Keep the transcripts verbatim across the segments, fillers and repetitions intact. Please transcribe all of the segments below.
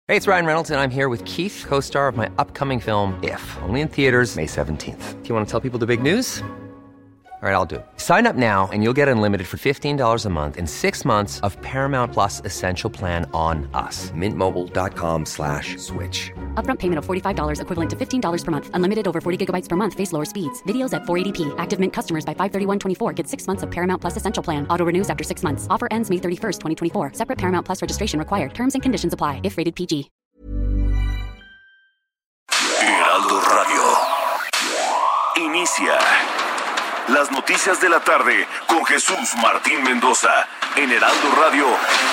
Hey, it's Ryan Reynolds, and I'm here with Keith, co-star of my upcoming film, If, only in theaters May seventeenth. Do you want to tell people the big news? All right, I'll do it. Sign up now and you'll get unlimited for fifteen dollars a month and six months of Paramount Plus Essential Plan on us. Mint Mobile dot com slash switch. Upfront payment of forty-five dollars equivalent to fifteen dollars per month. Unlimited over forty gigabytes per month. Face lower speeds. Videos at four eighty p. Active Mint customers by five thirty-one twenty-four get six months of Paramount Plus Essential Plan. Auto renews after six months. Offer ends May thirty-first, twenty twenty-four. Separate Paramount Plus registration required. Terms and conditions apply if rated P G. Heraldo Radio. Inicia las noticias de la tarde con Jesús Martín Mendoza en Heraldo Radio.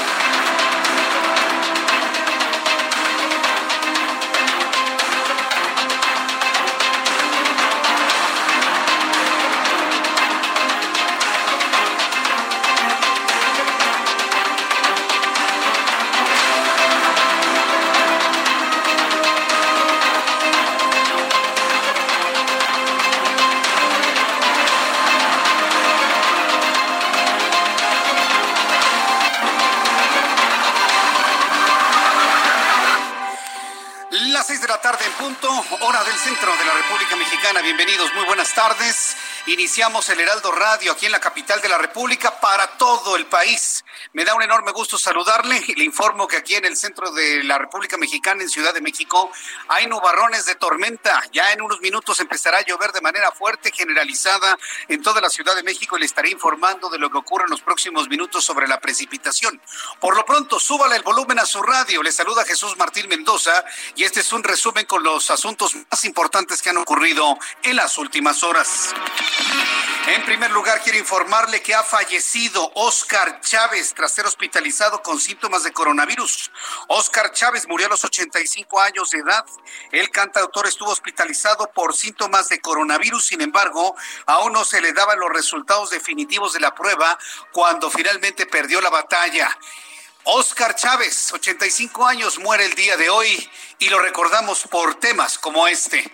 Hora del centro de la República Mexicana. Bienvenidos, muy buenas tardes. Iniciamos el Heraldo Radio aquí en la capital de la República para todo el país. Me da un enorme gusto saludarle y le informo que aquí en el centro de la República Mexicana, en Ciudad de México, hay nubarrones de tormenta. Ya en unos minutos empezará a llover de manera fuerte, generalizada en toda la Ciudad de México, y le estaré informando de lo que ocurre en los próximos minutos sobre la precipitación. Por lo pronto, súbale el volumen a su radio. Le saluda Jesús Martín Mendoza y este es un resumen con los asuntos más importantes que han ocurrido en las últimas horas. En primer lugar, quiero informarle que ha fallecido Óscar Chávez tras ser hospitalizado con síntomas de coronavirus. Óscar Chávez murió a los ochenta y cinco años de edad. El cantautor estuvo hospitalizado por síntomas de coronavirus, sin embargo, aún no se le daban los resultados definitivos de la prueba cuando finalmente perdió la batalla. Óscar Chávez, ochenta y cinco años, muere el día de hoy y lo recordamos por temas como este.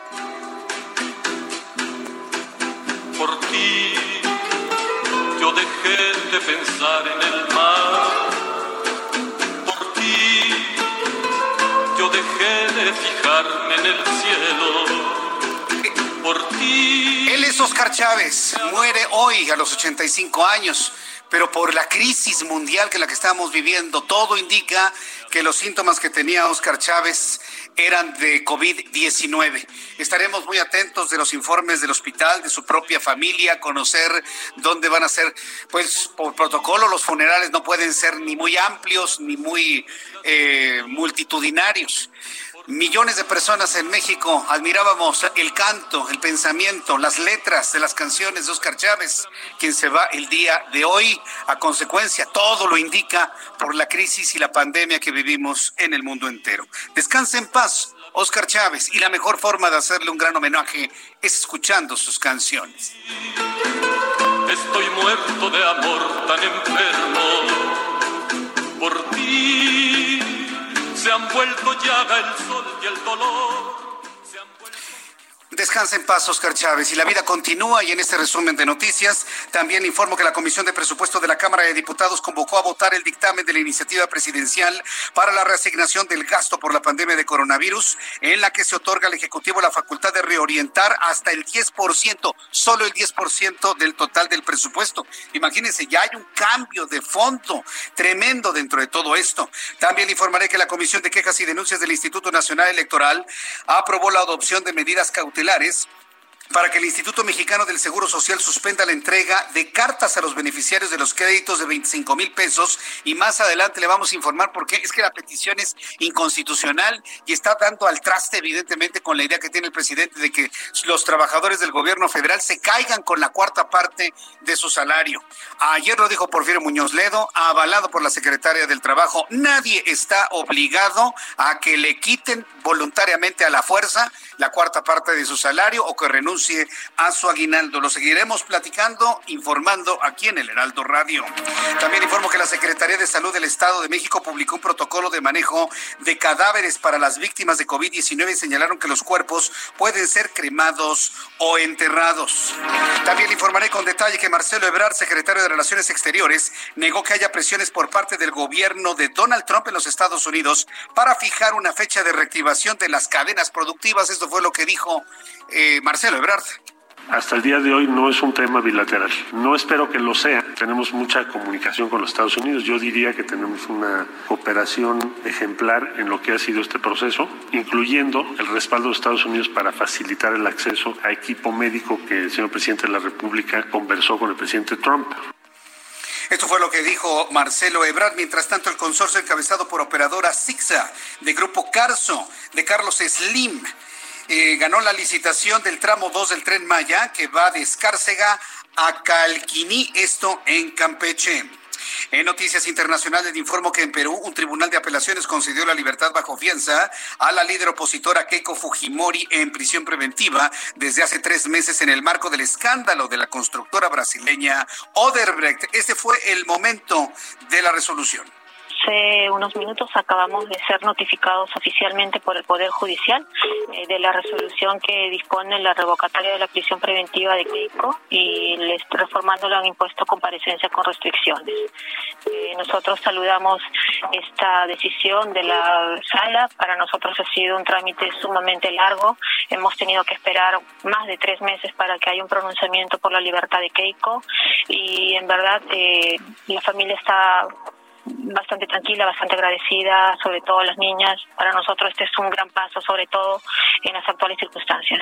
Por ti, yo dejé de pensar en el mar. Por ti, yo dejé de fijarme en el cielo. Por ti. Él es Óscar Chávez, muere hoy a los ochenta y cinco años. Pero por la crisis mundial que la que estamos viviendo, todo indica que los síntomas que tenía Óscar Chávez eran de COVID diecinueve. Estaremos muy atentos de los informes del hospital, de su propia familia, conocer dónde van a ser, pues por protocolo los funerales no pueden ser ni muy amplios ni muy eh, multitudinarios. Millones de personas en México admirábamos el canto, el pensamiento, las letras de las canciones de Óscar Chávez, quien se va el día de hoy a consecuencia, todo lo indica, por la crisis y la pandemia que vivimos en el mundo entero. Descanse en paz, Óscar Chávez, y la mejor forma de hacerle un gran homenaje es escuchando sus canciones. Estoy muerto de amor tan enfermo por ti. Se han vuelto llaga el sol y el dolor. Se han vuelto... Descansa en paz, Óscar Chávez, y la vida continúa. Y en este resumen de noticias también informo que la Comisión de Presupuesto de la Cámara de Diputados convocó a votar el dictamen de la iniciativa presidencial para la reasignación del gasto por la pandemia de coronavirus, en la que se otorga al Ejecutivo la facultad de reorientar hasta el diez por ciento, solo el diez por ciento del total del presupuesto. Imagínense, ya hay un cambio de fondo tremendo dentro de todo esto. También informaré que la Comisión de Quejas y Denuncias del Instituto Nacional Electoral aprobó la adopción de medidas cautelares para que el Instituto Mexicano del Seguro Social suspenda la entrega de cartas a los beneficiarios de los créditos de veinticinco mil pesos, y más adelante le vamos a informar por qué. Es que la petición es inconstitucional y está dando al traste evidentemente con la idea que tiene el presidente de que los trabajadores del gobierno federal se caigan con la cuarta parte de su salario. Ayer lo dijo Porfirio Muñoz Ledo, avalado por la secretaria del Trabajo: nadie está obligado a que le quiten voluntariamente a la fuerza la cuarta parte de su salario o que renuncie renuncie a su aguinaldo. Lo seguiremos platicando, informando aquí en el Heraldo Radio. También informo que la Secretaría de Salud del Estado de México publicó un protocolo de manejo de cadáveres para las víctimas de COVID diecinueve y señalaron que los cuerpos pueden ser cremados o enterrados. También informaré con detalle que Marcelo Ebrard, secretario de Relaciones Exteriores, negó que haya presiones por parte del gobierno de Donald Trump en los Estados Unidos para fijar una fecha de reactivación de las cadenas productivas. Esto fue lo que dijo eh, Marcelo Ebrard. Hasta el día de hoy no es un tema bilateral. No espero que lo sea. Tenemos mucha comunicación con los Estados Unidos. Yo diría que tenemos una cooperación ejemplar en lo que ha sido este proceso, incluyendo el respaldo de los Estados Unidos para facilitar el acceso a equipo médico que el señor presidente de la República conversó con el presidente Trump. Esto fue lo que dijo Marcelo Ebrard. Mientras tanto, el consorcio encabezado por operadora Sixa de Grupo Carso, de Carlos Slim, Eh, ganó la licitación del tramo dos del Tren Maya, que va de Escárcega a Calquiní, esto en Campeche. En noticias internacionales, informo que en Perú un tribunal de apelaciones concedió la libertad bajo fianza a la líder opositora Keiko Fujimori en prisión preventiva desde hace tres meses en el marco del escándalo de la constructora brasileña Odebrecht. Este fue el momento de la resolución. Hace unos minutos acabamos de ser notificados oficialmente por el Poder Judicial eh, de la resolución que dispone la revocatoria de la prisión preventiva de Keiko y les reformándola han impuesto comparecencia con restricciones. Eh, nosotros saludamos esta decisión de la sala. Para nosotros ha sido un trámite sumamente largo. Hemos tenido que esperar más de tres meses para que haya un pronunciamiento por la libertad de Keiko y en verdad eh, la familia está bastante tranquila, bastante agradecida, sobre todo las niñas. Para nosotros este es un gran paso, sobre todo en las actuales circunstancias.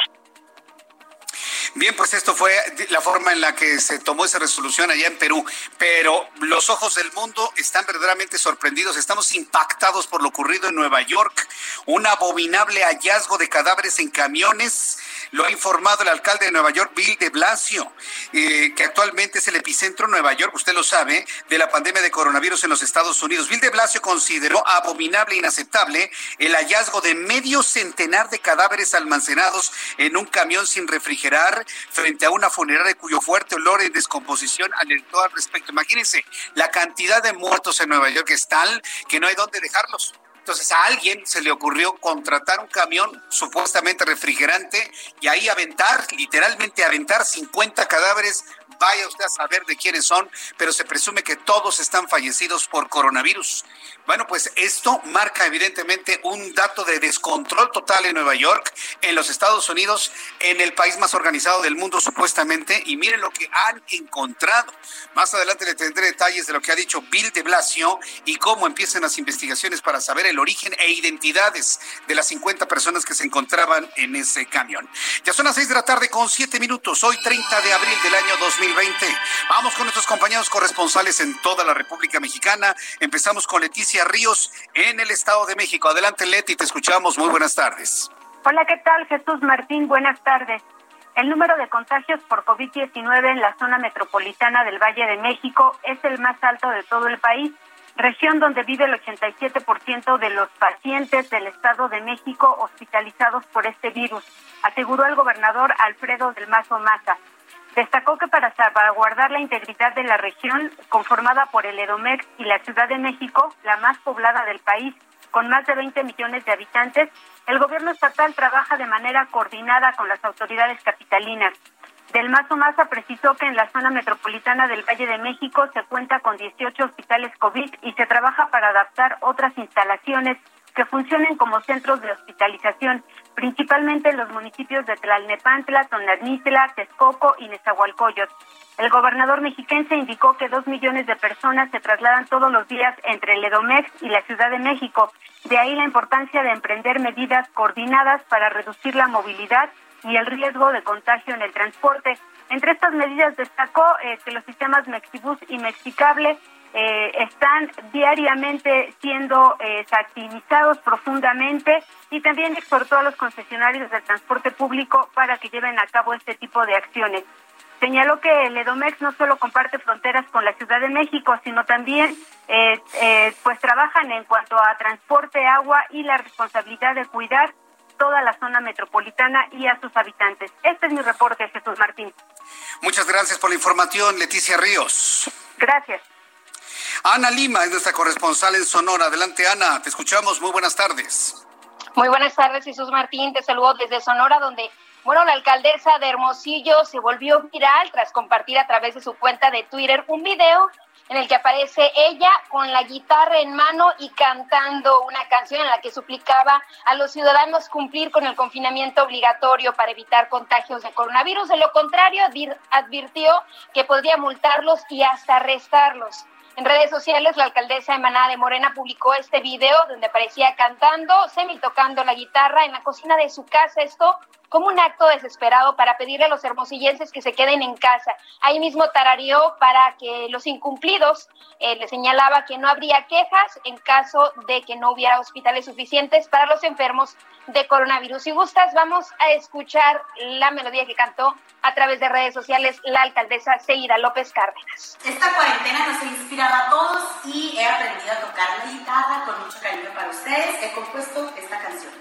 Bien, pues esto fue la forma en la que se tomó esa resolución allá en Perú, pero los ojos del mundo están verdaderamente sorprendidos. Estamos impactados por lo ocurrido en Nueva York, un abominable hallazgo de cadáveres en camiones. Lo ha informado el alcalde de Nueva York, Bill de Blasio, eh, que actualmente es el epicentro, Nueva York, usted lo sabe, de la pandemia de coronavirus en los Estados Unidos. Bill de Blasio consideró abominable e inaceptable el hallazgo de medio centenar de cadáveres almacenados en un camión sin refrigerar frente a una funeraria cuyo fuerte olor en descomposición alertó al respecto. Imagínense, la cantidad de muertos en Nueva York es tal que no hay dónde dejarlos. Entonces a alguien se le ocurrió contratar un camión supuestamente refrigerante y ahí aventar, literalmente aventar cincuenta cadáveres. Vaya usted a saber de quiénes son, pero se presume que todos están fallecidos por coronavirus. Bueno, pues esto marca evidentemente un dato de descontrol total en Nueva York, en los Estados Unidos, en el país más organizado del mundo supuestamente, y miren lo que han encontrado. Más adelante le tendré detalles de lo que ha dicho Bill de Blasio y cómo empiezan las investigaciones para saber el origen e identidades de las cincuenta personas que se encontraban en ese camión. Ya son las seis de la tarde con siete minutos, hoy treinta de abril del año dos mil veinte. Vamos con nuestros compañeros corresponsales en toda la República Mexicana. Empezamos con Leticia Ríos en el Estado de México. Adelante, Leti, te escuchamos. Muy buenas tardes. Hola, ¿qué tal, Jesús Martín? Buenas tardes. El número de contagios por COVID diecinueve en la zona metropolitana del Valle de México es el más alto de todo el país, región donde vive el ochenta y siete por ciento de los pacientes del Estado de México hospitalizados por este virus, aseguró el gobernador Alfredo del Mazo Maza. Destacó que para salvaguardar la integridad de la región, conformada por el Edomex y la Ciudad de México, la más poblada del país, con más de veinte millones de habitantes, el gobierno estatal trabaja de manera coordinada con las autoridades capitalinas. Del Mazo Maza precisó que en la zona metropolitana del Valle de México se cuenta con dieciocho hospitales COVID y se trabaja para adaptar otras instalaciones que funcionen como centros de hospitalización, principalmente en los municipios de Tlalnepantla, Tonanistla, Texcoco y Nezahualcóyotl. El gobernador mexiquense indicó que dos millones de personas se trasladan todos los días entre el Edomex y la Ciudad de México. De ahí la importancia de emprender medidas coordinadas para reducir la movilidad y el riesgo de contagio en el transporte. Entre estas medidas destacó eh, que los sistemas Mexibus y Mexicable eh, están diariamente siendo eh, activizados profundamente y también exhortó a los concesionarios del transporte público para que lleven a cabo este tipo de acciones. Señaló que el Edomex no solo comparte fronteras con la Ciudad de México, sino también eh, eh, pues trabajan en cuanto a transporte, agua y la responsabilidad de cuidar toda la zona metropolitana y a sus habitantes. Este es mi reporte, Jesús Martín. Muchas gracias por la información, Leticia Ríos. Gracias. Ana Lima es nuestra corresponsal en Sonora. Adelante, Ana, te escuchamos. Muy buenas tardes. Muy buenas tardes, Jesús Martín. Te saludo desde Sonora, donde, bueno, la alcaldesa de Hermosillo se volvió viral tras compartir a través de su cuenta de Twitter un video en el que aparece ella con la guitarra en mano y cantando una canción en la que suplicaba a los ciudadanos cumplir con el confinamiento obligatorio para evitar contagios de coronavirus. De lo contrario, advirtió que podría multarlos y hasta arrestarlos. En redes sociales, la alcaldesa emanada de Morena publicó este video donde aparecía cantando, semitocando la guitarra en la cocina de su casa, esto como un acto desesperado para pedirle a los hermosillenses que se queden en casa. Ahí mismo tarareó para que los incumplidos, eh, le señalaba que no habría quejas en caso de que no hubiera hospitales suficientes para los enfermos de coronavirus. Si gustas, vamos a escuchar la melodía que cantó a través de redes sociales la alcaldesa Seira López Cárdenas. Esta cuarentena nos ha inspirado a todos y he aprendido a tocar la guitarra con mucho cariño para ustedes. He compuesto esta canción.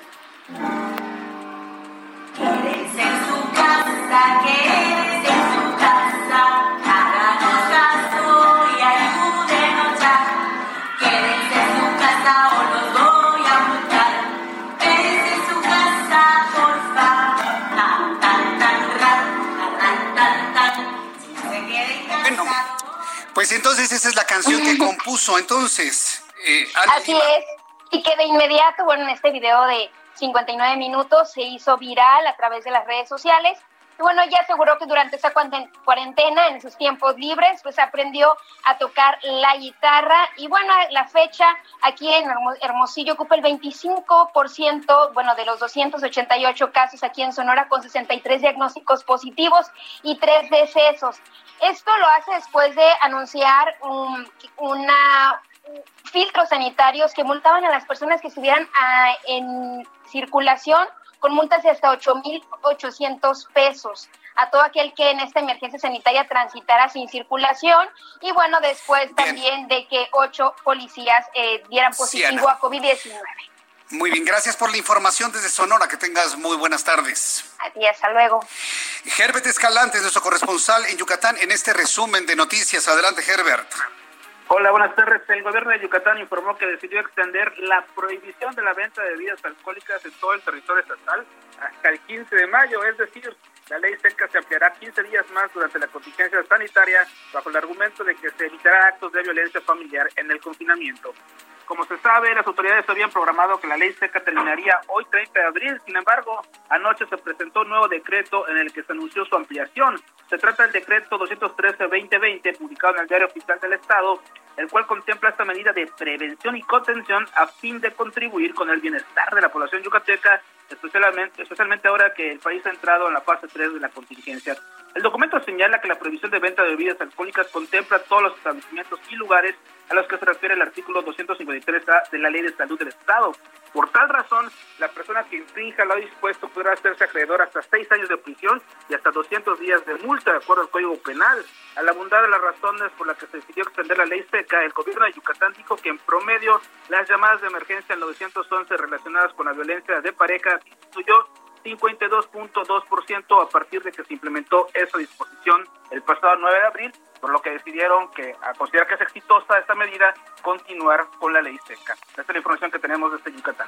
Quédense en su casa, quédense en su casa, háganos caso y ayúdenos ya. Quédense en su casa o los voy a multar. Quédense en su casa, porfa. Tan, tan, tan, ran, tan, tan, tan. Si no se queden cansados. Bueno, pues entonces esa es la canción que compuso. Entonces, eh, Ana Así Lima. es. Y que de inmediato, bueno, en este video de cincuenta y nueve minutos se hizo viral a través de las redes sociales. Y bueno, ella aseguró que durante esa cuarentena, en sus tiempos libres, pues aprendió a tocar la guitarra. Y bueno, la fecha aquí en Hermosillo ocupa el veinticinco por ciento, bueno, de los doscientos ochenta y ocho casos aquí en Sonora, con sesenta y tres diagnósticos positivos y tres decesos. Esto lo hace después de anunciar un, una... filtros sanitarios que multaban a las personas que estuvieran a, en circulación con multas de hasta ocho mil ochocientos pesos a todo aquel que en esta emergencia sanitaria transitara sin circulación. Y bueno, después bien. también de que ocho policías eh, dieran positivo sí, a COVID diecinueve. Muy bien, gracias por la información desde Sonora. Que tengas muy buenas tardes. A ti, hasta luego. Herbert Escalante, nuestro corresponsal en Yucatán, en este resumen de noticias. Adelante, Herbert. Hola, buenas tardes. El gobierno de Yucatán informó que decidió extender la prohibición de la venta de bebidas alcohólicas en todo el territorio estatal hasta el quince de mayo, es decir, la ley seca se ampliará quince días más durante la contingencia sanitaria bajo el argumento de que se evitará actos de violencia familiar en el confinamiento. Como se sabe, las autoridades habían programado que la ley seca terminaría hoy treinta de abril, sin embargo, anoche se presentó un nuevo decreto en el que se anunció su ampliación. Se trata del decreto doscientos trece barra veinte veinte, publicado en el Diario Oficial del Estado, el cual contempla esta medida de prevención y contención a fin de contribuir con el bienestar de la población yucateca, especialmente, especialmente ahora que el país ha entrado en la fase tres de la contingencia. El documento señala que la prohibición de venta de bebidas alcohólicas contempla todos los establecimientos y lugares a los que se refiere el artículo doscientos cincuenta y tres A de la Ley de Salud del Estado. Por tal razón, la persona que infrinja lo dispuesto podrá hacerse acreedor hasta seis años de prisión y hasta doscientos días de multa, de acuerdo al Código Penal. Al abundar de las razones por las que se decidió extender la ley seca, el gobierno de Yucatán dijo que en promedio las llamadas de emergencia al nueve once relacionadas con la violencia de pareja disminuyó cincuenta y dos punto dos por ciento a partir de que se implementó esa disposición el pasado nueve de abril, por lo que decidieron que, a considerar que es exitosa esta medida, continuar con la ley seca. Esta es la información que tenemos desde Yucatán.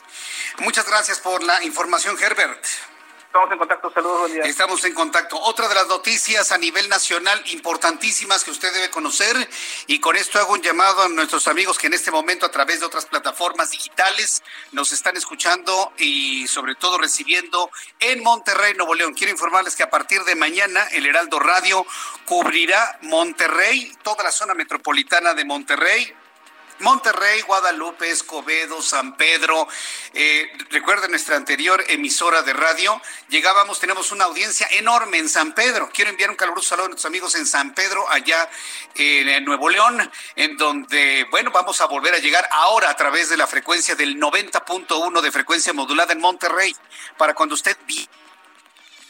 Muchas gracias por la información, Herbert. Estamos en contacto, saludos, buen día. Estamos en contacto. Otra de las noticias a nivel nacional importantísimas que usted debe conocer, y con esto hago un llamado a nuestros amigos que en este momento a través de otras plataformas digitales nos están escuchando y sobre todo recibiendo en Monterrey, Nuevo León. Quiero informarles que a partir de mañana el Heraldo Radio cubrirá Monterrey, toda la zona metropolitana de Monterrey, Monterrey, Guadalupe, Escobedo, San Pedro. Eh, recuerden nuestra anterior emisora de radio, llegábamos, tenemos una audiencia enorme en San Pedro. Quiero enviar un caluroso saludo a nuestros amigos en San Pedro, allá en Nuevo León, en donde, bueno, vamos a volver a llegar ahora a través de la frecuencia del noventa punto uno de frecuencia modulada en Monterrey, para cuando usted vi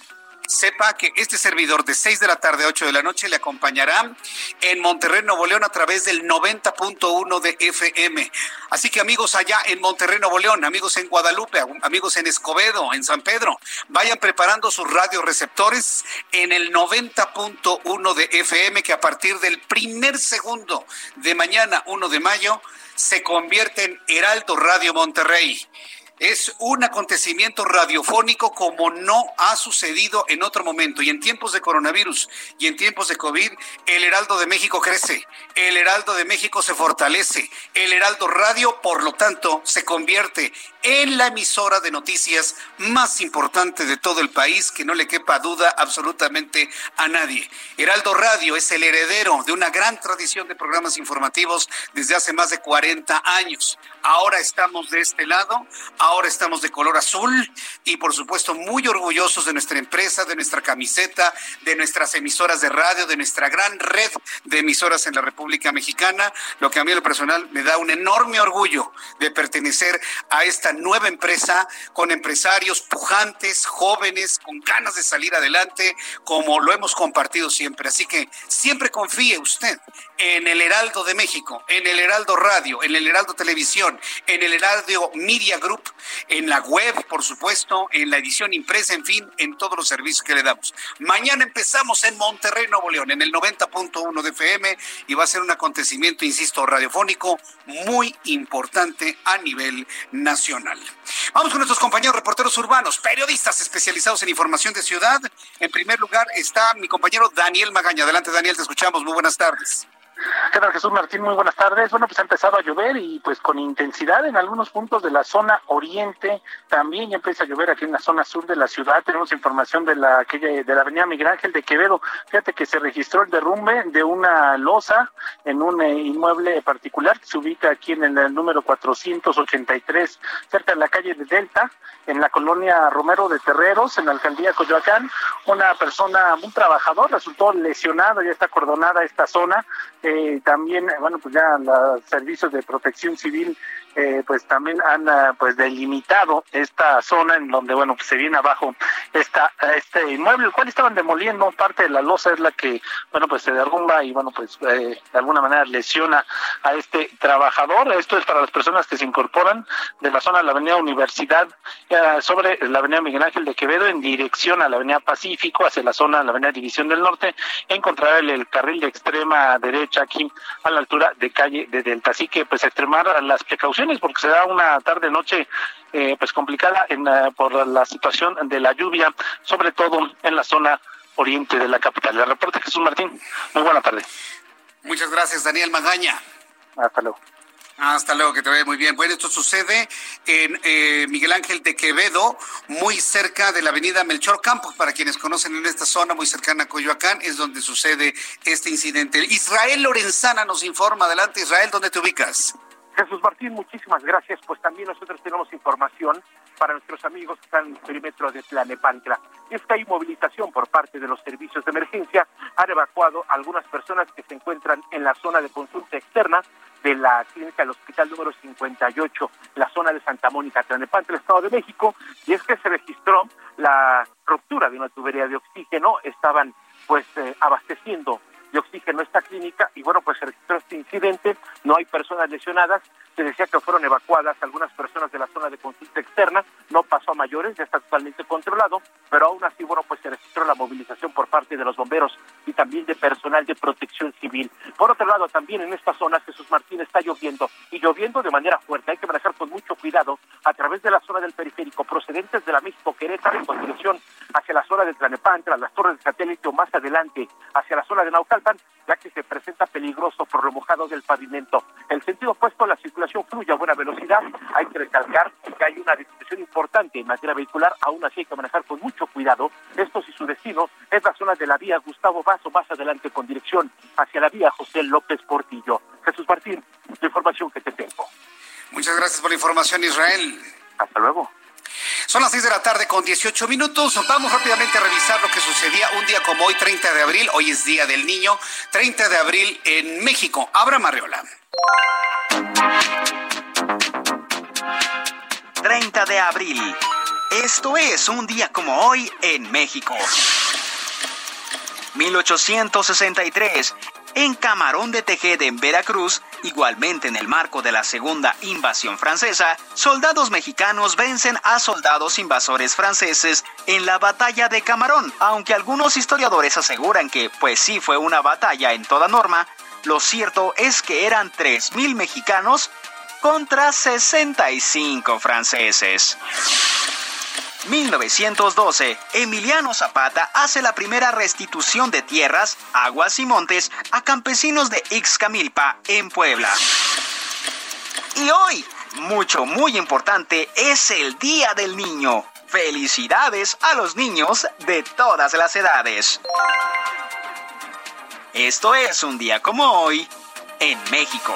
sepa que este servidor de seis de la tarde a ocho de la noche le acompañará en Monterrey, Nuevo León, a través del noventa punto uno de F M. Así que amigos allá en Monterrey, Nuevo León, amigos en Guadalupe, amigos en Escobedo, en San Pedro, vayan preparando sus radioreceptores en el noventa punto uno de F M, que a partir del primer segundo de mañana, uno de mayo, se convierte en Heraldo Radio Monterrey. Es un acontecimiento radiofónico como no ha sucedido en otro momento. Y en tiempos de coronavirus y en tiempos de COVID, el Heraldo de México crece, el Heraldo de México se fortalece. El Heraldo Radio, por lo tanto, se convierte en la emisora de noticias más importante de todo el país, que no le quepa duda absolutamente a nadie. Heraldo Radio es el heredero de una gran tradición de programas informativos desde hace más de cuarenta años. Ahora estamos de este lado, ahora estamos de color azul y por supuesto muy orgullosos de nuestra empresa, de nuestra camiseta, de nuestras emisoras de radio, de nuestra gran red de emisoras en la República Mexicana, lo que a mí en lo personal me da un enorme orgullo de pertenecer a esta nueva empresa con empresarios pujantes, jóvenes, con ganas de salir adelante, como lo hemos compartido siempre. Así que siempre confíe usted en el Heraldo de México, en el Heraldo Radio, en el Heraldo Televisión, en el Heraldo Media Group, en la web, por supuesto, en la edición impresa, en fin, en todos los servicios que le damos. Mañana empezamos en Monterrey, Nuevo León, en el noventa punto uno de F M, y va a ser un acontecimiento, insisto, radiofónico muy importante a nivel nacional. Vamos con nuestros compañeros reporteros urbanos, periodistas especializados en información de ciudad. En primer lugar está mi compañero Daniel Magaña. Adelante, Daniel, te escuchamos. Muy buenas tardes. ¿Qué tal, Jesús Martín? Muy buenas tardes. Bueno, pues ha empezado a llover y pues con intensidad en algunos puntos de la zona oriente. También ya empieza a llover aquí en la zona sur de la ciudad. Tenemos información de la aquella, de la avenida Miguel Ángel de Quevedo. Fíjate que se registró el derrumbe de una losa en un eh, inmueble particular que se ubica aquí en el, el número cuatrocientos ochenta y tres, cerca de la calle de Delta, en la colonia Romero de Terreros, en la alcaldía Coyoacán. Una persona, un trabajador, resultó lesionado, ya está acordonada esta zona. Eh, también, bueno, pues ya los servicios de protección civil eh, pues también han uh, pues delimitado esta zona en donde, bueno, pues se viene abajo esta este inmueble, el cual estaban demoliendo. Parte de la losa es la que, bueno, pues se derrumba y, bueno, pues eh, de alguna manera lesiona a este trabajador. Esto es para las personas que se incorporan de la zona de la avenida Universidad eh, sobre la avenida Miguel Ángel de Quevedo en dirección a la avenida Pacífico, hacia la zona de la avenida División del Norte, encontrar el, el carril de extrema derecha aquí a la altura de calle de Delta. Así que pues extremar las precauciones porque se da una tarde noche eh, pues complicada en, uh, por la situación de la lluvia, sobre todo en la zona oriente de la capital. El reporte Jesús Martín. Muy buena tarde. Muchas gracias, Daniel Magaña. Hasta luego. Hasta luego, que te vaya muy bien. Bueno, esto sucede en eh, Miguel Ángel de Quevedo, muy cerca de la avenida Melchor Campos. Para quienes conocen, en esta zona muy cercana a Coyoacán es donde sucede este incidente. Israel Lorenzana nos informa. Adelante, Israel, ¿dónde te ubicas? Jesús Martín, muchísimas gracias. Pues también nosotros tenemos información para nuestros amigos que están en el perímetro de Tlanepantla. Es que hay movilización por parte de los servicios de emergencia. Han evacuado a algunas personas que se encuentran en la zona de consulta externa de la clínica del hospital número cincuenta y ocho, la zona de Santa Mónica, Tlanepantla, Estado de México. Y es que se registró la ruptura de una tubería de oxígeno. Estaban pues eh, abasteciendo de oxígeno esta clínica y bueno, pues se registró este incidente. No hay personas lesionadas. Se decía que fueron evacuadas algunas personas de la zona de consulta externa. No pasó a mayores, ya está totalmente controlado, pero aún así, bueno, pues se registró la movilización por parte de los bomberos y también de personal de protección civil. Por otro lado, también en esta zona, Jesús Martín, está lloviendo y lloviendo de manera fuerte. Hay que manejar con mucho cuidado a través de la zona del periférico, procedentes de la México Querétaro, en con dirección hacia la zona de Tlanepantla, las torres de satélite o más adelante hacia la zona de Naucalpan, ya que se presenta peligroso por remojado del pavimento. El sentido opuesto, la circulación fluye a buena velocidad. Hay que recalcar que hay una disminución importante en materia vehicular, aún así hay que manejar con mucho cuidado. Esto si su destino es la zona de la vía Gustavo Vaso, más adelante con dirección hacia la vía José López Portillo. Jesús Martín, la información que te tengo. Muchas gracias por la información, Israel. Hasta luego. Son las seis de la tarde con dieciocho minutos. Vamos rápidamente a revisar lo que sucedía un día como hoy, treinta de abril. Hoy es Día del Niño. treinta de abril en México. Abraham Arreola. treinta de abril. Esto es un día como hoy en México. mil ochocientos sesenta y tres, en Camarón de Tejeda, en Veracruz, igualmente en el marco de la segunda invasión francesa, soldados mexicanos vencen a soldados invasores franceses en la batalla de Camarón. Aunque algunos historiadores aseguran que, pues sí fue una batalla en toda norma, lo cierto es que eran tres mil mexicanos contra sesenta y cinco franceses. mil novecientos doce, Emiliano Zapata hace la primera restitución de tierras, aguas y montes a campesinos de Ixcamilpa, en Puebla. Y hoy, mucho, muy importante, es el Día del Niño. Felicidades a los niños de todas las edades. Esto es un día como hoy en México.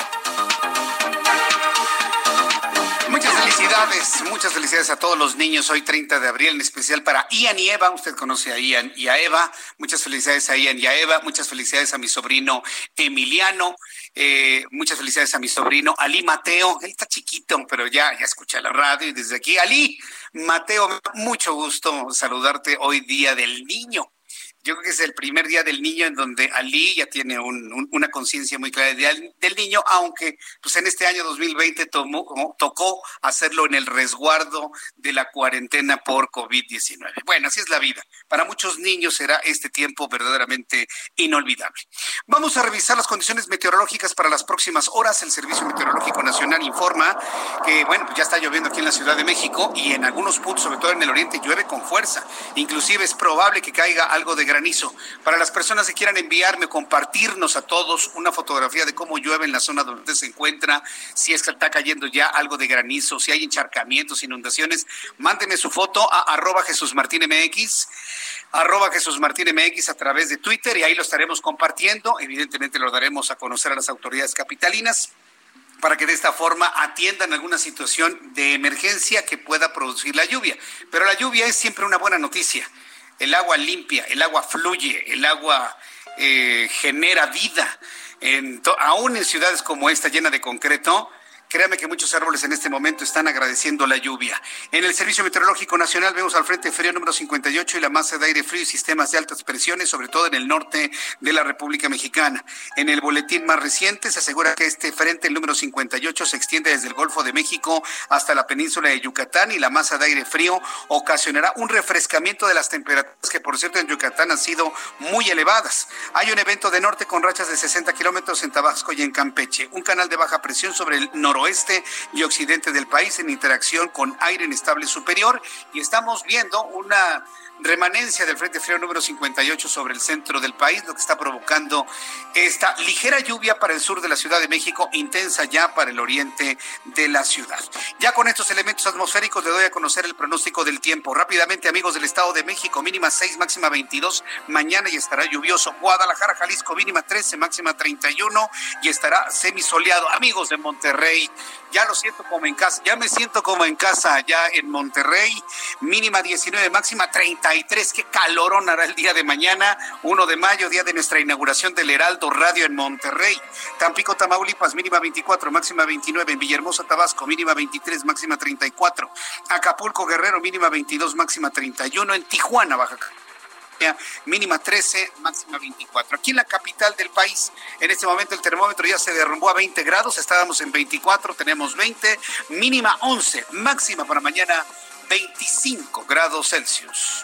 Muchas felicidades, muchas felicidades a todos los niños hoy treinta de abril, en especial para Ian y Eva. Usted conoce a Ian y a Eva. Muchas felicidades a Ian y a Eva. Muchas felicidades a mi sobrino Emiliano. Eh, muchas felicidades a mi sobrino Ali Mateo. Él está chiquito, pero ya, ya escucha la radio y desde aquí, Ali Mateo, mucho gusto saludarte hoy, Día del Niño. Yo creo que es el primer día del niño en donde Ali ya tiene un, un, una conciencia muy clara del, del niño, aunque pues en este año dos mil veinte tomó, tocó hacerlo en el resguardo de la cuarentena por COVID diecinueve. Bueno, así es la vida. Para muchos niños será este tiempo verdaderamente inolvidable. Vamos a revisar las condiciones meteorológicas para las próximas horas. El Servicio Meteorológico Nacional informa que, bueno, pues ya está lloviendo aquí en la Ciudad de México y en algunos puntos, sobre todo en el oriente, llueve con fuerza. Inclusive es probable que caiga algo de granizo. Para las personas que quieran enviarme, compartirnos a todos una fotografía de cómo llueve en la zona donde se encuentra, si es que está cayendo ya algo de granizo, si hay encharcamientos, inundaciones, mándenme su foto a arroba Jesús Martín M X, arroba Jesús Martín M X a través de Twitter y ahí lo estaremos compartiendo. Evidentemente lo daremos a conocer a las autoridades capitalinas para que de esta forma atiendan alguna situación de emergencia que pueda producir la lluvia. Pero la lluvia es siempre una buena noticia. El agua limpia, el agua fluye, el agua eh, genera vida. En to- aún en ciudades como esta llena de concreto, créame que muchos árboles en este momento están agradeciendo la lluvia. En el Servicio Meteorológico Nacional vemos al Frente Frío número cincuenta y ocho y la masa de aire frío y sistemas de altas presiones, sobre todo en el norte de la República Mexicana. En el boletín más reciente se asegura que este frente, el número cincuenta y ocho, se extiende desde el Golfo de México hasta la península de Yucatán y la masa de aire frío ocasionará un refrescamiento de las temperaturas que, por cierto, en Yucatán han sido muy elevadas. Hay un evento de norte con rachas de sesenta kilómetros en Tabasco y en Campeche. Un canal de baja presión sobre el noroeste oeste y occidente del país en interacción con aire inestable superior y estamos viendo una remanencia del Frente Frío número cincuenta y ocho sobre el centro del país, lo que está provocando esta ligera lluvia para el sur de la Ciudad de México, intensa ya para el oriente de la ciudad. Ya con estos elementos atmosféricos le doy a conocer el pronóstico del tiempo. Rápidamente, amigos del Estado de México, mínima seis, máxima veintidós, mañana y estará lluvioso. Guadalajara, Jalisco, mínima trece, máxima treinta y uno y estará semisoleado. Amigos de Monterrey, ya lo siento como en casa, ya me siento como en casa allá en Monterrey, mínima diecinueve, máxima treinta y tres, qué calorón hará el día de mañana, primero de mayo, día de nuestra inauguración del Heraldo Radio en Monterrey. Tampico, Tamaulipas, mínima veinticuatro, máxima veintinueve, en Villahermosa, Tabasco, mínima veintitrés, máxima treinta y cuatro, Acapulco, Guerrero, mínima veintidós, máxima treinta y uno, en Tijuana, Baja California, mínima trece, máxima veinticuatro. Aquí en la capital del país, en este momento el termómetro ya se derrumbó a veinte grados, estábamos en veinticuatro, tenemos veinte, mínima once, máxima para mañana veinticinco grados Celsius.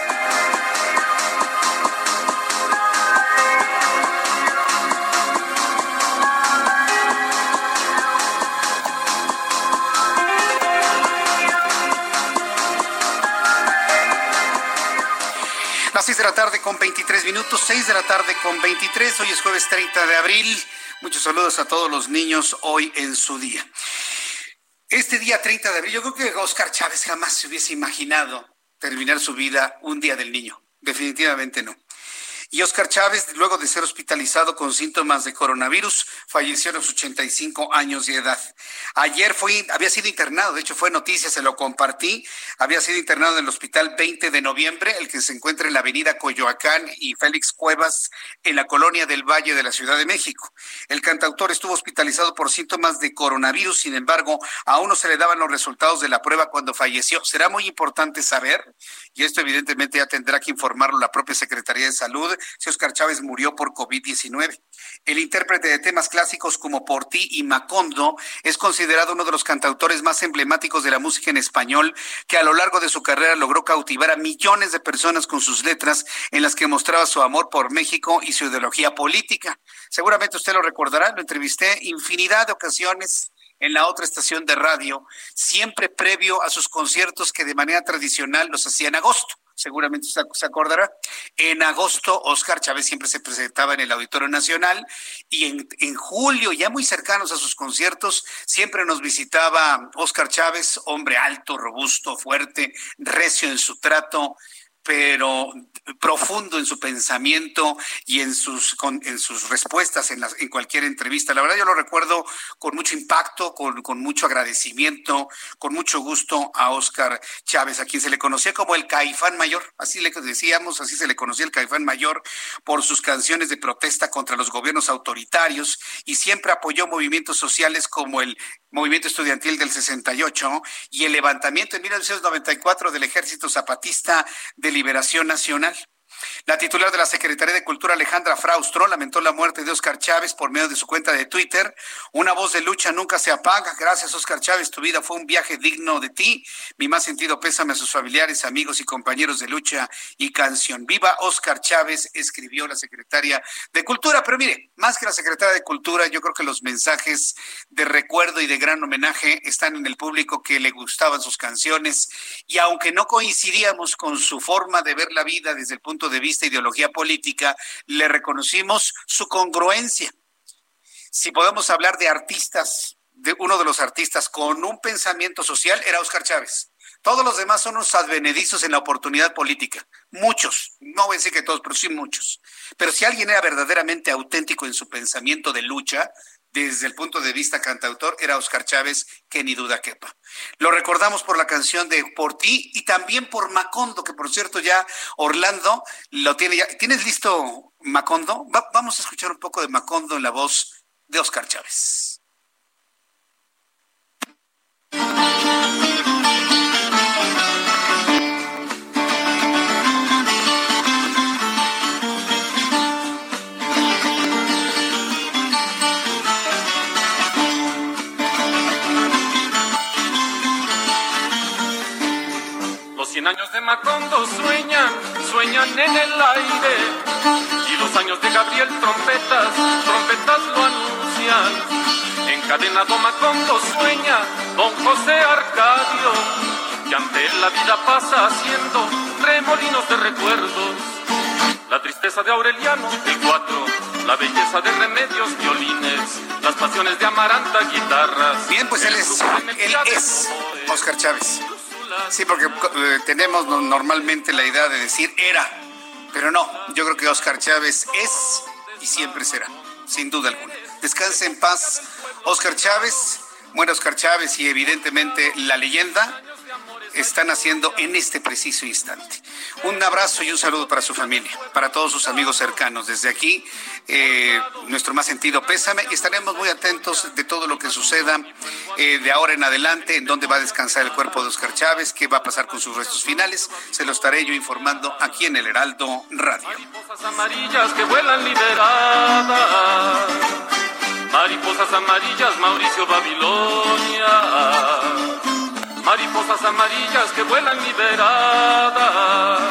Las seis de la tarde con veintitrés minutos, seis de la tarde con veintitrés, hoy es jueves treinta de abril. Muchos saludos a todos los niños hoy en su día. Este día treinta de abril, yo creo que Óscar Chávez jamás se hubiese imaginado terminar su vida un día del niño. Definitivamente no. Y Óscar Chávez, luego de ser hospitalizado con síntomas de coronavirus, falleció a los ochenta y cinco años de edad. Ayer fue, había sido internado, de hecho fue noticia, se lo compartí, había sido internado en el hospital veinte de noviembre, el que se encuentra en la avenida Coyoacán y Félix Cuevas, en la colonia del Valle de la Ciudad de México. El cantautor estuvo hospitalizado por síntomas de coronavirus, sin embargo, aún no se le daban los resultados de la prueba cuando falleció. Será muy importante saber, y esto evidentemente ya tendrá que informarlo la propia Secretaría de Salud, si Óscar Chávez murió por COVID diecinueve. El intérprete de temas clásicos como Por ti y Macondo es considerado uno de los cantautores más emblemáticos de la música en español, que a lo largo de su carrera logró cautivar a millones de personas con sus letras en las que mostraba su amor por México y su ideología política. Seguramente usted lo recordará, lo entrevisté infinidad de ocasiones en la otra estación de radio, siempre previo a sus conciertos que de manera tradicional los hacía en agosto. Seguramente usted se acordará. En agosto, Óscar Chávez siempre se presentaba en el Auditorio Nacional y en, en julio, ya muy cercanos a sus conciertos, siempre nos visitaba Óscar Chávez, hombre alto, robusto, fuerte, recio en su trato, pero profundo en su pensamiento y en sus con, en sus respuestas en, las, en cualquier entrevista. La verdad yo lo recuerdo con mucho impacto, con, con mucho agradecimiento, con mucho gusto a Óscar Chávez, a quien se le conocía como el Caifán Mayor, así le decíamos, así se le conocía el Caifán Mayor, por sus canciones de protesta contra los gobiernos autoritarios, y siempre apoyó movimientos sociales como el Movimiento Estudiantil del sesenta y ocho y el levantamiento en mil novecientos noventa y cuatro del Ejército Zapatista de Liberación Nacional. La titular de la Secretaría de Cultura, Alejandra Fraustro, lamentó la muerte de Óscar Chávez por medio de su cuenta de Twitter. Una voz de lucha nunca se apaga. Gracias, Óscar Chávez. Tu vida fue un viaje digno de ti. Mi más sentido pésame a sus familiares, amigos y compañeros de lucha y canción. Viva Óscar Chávez, escribió la Secretaria de Cultura. Pero mire, más que la Secretaria de Cultura, yo creo que los mensajes de recuerdo y de gran homenaje están en el público que le gustaban sus canciones. Y aunque no coincidíamos con su forma de ver la vida desde el punto de vista de ideología política, le reconocimos su congruencia. Si podemos hablar de artistas, de uno de los artistas con un pensamiento social, era Óscar Chávez. Todos los demás son unos advenedizos en la oportunidad política. Muchos, no voy a decir que todos, pero sí muchos. Pero si alguien era verdaderamente auténtico en su pensamiento de lucha, desde el punto de vista cantautor, era Óscar Chávez, que ni duda quepa. Lo recordamos por la canción de Por ti y también por Macondo, que por cierto ya Orlando lo tiene ya. ¿Tienes listo Macondo? Va, vamos a escuchar un poco de Macondo en la voz de Óscar Chávez. Cien años de Macondo sueñan, sueñan en el aire, y los años de Gabriel trompetas, trompetas lo anuncian. Encadenado Macondo sueña don José Arcadio, que ante él la vida pasa haciendo remolinos de recuerdos. La tristeza de Aureliano, el cuatro, la belleza de Remedios, violines, las pasiones de Amaranta, guitarras. Bien, pues él es, él es Óscar Chávez. Sí, porque eh, tenemos normalmente la idea de decir era, pero no, yo creo que Óscar Chávez es y siempre será, sin duda alguna. Descanse en paz, Óscar Chávez. Muere Óscar Chávez y evidentemente la leyenda está naciendo en este preciso instante. Un abrazo y un saludo para su familia, para todos sus amigos cercanos. Desde aquí, eh, nuestro más sentido pésame, y estaremos muy atentos de todo lo que suceda eh, de ahora en adelante, en dónde va a descansar el cuerpo de Óscar Chávez, qué va a pasar con sus restos finales. Se lo estaré yo informando aquí en el Heraldo Radio. Mariposas amarillas que vuelan liberadas, mariposas amarillas, Mauricio Babilonia. Mariposas amarillas que vuelan liberadas.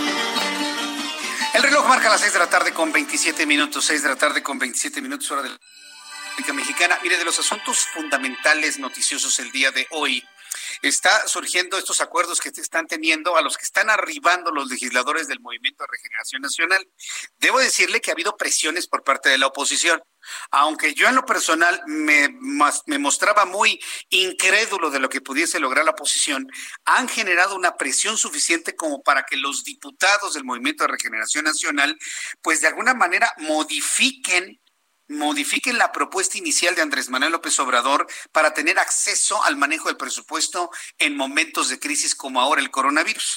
El reloj marca las seis de la tarde con veintisiete minutos, seis de la tarde con veintisiete minutos, hora de la República Mexicana. Mire, de los asuntos fundamentales noticiosos el día de hoy, está surgiendo estos acuerdos que se están teniendo, a los que están arribando los legisladores del Movimiento de Regeneración Nacional. Debo decirle que ha habido presiones por parte de la oposición. Aunque yo en lo personal me, me mostraba muy incrédulo de lo que pudiese lograr la oposición, han generado una presión suficiente como para que los diputados del Movimiento de Regeneración Nacional, pues de alguna manera modifiquen modifiquen la propuesta inicial de Andrés Manuel López Obrador para tener acceso al manejo del presupuesto en momentos de crisis como ahora el coronavirus.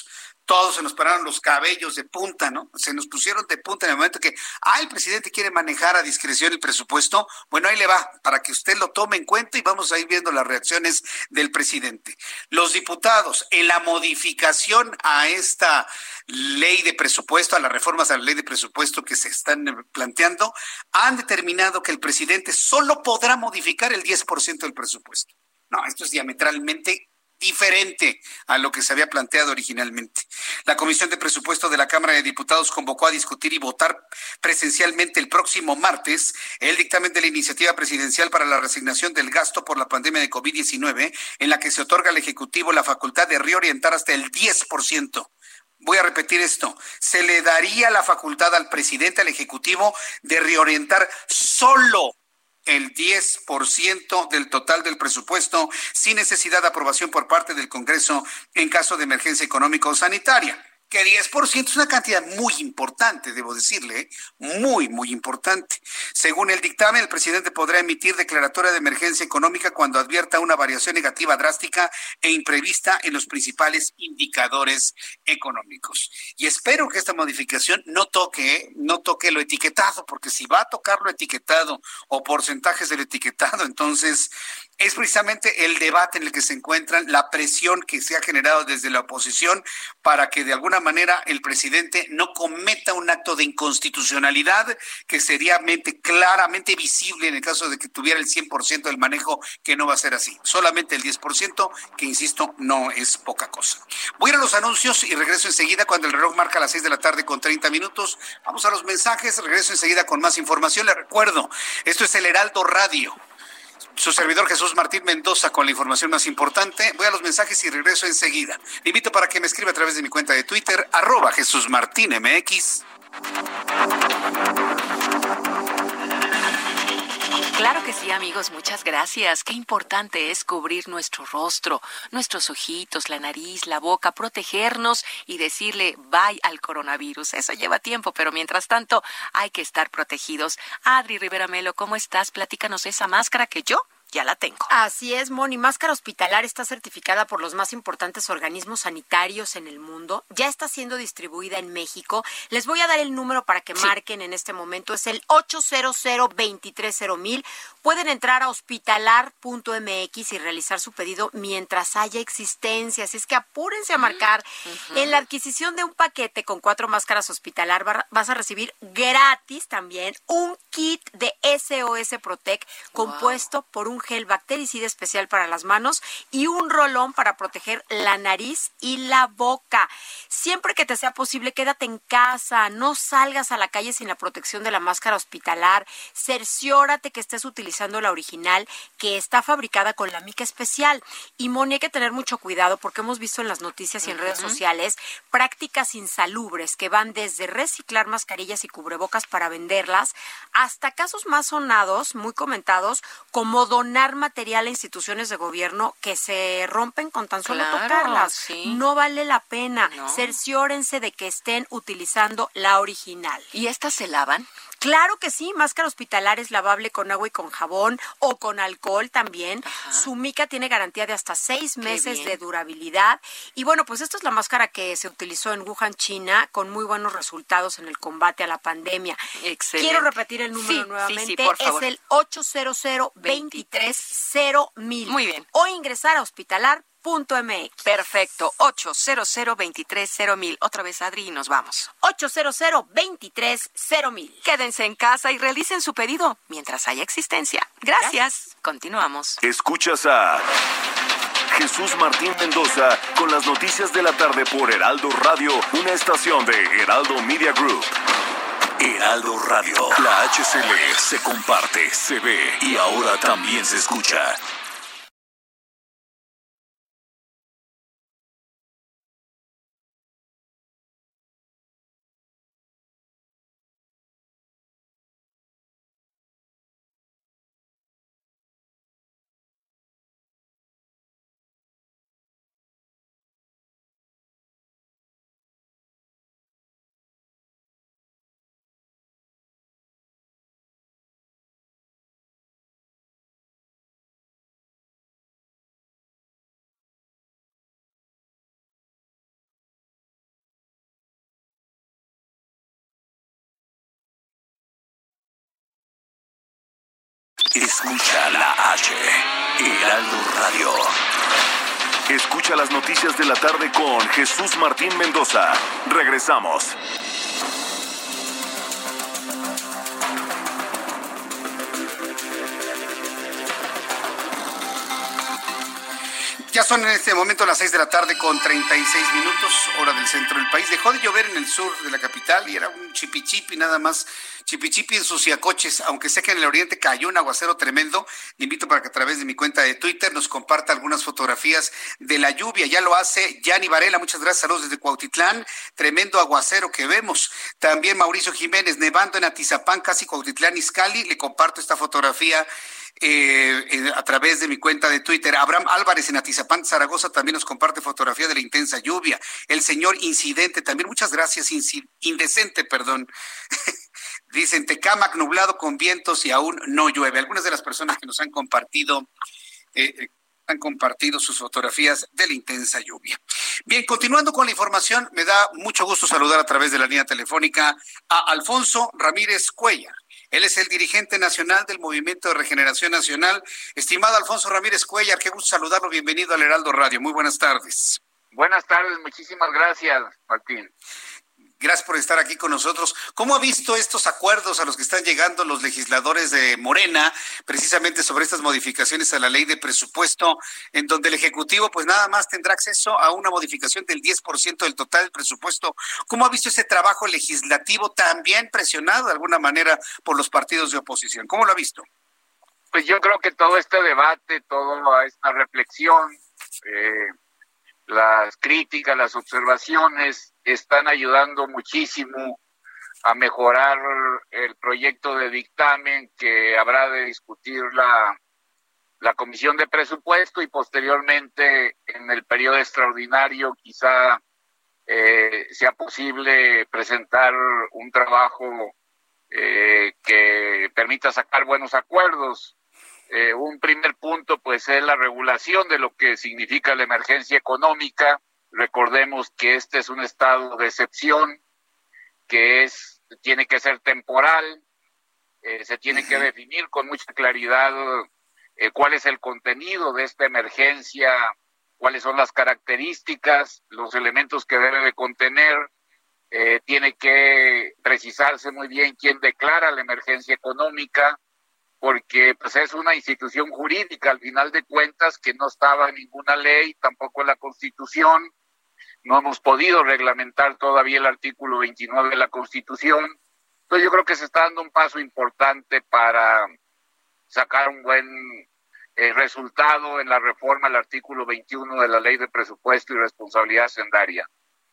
todos se nos pararon los cabellos de punta, ¿no? Se nos pusieron de punta en el momento que, ah, el presidente quiere manejar a discreción el presupuesto. Bueno, ahí le va, para que usted lo tome en cuenta y vamos a ir viendo las reacciones del presidente. Los diputados, en la modificación a esta ley de presupuesto, a las reformas a la ley de presupuesto que se están planteando, han determinado que el presidente solo podrá modificar el diez por ciento del presupuesto. No, esto es diametralmente diferente a lo que se había planteado originalmente. La Comisión de Presupuesto de la Cámara de Diputados convocó a discutir y votar presencialmente el próximo martes el dictamen de la iniciativa presidencial para la resignación del gasto por la pandemia de COVID diecinueve, en la que se otorga al Ejecutivo la facultad de reorientar hasta el diez por ciento. Voy a repetir esto. Se le daría la facultad al presidente, al Ejecutivo, de reorientar solo el diez por ciento del total del presupuesto sin necesidad de aprobación por parte del Congreso en caso de emergencia económica o sanitaria. Que diez por ciento es una cantidad muy importante, debo decirle, ¿eh? muy, muy importante. Según el dictamen, el presidente podrá emitir declaratoria de emergencia económica cuando advierta una variación negativa drástica e imprevista en los principales indicadores económicos. Y espero que esta modificación no toque, no toque lo etiquetado, porque si va a tocar lo etiquetado o porcentajes del etiquetado, entonces es precisamente el debate en el que se encuentran, la presión que se ha generado desde la oposición para que de alguna manera el presidente no cometa un acto de inconstitucionalidad que sería mente, claramente visible en el caso de que tuviera el cien por ciento del manejo, que no va a ser así. Solamente el diez por ciento, que insisto, no es poca cosa. Voy a ir a los anuncios y regreso enseguida cuando el reloj marca las seis de la tarde con treinta minutos. Vamos a los mensajes, regreso enseguida con más información. Les recuerdo, esto es el Heraldo Radio. Su servidor Jesús Martín Mendoza con la información más importante. Voy a los mensajes y regreso enseguida. Le invito para que me escriba a través de mi cuenta de Twitter, arroba Jesús Martín M X. Claro que sí, amigos, muchas gracias. Qué importante es cubrir nuestro rostro, nuestros ojitos, la nariz, la boca, protegernos y decirle bye al coronavirus. Eso lleva tiempo, pero mientras tanto hay que estar protegidos. Adri Rivera Melo, ¿cómo estás? Platícanos esa máscara que yo ya la tengo. Así es, Moni. Máscara hospitalar está certificada por los más importantes organismos sanitarios en el mundo. Ya está siendo distribuida en México. Les voy a dar el número para que sí. marquen en este momento. Es el ocho cero cero, dos tres cero mil. Pueden entrar a hospitalar punto m x y realizar su pedido mientras haya existencia. Así es que apúrense a marcar. Uh-huh. En la adquisición de un paquete con cuatro máscaras hospitalar vas a recibir gratis también un kit de S O S Protec compuesto wow. por un gel bactericida especial para las manos y un rolón para proteger la nariz y la boca. Siempre que te sea posible, quédate en casa, no salgas a la calle sin la protección de la máscara hospitalar. Cerciórate que estés utilizando la original, que está fabricada con la mica especial. Y Moni, hay que tener mucho cuidado porque hemos visto en las noticias y en uh-huh. redes sociales prácticas insalubres que van desde reciclar mascarillas y cubrebocas para venderlas hasta casos más sonados, muy comentados, como donar material a instituciones de gobierno que se rompen con tan solo claro, tocarlas. Sí. No vale la pena. No. Cerciórense de que estén utilizando la original. ¿Y estas se lavan? Claro que sí, máscara hospitalar es lavable con agua y con jabón o con alcohol también. Ajá. Su mica tiene garantía de hasta seis meses de durabilidad. Y bueno, pues esta es la máscara que se utilizó en Wuhan, China, con muy buenos resultados en el combate a la pandemia. Excelente. Quiero repetir el número sí, nuevamente. Sí, sí, por favor. Es el ocho cero cero, dos tres cero mil. Muy bien. O ingresar a hospitalar punto m x. Perfecto, ocho cero cero, dos tres cero mil. Otra vez, Adri, y nos vamos. ocho cero cero, dos tres cero mil. Quédense en casa y realicen su pedido mientras haya existencia. Gracias. Gracias. Continuamos. Escuchas a Jesús Martín Mendoza con las noticias de la tarde por Heraldo Radio, una estación de Heraldo Media Group. Heraldo Radio, la H C L se comparte, se ve y ahora también se escucha. Escucha la H, Heraldo Radio. Escucha las noticias de la tarde con Jesús Martín Mendoza. Regresamos. Ya son en este momento las seis de la tarde con treinta y seis minutos, hora del centro del país. Dejó de llover en el sur de la capital y era un chipichipi nada más, chipichipi en suciacoches, aunque sé que en el oriente cayó un aguacero tremendo. Le invito para que a través de mi cuenta de Twitter nos comparta algunas fotografías de la lluvia. Ya lo hace Yanni Varela, muchas gracias, saludos desde Cuautitlán, tremendo aguacero que vemos. También Mauricio Jiménez, nevando en Atizapán, casi Cuautitlán, Izcalli, le comparto esta fotografía Eh, eh, a través de mi cuenta de Twitter. Abraham Álvarez en Atizapán, Zaragoza, también nos comparte fotografía de la intensa lluvia. El señor Incidente, también muchas gracias, Inci- Indecente, perdón. Dicen Tecámac nublado con vientos y aún no llueve. Algunas de las personas que nos han compartido eh, eh, han compartido sus fotografías de la intensa lluvia. Bien, continuando con la información, me da mucho gusto saludar a través de la línea telefónica a Alfonso Ramírez Cuellar. Él es el dirigente nacional del Movimiento de Regeneración Nacional. Estimado Alfonso Ramírez Cuellar, qué gusto saludarlo. Bienvenido al Heraldo Radio. Muy buenas tardes. Buenas tardes, muchísimas gracias, Martín. Gracias por estar aquí con nosotros. ¿Cómo ha visto estos acuerdos a los que están llegando los legisladores de Morena, precisamente sobre estas modificaciones a la ley de presupuesto, en donde el Ejecutivo pues nada más tendrá acceso a una modificación del diez por ciento del total del presupuesto? ¿Cómo ha visto ese trabajo legislativo también presionado de alguna manera por los partidos de oposición? ¿Cómo lo ha visto? Pues yo creo que todo este debate, toda esta reflexión, eh, las críticas, las observaciones están ayudando muchísimo a mejorar el proyecto de dictamen que habrá de discutir la, la Comisión de Presupuesto y posteriormente en el periodo extraordinario quizá eh, sea posible presentar un trabajo eh, que permita sacar buenos acuerdos. Eh, un primer punto pues es la regulación de lo que significa la emergencia económica. Recordemos que este es un estado de excepción, que es tiene que ser temporal, eh, se tiene que definir con mucha claridad eh, cuál es el contenido de esta emergencia, cuáles son las características, los elementos que debe de contener, eh, tiene que precisarse muy bien quién declara la emergencia económica, porque pues es una institución jurídica al final de cuentas que no estaba en ninguna ley, tampoco en la Constitución. No hemos podido reglamentar todavía el artículo veintinueve de la Constitución. Entonces yo creo que se está dando un paso importante para sacar un buen eh, resultado en la reforma al artículo veintiuno de la Ley de Presupuesto y Responsabilidad Hacendaria.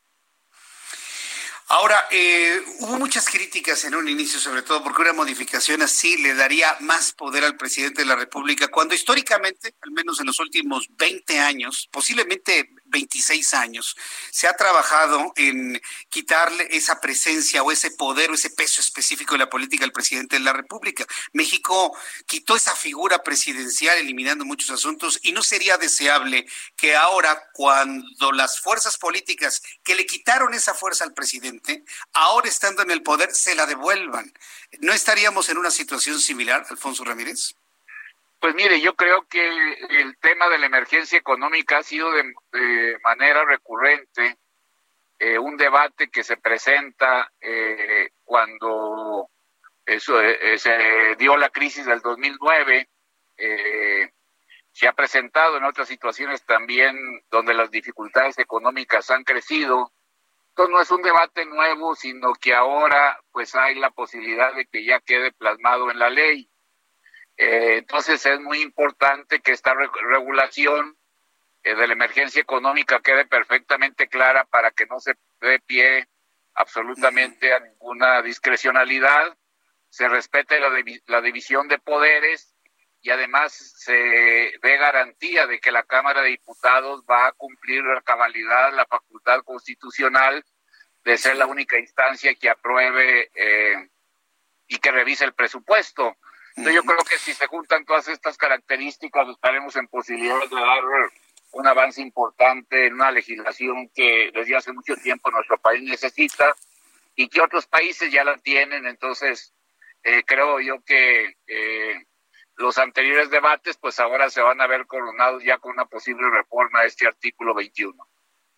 Ahora, eh, hubo muchas críticas en un inicio, sobre todo porque una modificación así le daría más poder al presidente de la República, cuando históricamente, al menos en los últimos veinte años, posiblemente veintiséis años, se ha trabajado en quitarle esa presencia o ese poder o ese peso específico de la política al presidente de la República. México quitó esa figura presidencial eliminando muchos asuntos y no sería deseable que ahora, cuando las fuerzas políticas que le quitaron esa fuerza al presidente, ahora estando en el poder, se la devuelvan. ¿No estaríamos en una situación similar, Alfonso Ramírez? Pues mire, yo creo que el tema de la emergencia económica ha sido de, de manera recurrente eh, un debate que se presenta eh, cuando eso, eh, se dio la crisis del dos mil nueve, eh, se ha presentado en otras situaciones también donde las dificultades económicas han crecido. Entonces no es un debate nuevo, sino que ahora pues hay la posibilidad de que ya quede plasmado en la ley. Eh, entonces es muy importante que esta re- regulación eh, de la emergencia económica quede perfectamente clara para que no se dé pie absolutamente a ninguna discrecionalidad, se respete la, div- la división de poderes y además se dé garantía de que la Cámara de Diputados va a cumplir a cabalidad la facultad constitucional de ser la única instancia que apruebe eh, y que revise el presupuesto. Entonces yo creo que si se juntan todas estas características estaremos en posibilidad de dar un avance importante en una legislación que desde hace mucho tiempo nuestro país necesita y que otros países ya la tienen. Entonces eh, creo yo que eh, los anteriores debates, pues ahora se van a ver coronados ya con una posible reforma a este artículo veintiuno.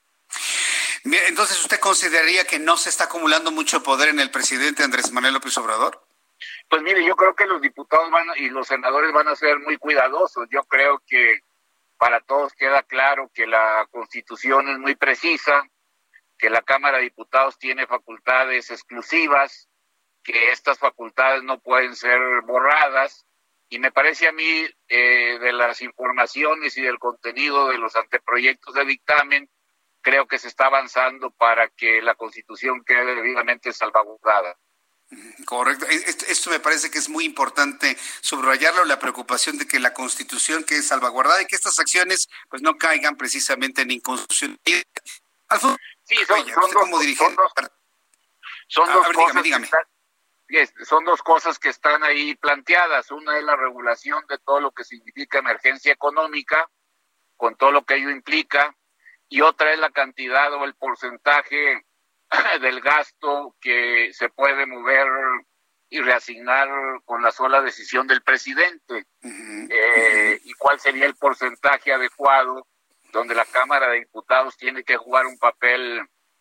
Bien, entonces, ¿usted consideraría que no se está acumulando mucho poder en el presidente Andrés Manuel López Obrador? Pues mire, yo creo que los diputados van a, y los senadores van a ser muy cuidadosos. Yo creo que para todos queda claro que la Constitución es muy precisa, que la Cámara de Diputados tiene facultades exclusivas, que estas facultades no pueden ser borradas, y me parece a mí, eh, de las informaciones y del contenido de los anteproyectos de dictamen, creo que se está avanzando para que la Constitución quede debidamente salvaguardada. Correcto. Esto me parece que es muy importante subrayarlo, la preocupación de que la Constitución quede salvaguardada y que estas acciones pues no caigan precisamente en inconstitucionalidad. Alfonso, sí, son, Oye, son, dos, como dirigente, son dos, son a, dos a ver, cosas dígame, dígame. Que están, son dos cosas que están ahí planteadas. Una es la regulación de todo lo que significa emergencia económica, con todo lo que ello implica, y otra es la cantidad o el porcentaje del gasto que se puede mover y reasignar con la sola decisión del presidente. Uh-huh. Eh, y cuál sería el porcentaje adecuado donde la Cámara de Diputados tiene que jugar un papel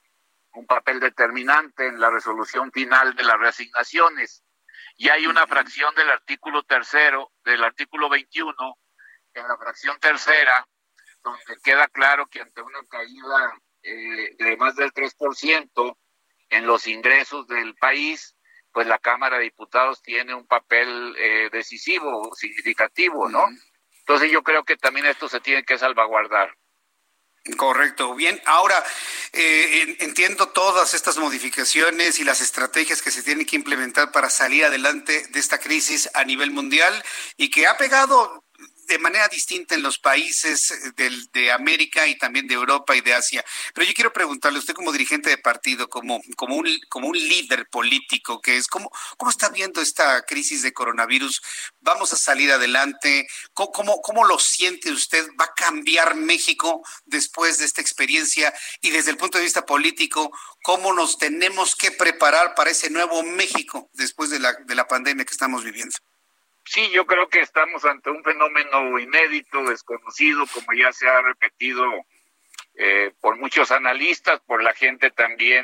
un papel determinante en la resolución final de las reasignaciones. Y hay una uh-huh. fracción del artículo tercero, del artículo veintiuno, en la fracción tercera, donde queda claro que ante una caída Eh, de más del tres por ciento en los ingresos del país, pues la Cámara de Diputados tiene un papel eh, decisivo, significativo, ¿no? Uh-huh. Entonces yo creo que también esto se tiene que salvaguardar. Correcto. Bien, ahora eh, entiendo todas estas modificaciones y las estrategias que se tienen que implementar para salir adelante de esta crisis a nivel mundial y que ha pegado de manera distinta en los países del, de América y también de Europa y de Asia. Pero yo quiero preguntarle, usted como dirigente de partido, como, como, un, como un líder político que es, ¿cómo, cómo está viendo esta crisis de coronavirus? ¿Vamos a salir adelante? ¿Cómo, cómo, cómo lo siente usted? ¿Va a cambiar México después de esta experiencia? Y desde el punto de vista político, ¿cómo nos tenemos que preparar para ese nuevo México después de la, de la pandemia que estamos viviendo? Sí, yo creo que estamos ante un fenómeno inédito, desconocido, como ya se ha repetido eh, por muchos analistas, por la gente también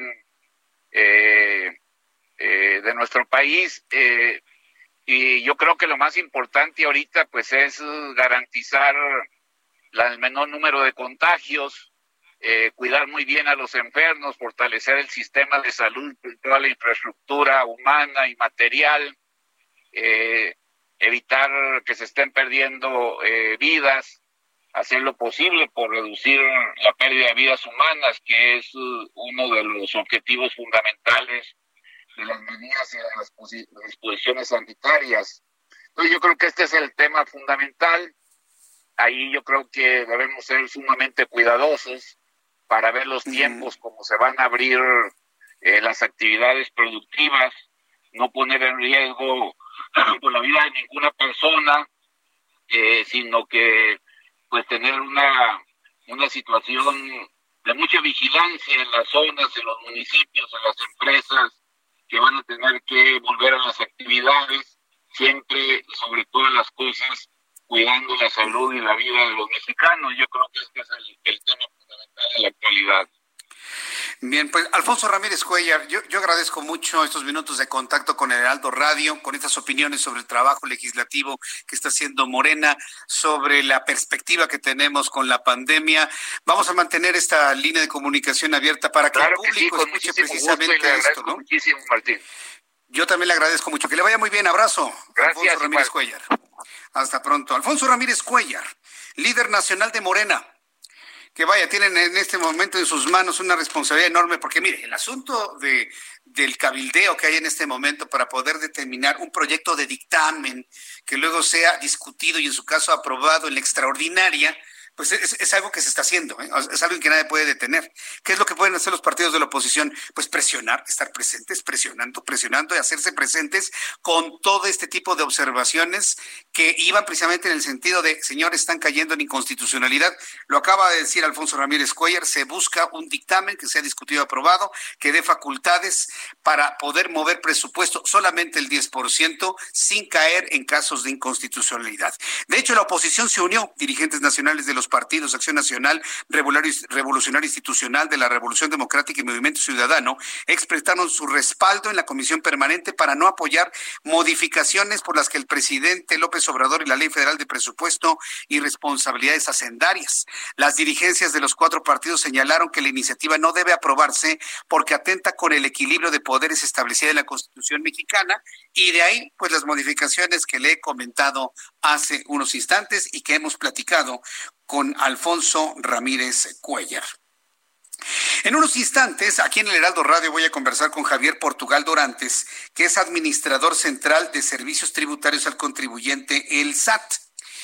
eh, eh, de nuestro país. Eh, y yo creo que lo más importante ahorita pues es garantizar la, el menor número de contagios, eh, cuidar muy bien a los enfermos, fortalecer el sistema de salud, toda la infraestructura humana y material, eh, evitar que se estén perdiendo eh, vidas, hacer lo posible por reducir la pérdida de vidas humanas, que es uh, uno de los objetivos fundamentales de las medidas y de las disposiciones sanitarias. Entonces yo creo que este es el tema fundamental. Ahí yo creo que debemos ser sumamente cuidadosos para ver los tiempos, cómo se van a abrir eh, las actividades productivas, no poner en riesgo por la vida de ninguna persona, eh, sino que pues tener una una situación de mucha vigilancia en las zonas, en los municipios, en las empresas que van a tener que volver a las actividades, siempre, sobre todas las cosas, cuidando la salud y la vida de los mexicanos. Yo creo que este es el, el tema fundamental en la actualidad. Bien, pues Alfonso Ramírez Cuellar, yo, yo agradezco mucho estos minutos de contacto con el Heraldo Radio, con estas opiniones sobre el trabajo legislativo que está haciendo Morena, sobre la perspectiva que tenemos con la pandemia. Vamos a mantener esta línea de comunicación abierta para que claro el público que sí, escuche precisamente gusto y le esto, ¿no? Muchísimo, Martín. Yo también le agradezco mucho. Que le vaya muy bien. Abrazo. Gracias, Alfonso Ramírez igual. Cuellar. Hasta pronto. Alfonso Ramírez Cuellar, líder nacional de Morena. Que vaya, tienen en este momento en sus manos una responsabilidad enorme, porque mire, el asunto de del cabildeo que hay en este momento para poder determinar un proyecto de dictamen que luego sea discutido y en su caso aprobado en la extraordinaria, pues es, es algo que se está haciendo, ¿eh? Es algo que nadie puede detener. ¿Qué es lo que pueden hacer los partidos de la oposición? Pues presionar, estar presentes, presionando, presionando y hacerse presentes con todo este tipo de observaciones que iban precisamente en el sentido de, señores, están cayendo en inconstitucionalidad. Lo acaba de decir Alfonso Ramírez Cuellar, se busca un dictamen que sea discutido y aprobado, que dé facultades para poder mover presupuesto solamente el diez por ciento sin caer en casos de inconstitucionalidad. De hecho, la oposición se unió, dirigentes nacionales de los partidos Acción Nacional, Revolucionario Institucional, de la Revolución Democrática y Movimiento Ciudadano, expresaron su respaldo en la Comisión Permanente para no apoyar modificaciones por las que el presidente López Obrador y la Ley Federal de Presupuesto y Responsabilidades Hacendarias. Las dirigencias de los cuatro partidos señalaron que la iniciativa no debe aprobarse porque atenta con el equilibrio de poderes establecido en la Constitución mexicana, y de ahí pues las modificaciones que le he comentado hace unos instantes y que hemos platicado con Alfonso Ramírez Cuellar. En unos instantes, aquí en el Heraldo Radio, voy a conversar con Javier Portugal Dorantes, que es administrador central de Servicios Tributarios al Contribuyente, el S A T.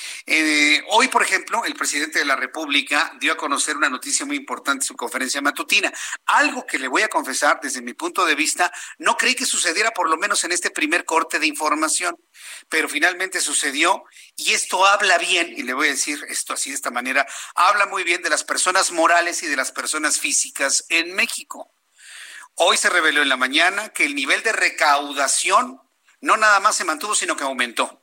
Eh, hoy, por ejemplo, el presidente de la República dio a conocer una noticia muy importante en su conferencia matutina. Algo que le voy a confesar, desde mi punto de vista, no creí que sucediera por lo menos en este primer corte de información, pero finalmente sucedió, y esto habla bien, y le voy a decir esto así de esta manera, habla muy bien de las personas morales y de las personas físicas en México. Hoy se reveló en la mañana que el nivel de recaudación no nada más se mantuvo, sino que aumentó.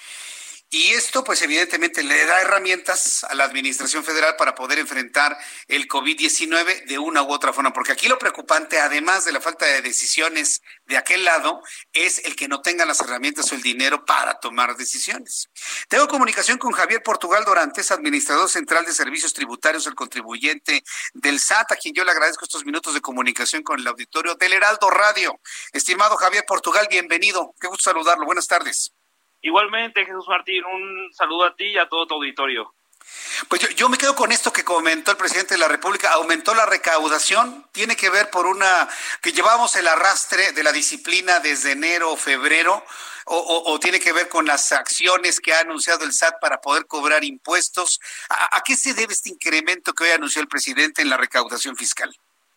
Y esto, pues evidentemente, le da herramientas a la Administración Federal para poder enfrentar el COVID diecinueve de una u otra forma. Porque aquí lo preocupante, además de la falta de decisiones de aquel lado, es el que no tengan las herramientas o el dinero para tomar decisiones. Tengo comunicación con Javier Portugal Dorantes, administrador central de Servicios Tributarios al Contribuyente del S A T, a quien yo le agradezco estos minutos de comunicación con el auditorio del Heraldo Radio. Estimado Javier Portugal, bienvenido. Qué gusto saludarlo. Buenas tardes. Igualmente, Jesús Martín, un saludo a ti y a todo tu auditorio. Pues yo, yo me quedo con esto que comentó el presidente de la República. Aumentó la recaudación, tiene que ver por una, que llevamos el arrastre de la disciplina desde enero o febrero, o, o, o tiene que ver con las acciones que ha anunciado el S A T para poder cobrar impuestos. ¿A, a qué se debe este incremento que hoy anunció el presidente en la recaudación fiscal?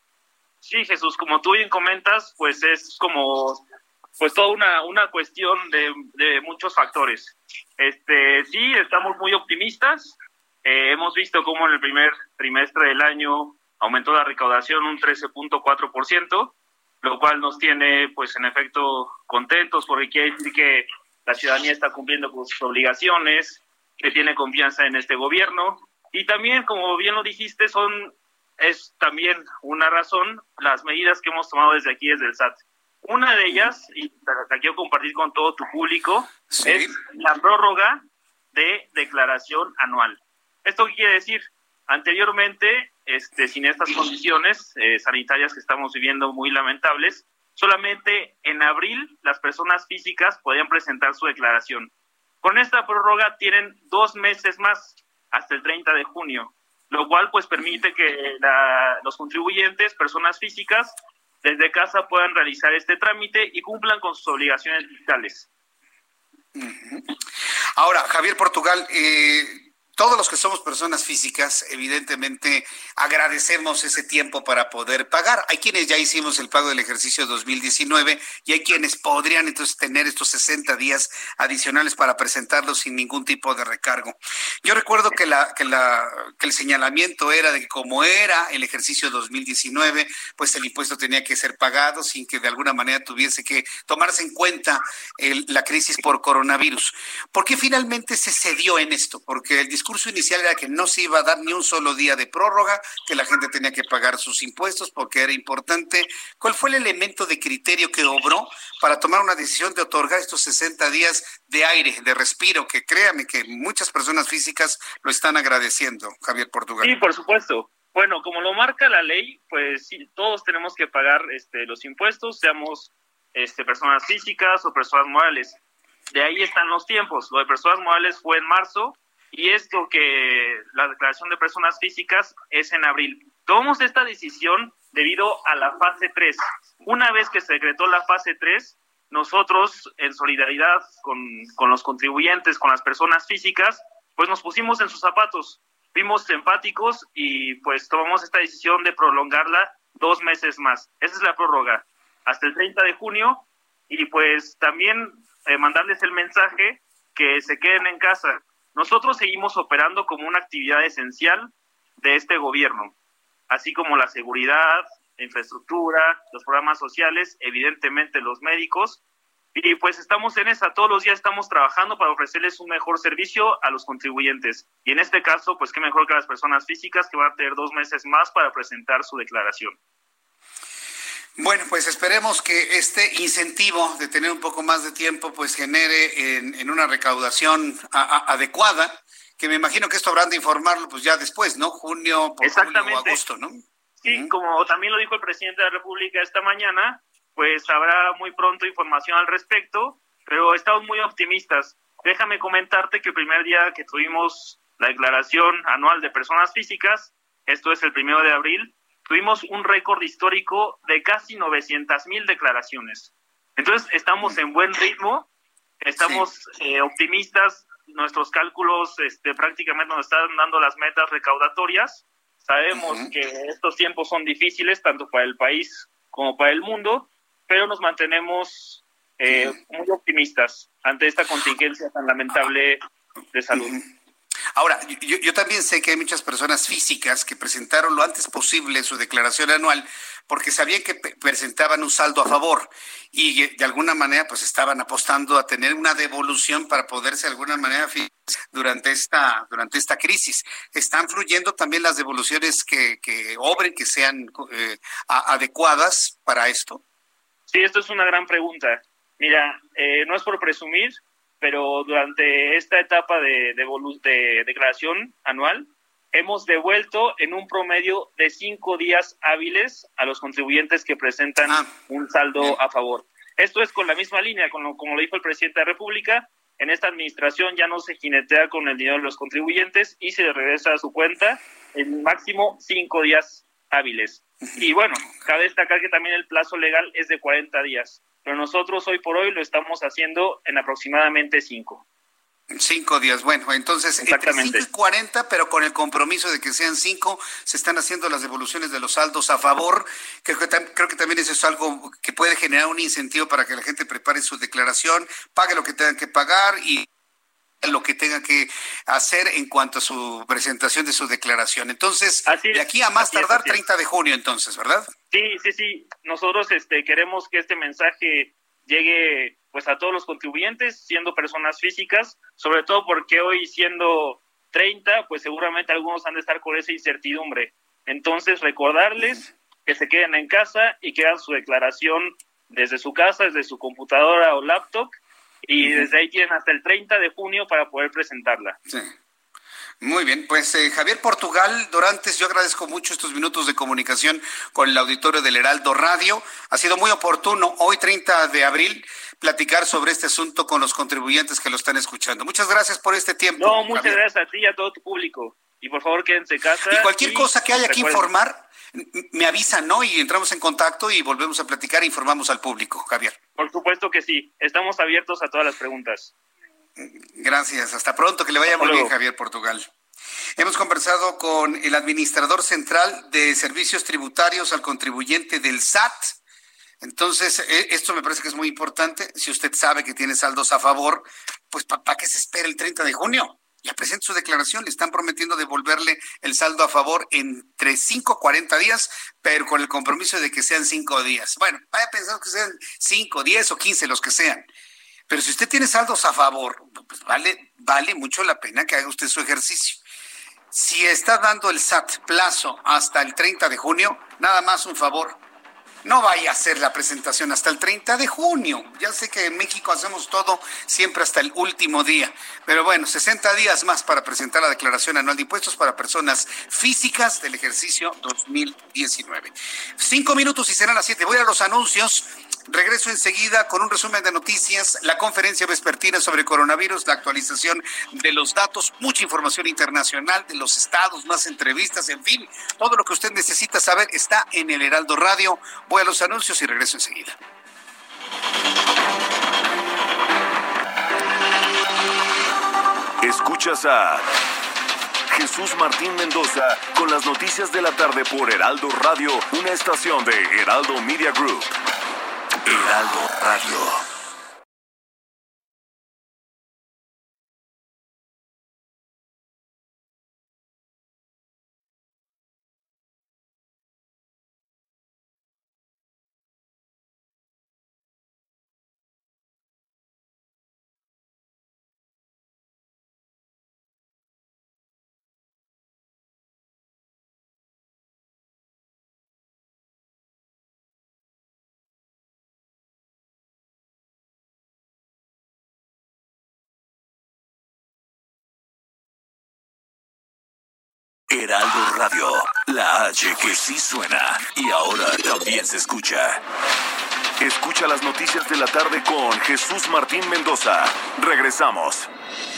Sí, Jesús, como tú bien comentas, pues es como... pues toda una una cuestión de, de muchos factores. Este sí, estamos muy optimistas. Eh, hemos visto cómo en el primer trimestre del año aumentó la recaudación un trece punto cuatro por ciento, lo cual nos tiene, pues en efecto, contentos, porque quiere decir que la ciudadanía está cumpliendo con sus obligaciones, que tiene confianza en este gobierno. Y también, como bien lo dijiste, son es también una razón las medidas que hemos tomado desde aquí, desde el S A T. Una de ellas, y la quiero compartir con todo tu público, ¿sí?, es la prórroga de declaración anual. ¿Esto qué quiere decir? Anteriormente, este, sin estas condiciones eh, sanitarias que estamos viviendo muy lamentables, solamente en abril las personas físicas podían presentar su declaración. Con esta prórroga tienen dos meses más, hasta el treinta de junio, lo cual pues permite que la, los contribuyentes, personas físicas, desde casa puedan realizar este trámite y cumplan con sus obligaciones fiscales. Uh-huh. Ahora, Javier Portugal, eh, todos los que somos personas físicas, evidentemente agradecemos ese tiempo para poder pagar. Hay quienes ya hicimos el pago del ejercicio dos mil diecinueve y hay quienes podrían entonces tener estos sesenta días adicionales para presentarlos sin ningún tipo de recargo. Yo recuerdo que la que la que el señalamiento era de que como era el ejercicio dos mil diecinueve, pues el impuesto tenía que ser pagado sin que de alguna manera tuviese que tomarse en cuenta el, la crisis por coronavirus. ¿Por qué finalmente se cedió en esto? Porque el discurso El discurso inicial era que no se iba a dar ni un solo día de prórroga, que la gente tenía que pagar sus impuestos porque era importante. ¿Cuál fue el elemento de criterio que obró para tomar una decisión de otorgar estos sesenta días de aire, de respiro, que créame que muchas personas físicas lo están agradeciendo, Javier Portugal? Sí, por supuesto. Bueno, como lo marca la ley, pues sí, todos tenemos que pagar este, los impuestos, seamos este, personas físicas o personas morales. De ahí están los tiempos. Lo de personas morales fue en marzo, y esto que la declaración de personas físicas es en abril. Tomamos esta decisión debido a la fase tres. Una vez que se decretó la fase tres, nosotros, en solidaridad con, con los contribuyentes, con las personas físicas, pues nos pusimos en sus zapatos. fuimos empáticos y pues tomamos esta decisión de prolongarla dos meses más. Esa es la prórroga, hasta el treinta de junio, y pues también eh, mandarles el mensaje que se queden en casa. Nosotros seguimos operando como una actividad esencial de este gobierno, así como la seguridad, la infraestructura, los programas sociales, evidentemente los médicos, y pues estamos en esa, todos los días estamos trabajando para ofrecerles un mejor servicio a los contribuyentes, y en este caso, pues qué mejor que las personas físicas que van a tener dos meses más para presentar su declaración. Bueno, pues esperemos que este incentivo de tener un poco más de tiempo pues genere en, en una recaudación a, a, adecuada, que me imagino que esto habrán de informarlo pues ya después, ¿no? Junio, por julio o agosto, ¿no? Sí, uh-huh. Como también lo dijo el presidente de la República esta mañana, pues habrá muy pronto información al respecto, pero estamos muy optimistas. Déjame comentarte que el primer día que tuvimos la declaración anual de personas físicas, esto es el primero de abril, tuvimos un récord histórico de casi novecientas mil declaraciones. Entonces, estamos en buen ritmo, estamos sí. eh, optimistas, nuestros cálculos este, prácticamente nos están dando las metas recaudatorias. Sabemos uh-huh. que estos tiempos son difíciles, tanto para el país como para el mundo, pero nos mantenemos eh, uh-huh. muy optimistas ante esta contingencia tan lamentable de salud. Uh-huh. Ahora, yo, yo también sé que hay muchas personas físicas que presentaron lo antes posible su declaración anual porque sabían que pe- presentaban un saldo a favor y de alguna manera pues estaban apostando a tener una devolución para poderse de alguna manera durante esta durante esta crisis. ¿Están fluyendo también las devoluciones que, que obren, que sean eh, a- adecuadas para esto? Sí, esto es una gran pregunta. Mira, eh, no es por presumir, pero durante esta etapa de, de, de declaración anual, hemos devuelto en un promedio de cinco días hábiles a los contribuyentes que presentan ah, un saldo bien. a favor. Esto es con la misma línea, con lo, como lo dijo el presidente de la República, en esta administración ya no se jinetea con el dinero de los contribuyentes y se regresa a su cuenta en máximo cinco días hábiles. Y bueno, cabe destacar que también el plazo legal es de cuarenta días. Pero nosotros hoy por hoy lo estamos haciendo en aproximadamente cinco. Cinco días, bueno, entonces entre cinco y cuarenta, pero con el compromiso de que sean cinco, se están haciendo las devoluciones de los saldos a favor. Creo que, creo que también eso es algo que puede generar un incentivo para que la gente prepare su declaración, pague lo que tengan que pagar y lo que tenga que hacer en cuanto a su presentación de su declaración. Entonces, así de aquí a más tardar, es, treinta de junio, entonces, ¿verdad? Sí, sí, sí. Nosotros este, queremos que este mensaje llegue pues a todos los contribuyentes, siendo personas físicas, sobre todo porque hoy siendo treinta, pues seguramente algunos han de estar con esa incertidumbre. Entonces, recordarles que se queden en casa y que hagan su declaración desde su casa, desde su computadora o laptop, y desde ahí tienen hasta el treinta de junio para poder presentarla. Sí. Muy bien, pues eh, Javier Portugal Dorantes, yo agradezco mucho estos minutos de comunicación con el auditorio del Heraldo Radio. Ha sido muy oportuno hoy, treinta de abril, platicar sobre este asunto con los contribuyentes que lo están escuchando. Muchas gracias por este tiempo. No, muchas Javier. gracias a ti y a todo tu público. Y por favor, quédense en casa. Y cualquier y cosa que haya que recuerden. informar, me avisan, ¿no? Y entramos en contacto y volvemos a platicar e informamos al público, Javier. Por supuesto que sí. Estamos abiertos a todas las preguntas. Gracias. Hasta pronto. Que le vaya Hasta muy luego. bien, Javier Portugal. Hemos conversado con el administrador central de servicios tributarios al contribuyente del S A T. Entonces, esto me parece que es muy importante. Si usted sabe que tiene saldos a favor, pues ¿para qué se espera el treinta de junio? Ya presente su declaración. Le están prometiendo devolverle el saldo a favor entre cinco a cuarenta días, pero con el compromiso de que sean cinco días. Bueno, vaya pensando que sean cinco, diez o quince, los que sean. Pero si usted tiene saldos a favor, pues vale, vale mucho la pena que haga usted su ejercicio. Si está dando el S A T plazo hasta el treinta de junio, nada más un favor. No vaya a hacer la presentación hasta el treinta de junio. Ya sé que en México hacemos todo siempre hasta el último día. Pero bueno, sesenta días más para presentar la declaración anual de impuestos para personas físicas del ejercicio dos mil diecinueve. Cinco minutos y serán las siete. Voy a los anuncios. Regreso enseguida con un resumen de noticias, la conferencia vespertina sobre coronavirus, la actualización de los datos, mucha información internacional de los estados, más entrevistas, en fin, todo lo que usted necesita saber está en el Heraldo Radio. Voy a los anuncios y regreso enseguida. Escuchas a Jesús Martín Mendoza con las noticias de la tarde por Heraldo Radio, una estación de Heraldo Media Group. Heraldo Radio. Heraldo Radio, la H que sí suena y ahora también se escucha. Escucha las noticias de la tarde con Jesús Martín Mendoza. Regresamos.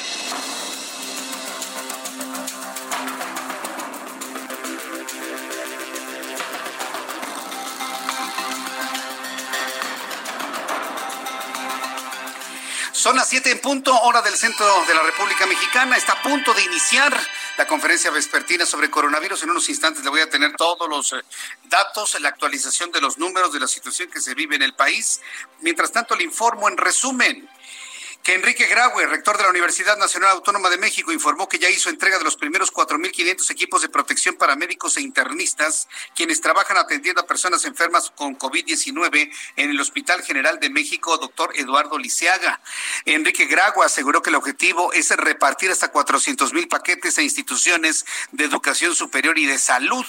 Son las siete en punto, hora del centro de la República Mexicana. Está a punto de iniciar la conferencia vespertina sobre coronavirus. En unos instantes le voy a tener todos los eh, datos, la actualización de los números de la situación que se vive en el país. Mientras tanto, le informo en resumen que Enrique Graue, rector de la Universidad Nacional Autónoma de México, informó que ya hizo entrega de los primeros cuatro mil quinientos equipos de protección para médicos e internistas, quienes trabajan atendiendo a personas enfermas con COVID diecinueve en el Hospital General de México, doctor Eduardo Liceaga. Enrique Graue aseguró que el objetivo es repartir hasta cuatrocientos mil paquetes a instituciones de educación superior y de salud.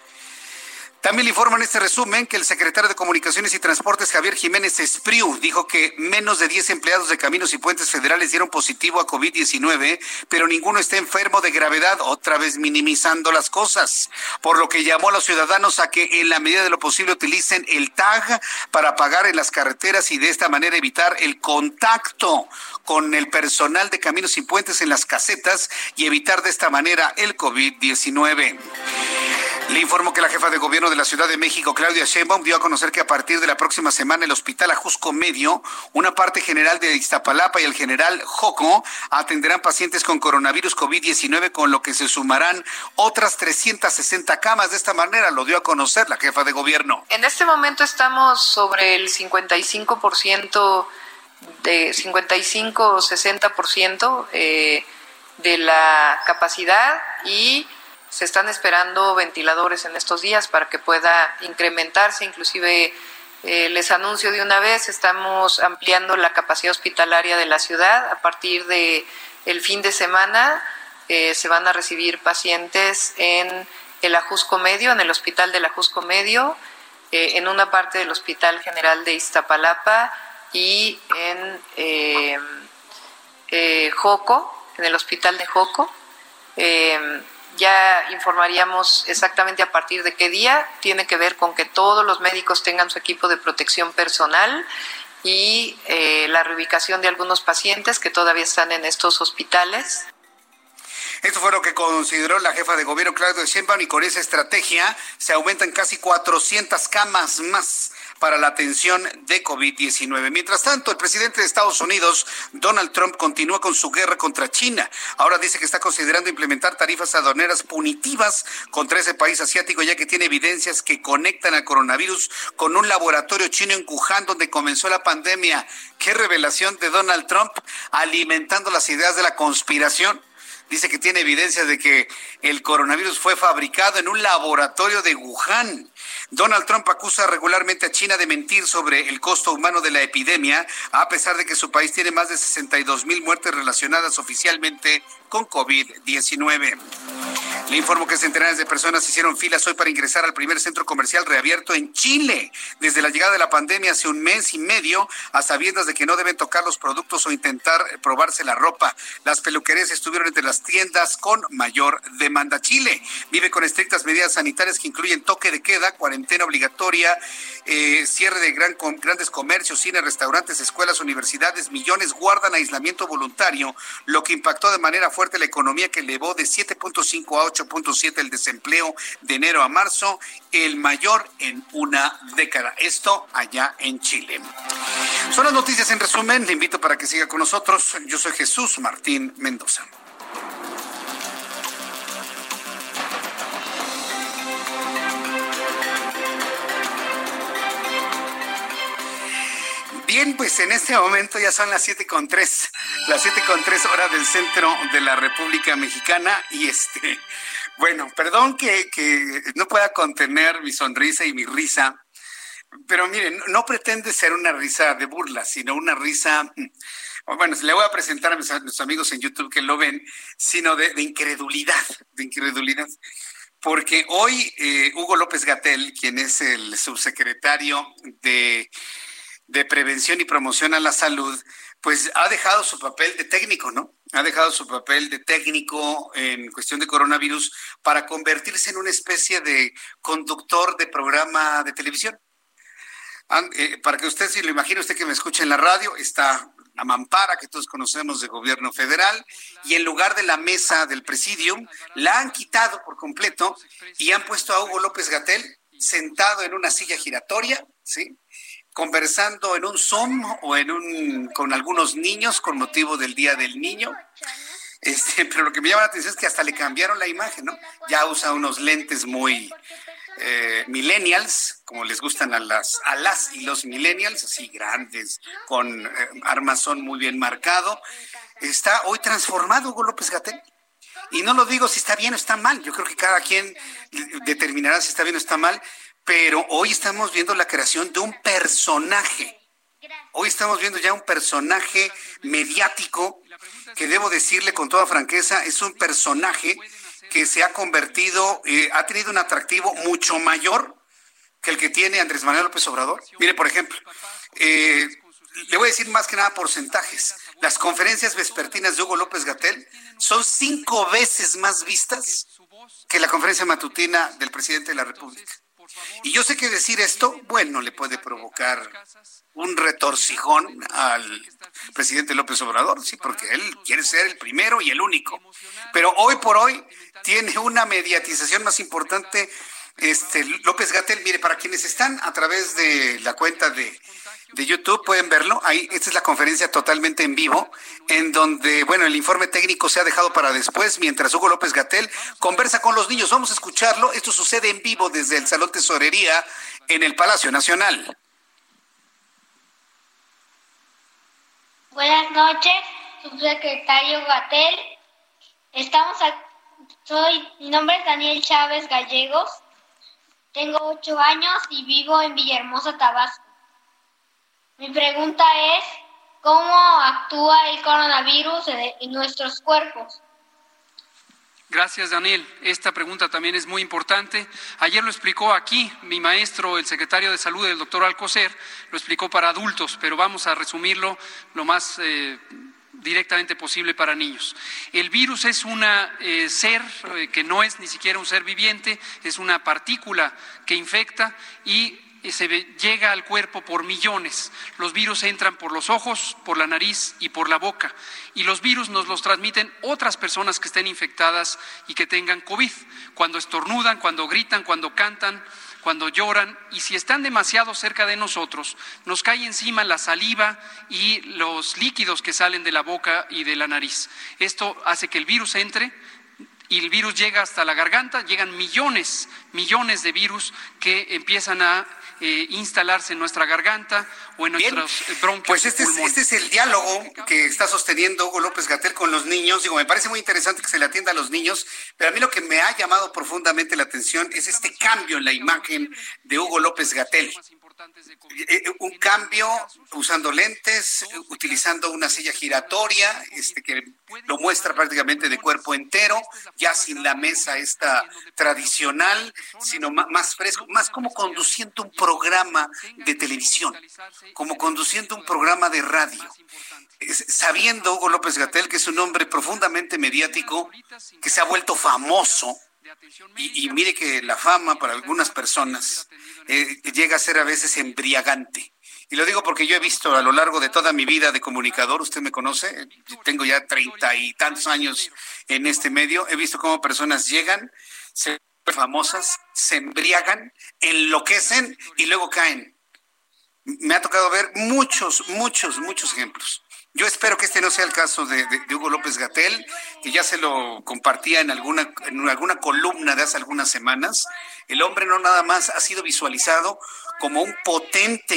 También le informan en este resumen que el secretario de Comunicaciones y Transportes, Javier Jiménez Espriu, dijo que menos de diez empleados de Caminos y Puentes Federales dieron positivo a COVID diecinueve, pero ninguno está enfermo de gravedad, otra vez minimizando las cosas, por lo que llamó a los ciudadanos a que en la medida de lo posible utilicen el tag para pagar en las carreteras y de esta manera evitar el contacto con el personal de Caminos y Puentes en las casetas y evitar de esta manera el COVID diecinueve. Le informo que la jefa de gobierno de la Ciudad de México, Claudia Sheinbaum, dio a conocer que a partir de la próxima semana el Hospital Ajusco Medio, una parte general de Iztapalapa y el General Joco atenderán pacientes con coronavirus COVID diecinueve, con lo que se sumarán otras trescientas sesenta camas. De esta manera lo dio a conocer la jefa de gobierno. En este momento estamos sobre el cincuenta y cinco por ciento, de cincuenta y cinco o sesenta por ciento eh, de la capacidad y se están esperando ventiladores en estos días para que pueda incrementarse. Inclusive eh, les anuncio de una vez, estamos ampliando la capacidad hospitalaria de la ciudad. A partir de el fin de semana eh, se van a recibir pacientes en el Ajusco Medio, en el Hospital del Ajusco Medio, eh, en una parte del Hospital General de Iztapalapa y en eh, eh, Joco, en el Hospital de Joco. Eh, Ya informaríamos exactamente a partir de qué día. Tiene que ver con que todos los médicos tengan su equipo de protección personal y eh, la reubicación de algunos pacientes que todavía están en estos hospitales. Esto fue lo que consideró la jefa de gobierno, Claudia Sheinbaum, y con esa estrategia se aumentan casi cuatrocientas camas más para la atención de COVID diecinueve. Mientras tanto, el presidente de Estados Unidos, Donald Trump, continúa con su guerra contra China. Ahora dice que está considerando implementar tarifas aduaneras punitivas contra ese país asiático, ya que tiene evidencias que conectan al coronavirus con un laboratorio chino en Wuhan, donde comenzó la pandemia. ¡Qué revelación de Donald Trump, alimentando las ideas de la conspiración! Dice que tiene evidencias de que el coronavirus fue fabricado en un laboratorio de Wuhan. Donald Trump acusa regularmente a China de mentir sobre el costo humano de la epidemia, a pesar de que su país tiene más de sesenta y dos mil muertes relacionadas oficialmente con COVID diecinueve. Le informo que centenares de personas hicieron filas hoy para ingresar al primer centro comercial reabierto en Chile. Desde la llegada de la pandemia hace un mes y medio, a sabiendas de que no deben tocar los productos o intentar probarse la ropa. Las peluquerías estuvieron entre las tiendas con mayor demanda. Chile vive con estrictas medidas sanitarias que incluyen toque de queda, cuarentena obligatoria, eh, cierre de gran, con, grandes comercios, cines, restaurantes, escuelas, universidades. Millones guardan aislamiento voluntario, lo que impactó de manera fuerte la economía, que elevó de siete punto cinco a ocho punto siete el desempleo de enero a marzo, el mayor en una década. Esto allá en Chile. Son las noticias en resumen. Le invito para que siga con nosotros. Yo soy Jesús Martín Mendoza. Bien, pues en este momento ya son las siete con tres, las siete con tres horas del centro de la República Mexicana y este, bueno, perdón que, que no pueda contener mi sonrisa y mi risa, pero miren, no pretende ser una risa de burla, sino una risa, bueno, le voy a presentar a mis, a mis amigos en YouTube que lo ven, sino de, de incredulidad, de incredulidad. Porque hoy eh, Hugo López-Gatell, quien es el subsecretario de, de Prevención y Promoción a la Salud, pues ha dejado su papel de técnico, ¿no? Ha dejado su papel de técnico en cuestión de coronavirus para convertirse en una especie de conductor de programa de televisión. Eh, para que usted, si lo imagina, usted que me escucha en la radio, está la mampara que todos conocemos de gobierno federal, y en lugar de la mesa del presidium, la han quitado por completo y han puesto a Hugo López-Gatell sentado en una silla giratoria, ¿sí?, conversando en un Zoom o en un con algunos niños con motivo del Día del Niño. Este, pero lo que me llama la atención es que hasta le cambiaron la imagen, ¿no? Ya usa unos lentes muy eh, millennials, como les gustan a las, a las y los millennials, así grandes, con eh, armazón muy bien marcado. Está hoy transformado Hugo López-Gatell. Y no lo digo si está bien o está mal, yo creo que cada quien determinará si está bien o está mal, pero hoy estamos viendo la creación de un personaje. Hoy estamos viendo ya un personaje mediático que, debo decirle con toda franqueza, es un personaje que se ha convertido, eh, ha tenido un atractivo mucho mayor que el que tiene Andrés Manuel López Obrador. Mire, por ejemplo, eh, le voy a decir más que nada porcentajes. Las conferencias vespertinas de Hugo López-Gatell son cinco veces más vistas que la conferencia matutina del presidente de la República. Y yo sé que decir esto, bueno, le puede provocar un retorcijón al presidente López Obrador, sí, porque él quiere ser el primero y el único. Pero hoy por hoy tiene una mediatización más importante este López-Gatell. Mire, para quienes están a través de la cuenta de, de YouTube, pueden verlo. Ahí, esta es la conferencia totalmente en vivo, en donde, bueno, el informe técnico se ha dejado para después, mientras Hugo López-Gatell conversa con los niños. Vamos a escucharlo. Esto sucede en vivo desde el Salón Tesorería en el Palacio Nacional. Buenas noches, subsecretario Gatell. Estamos a... Soy, mi nombre es Daniel Chávez Gallegos. Tengo ocho años y vivo en Villahermosa, Tabasco. Mi pregunta es, ¿cómo actúa el coronavirus en nuestros cuerpos? Gracias, Daniel. Esta pregunta también es muy importante. Ayer lo explicó aquí mi maestro, el secretario de Salud, el doctor Alcocer, lo explicó para adultos, pero vamos a resumirlo lo más eh, directamente posible para niños. El virus es un eh, ser eh, que no es ni siquiera un ser viviente, es una partícula que infecta y se llega al cuerpo por millones. Los virus entran por los ojos, por la nariz y por la boca. Y los virus nos los transmiten otras personas que estén infectadas y que tengan COVID. Cuando estornudan, cuando gritan, cuando cantan, cuando lloran. Y si están demasiado cerca de nosotros, nos cae encima la saliva y los líquidos que salen de la boca y de la nariz. Esto hace que el virus entre. Y el virus llega hasta la garganta, llegan millones, millones de virus que empiezan a eh, instalarse en nuestra garganta o en Bien. nuestros bronquios. Pues este es, este es el diálogo que está sosteniendo Hugo López-Gatell con los niños. Digo, me parece muy interesante que se le atienda a los niños, pero a mí lo que me ha llamado profundamente la atención es este cambio en la imagen de Hugo López-Gatell. Un cambio usando lentes, utilizando una silla giratoria, este que lo muestra prácticamente de cuerpo entero, ya sin la mesa esta tradicional, sino más, más fresco, más como conduciendo un programa de televisión, como conduciendo un programa de radio. Sabiendo Hugo López-Gatell que es un hombre profundamente mediático, que se ha vuelto famoso. Y, y mire que la fama para algunas personas eh, llega a ser a veces embriagante. Y lo digo porque yo he visto a lo largo de toda mi vida de comunicador, usted me conoce, tengo ya treinta y tantos años en este medio, he visto cómo personas llegan, se vuelven famosas, se embriagan, enloquecen y luego caen. Me ha tocado ver muchos, muchos, muchos ejemplos. Yo espero que este no sea el caso de, de, de Hugo López-Gatell, que ya se lo compartía en alguna, en alguna columna de hace algunas semanas. El hombre no nada más ha sido visualizado como un potente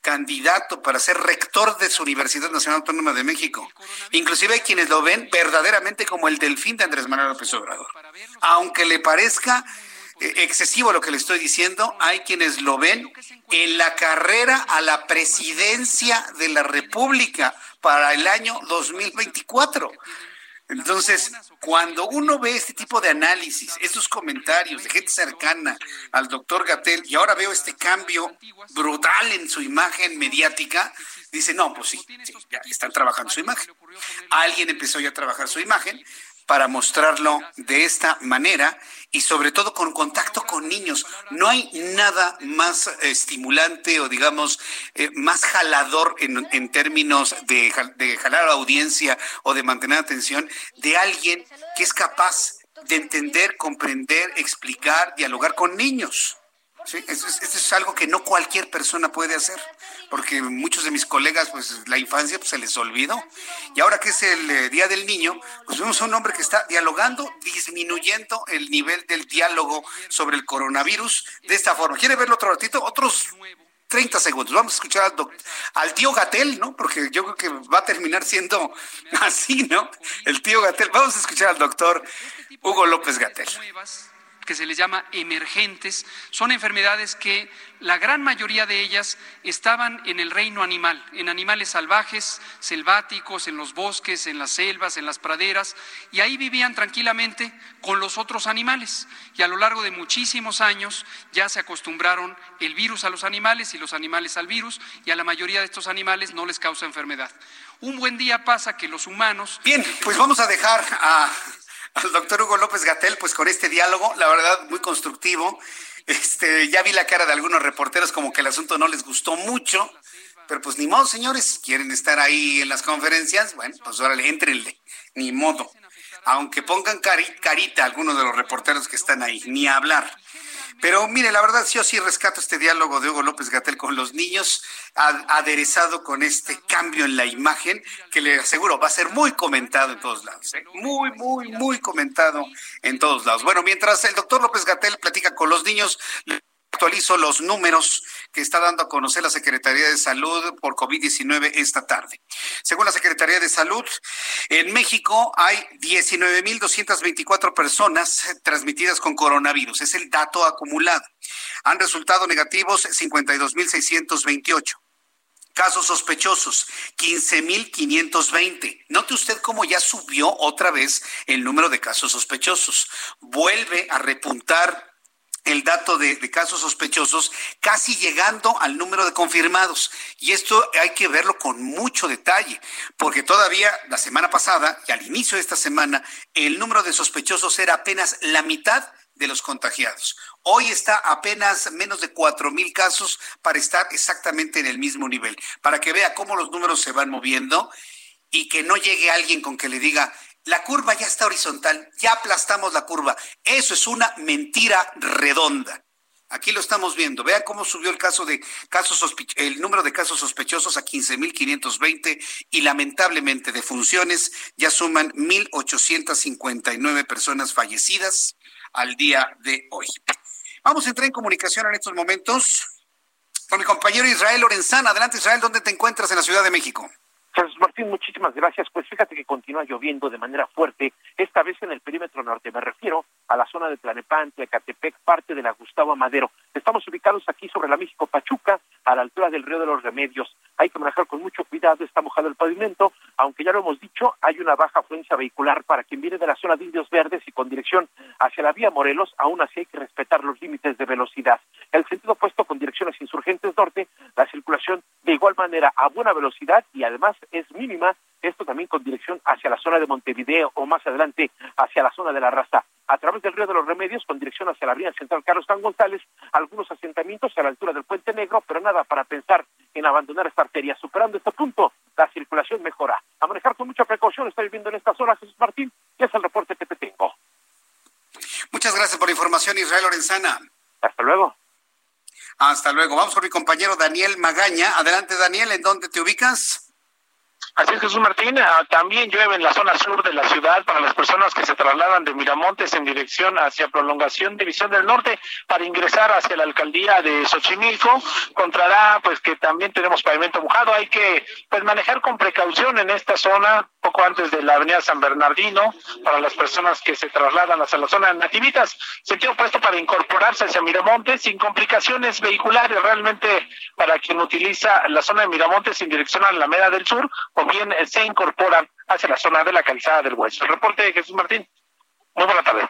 candidato para ser rector de su Universidad Nacional Autónoma de México. Inclusive hay quienes lo ven verdaderamente como el delfín de Andrés Manuel López Obrador. Aunque le parezca eh, excesivo lo que le estoy diciendo, hay quienes lo ven en la carrera a la presidencia de la República para el año dos mil veinticuatro. Entonces, cuando uno ve este tipo de análisis, estos comentarios de gente cercana al doctor Gatell, y ahora veo este cambio brutal en su imagen mediática, dice, no, pues sí, sí, ya están trabajando su imagen. Alguien empezó ya a trabajar su imagen para mostrarlo de esta manera y sobre todo con contacto con niños. No hay nada más estimulante o digamos eh, más jalador en, en términos de, de jalar a la audiencia o de mantener atención de alguien que es capaz de entender, comprender, explicar, dialogar con niños. Sí, esto es, esto es algo que no cualquier persona puede hacer, porque muchos de mis colegas, pues la infancia pues, se les olvidó. Y ahora que es el eh, Día del Niño, pues vemos a un hombre que está dialogando, disminuyendo el nivel del diálogo sobre el coronavirus de esta forma. ¿Quiere verlo otro ratito? Otros treinta segundos. Vamos a escuchar al, doc- al tío Gatell, ¿no? Porque yo creo que va a terminar siendo así, ¿no? El tío Gatell. Vamos a escuchar al doctor Hugo López Gatell. Que se les llama emergentes, son enfermedades que la gran mayoría de ellas estaban en el reino animal, en animales salvajes, selváticos, en los bosques, en las selvas, en las praderas, y ahí vivían tranquilamente con los otros animales. Y a lo largo de muchísimos años ya se acostumbraron el virus a los animales y los animales al virus, y a la mayoría de estos animales no les causa enfermedad. Un buen día pasa que los humanos... Bien, pues vamos a dejar a... al doctor Hugo López Gatell, pues con este diálogo, la verdad, muy constructivo. Este, ya vi la cara de algunos reporteros como que el asunto no les gustó mucho, pero pues ni modo, señores, quieren estar ahí en las conferencias, bueno, pues órale, éntrenle, ni modo. Aunque pongan cari- carita a algunos de los reporteros que están ahí, ni hablar. Pero mire, la verdad, yo sí rescato este diálogo de Hugo López Gatell con los niños, aderezado con este cambio en la imagen, que le aseguro va a ser muy comentado en todos lados, ¿eh? Muy, muy, muy comentado en todos lados. Bueno, mientras el doctor López Gatell platica con los niños, le actualizo los números que está dando a conocer la Secretaría de Salud por COVID diecinueve esta tarde. Según la Secretaría de Salud, en México hay diecinueve mil doscientas veinticuatro personas transmitidas con coronavirus. Es el dato acumulado. Han resultado negativos cincuenta y dos mil seiscientos veintiocho. Casos sospechosos, quince mil quinientos veinte. Note usted cómo ya subió otra vez el número de casos sospechosos. Vuelve a repuntar el dato de, de casos sospechosos, casi llegando al número de confirmados. Y esto hay que verlo con mucho detalle, porque todavía la semana pasada y al inicio de esta semana, el número de sospechosos era apenas la mitad de los contagiados. Hoy está apenas menos de cuatro mil casos para estar exactamente en el mismo nivel, para que vea cómo los números se van moviendo y que no llegue alguien con que le diga, la curva ya está horizontal, ya aplastamos la curva. Eso es una mentira redonda. Aquí lo estamos viendo. Vean cómo subió el caso de casos sospe- el número de casos sospechosos a quince mil quinientos veinte y lamentablemente defunciones ya suman mil ochocientas cincuenta y nueve personas fallecidas al día de hoy. Vamos a entrar en comunicación en estos momentos con mi compañero Israel Lorenzana. Adelante, Israel, ¿dónde te encuentras en la Ciudad de México? Jesús Martín, muchísimas gracias. Pues fíjate que continúa lloviendo de manera fuerte, esta vez en el perímetro norte. Me refiero a la zona de Tlalnepantla, Ecatepec, parte de la Gustavo Amadero. Estamos ubicados aquí sobre la México Pachuca, a la altura del Río de los Remedios. Hay que manejar con mucho cuidado, está mojado el pavimento, aunque ya lo hemos dicho, hay una baja afluencia vehicular para quien viene de la zona de Indios Verdes y con dirección hacia la vía Morelos. Aún así hay que respetar los límites de velocidad. El sentido opuesto con direcciones Insurgentes Norte, la circulación de igual manera a buena velocidad y además es mínima, esto también con dirección hacia la zona de Montevideo o más adelante hacia la zona de La Raza. A través del Río de los Remedios, con dirección hacia la Avenida Central Carlos San González, algunos asentamientos a la altura del Puente Negro, pero nada para pensar en abandonar esta arteria. Superando este punto, la circulación mejora. A manejar con mucha precaución, está viviendo en estas horas, Jesús Martín, y es el reporte que te tengo. Muchas gracias por la información, Israel Lorenzana. Hasta luego. Hasta luego. Vamos con mi compañero Daniel Magaña. Adelante, Daniel, ¿en dónde te ubicas? Así es, Jesús Martín. Ah, también llueve en la zona sur de la ciudad para las personas que se trasladan de Miramontes en dirección hacia Prolongación División del Norte para ingresar hacia la alcaldía de Xochimilco. Encontrará pues que también tenemos pavimento mojado. Hay que pues manejar con precaución en esta zona, poco antes de la avenida San Bernardino, para las personas que se trasladan hacia la zona de Nativitas. Sentido opuesto para incorporarse hacia Miramontes sin complicaciones vehiculares, realmente para quien utiliza la zona de Miramontes en dirección a la Alameda del Sur, o bien se incorporan hacia la zona de la Calzada del Hueso. El reporte de Jesús Martín. Muy buena tarde.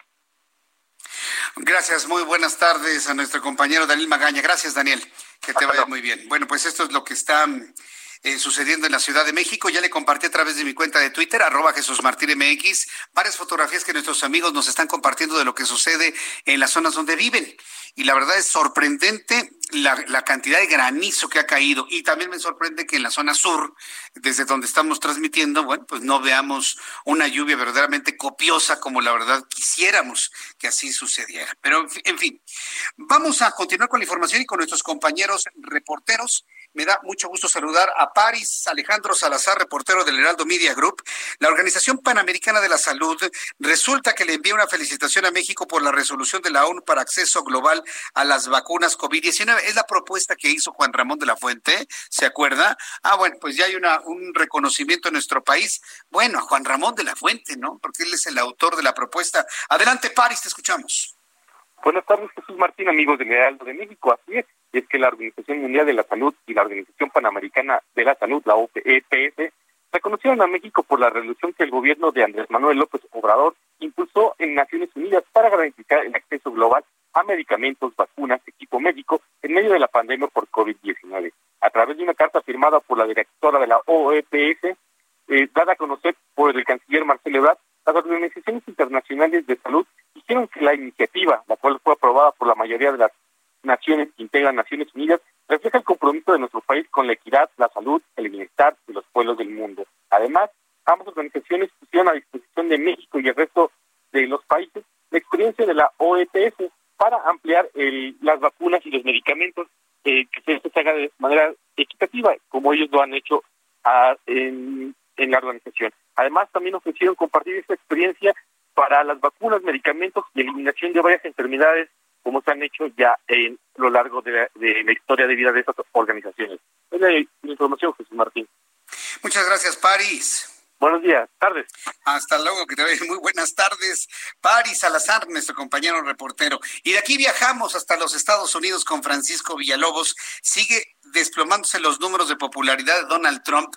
Gracias, muy buenas tardes a nuestro compañero Daniel Magaña. Gracias, Daniel, que te vaya muy bien. Bueno, pues esto es lo que está eh, sucediendo en la Ciudad de México. Ya le compartí a través de mi cuenta de Twitter, arroba Jesús Martín M X, varias fotografías que nuestros amigos nos están compartiendo de lo que sucede en las zonas donde viven. Y la verdad es sorprendente la, la cantidad de granizo que ha caído. Y también me sorprende que en la zona sur, desde donde estamos transmitiendo, bueno, pues no veamos una lluvia verdaderamente copiosa como la verdad quisiéramos que así sucediera. Pero, en fin, vamos a continuar con la información y con nuestros compañeros reporteros. Me da mucho gusto saludar a Paris Alejandro Salazar, reportero del Heraldo Media Group. La Organización Panamericana de la Salud resulta que le envía una felicitación a México por la resolución de la ONU para acceso global a las vacunas COVID diecinueve. Es la propuesta que hizo Juan Ramón de la Fuente, ¿se acuerda? Ah, bueno, pues ya hay una, un reconocimiento en nuestro país. Bueno, a Juan Ramón de la Fuente, ¿no? Porque él es el autor de la propuesta. Adelante, Paris, te escuchamos. Buenas tardes, Jesús Martín, amigos del Heraldo de México. Así es, y es que la Organización Mundial de la Salud y la Organización Panamericana de la Salud, la O P S, reconocieron a México por la resolución que el gobierno de Andrés Manuel López Obrador impulsó en Naciones Unidas para garantizar el acceso global a medicamentos, vacunas, equipo médico en medio de la pandemia por COVID diecinueve. A través de una carta firmada por la directora de la O P S, eh, dada a conocer por el canciller Marcelo Ebrard, las organizaciones internacionales de salud dijeron que la iniciativa, la cual fue aprobada por la mayoría de las naciones que integran Naciones Unidas, refleja el compromiso de nuestro país con la equidad, la salud, el bienestar de los pueblos del mundo. Además, ambas organizaciones pusieron a disposición de México y el resto de los países la experiencia de la O P S para ampliar el, las vacunas y los medicamentos, eh, que esto se haga de manera equitativa, como ellos lo han hecho a, en, en la organización. Además, también ofrecieron compartir esta experiencia para las vacunas, medicamentos y eliminación de varias enfermedades, como se han hecho ya en lo largo de la, de la historia de vida de estas organizaciones. Es la, la información, Jesús Martín. Muchas gracias, Paris. Buenos días, tardes. Hasta luego, que te vaya muy buenas tardes. Paris Salazar, nuestro compañero reportero. Y de aquí viajamos hasta los Estados Unidos con Francisco Villalobos. Sigue desplomándose los números de popularidad de Donald Trump.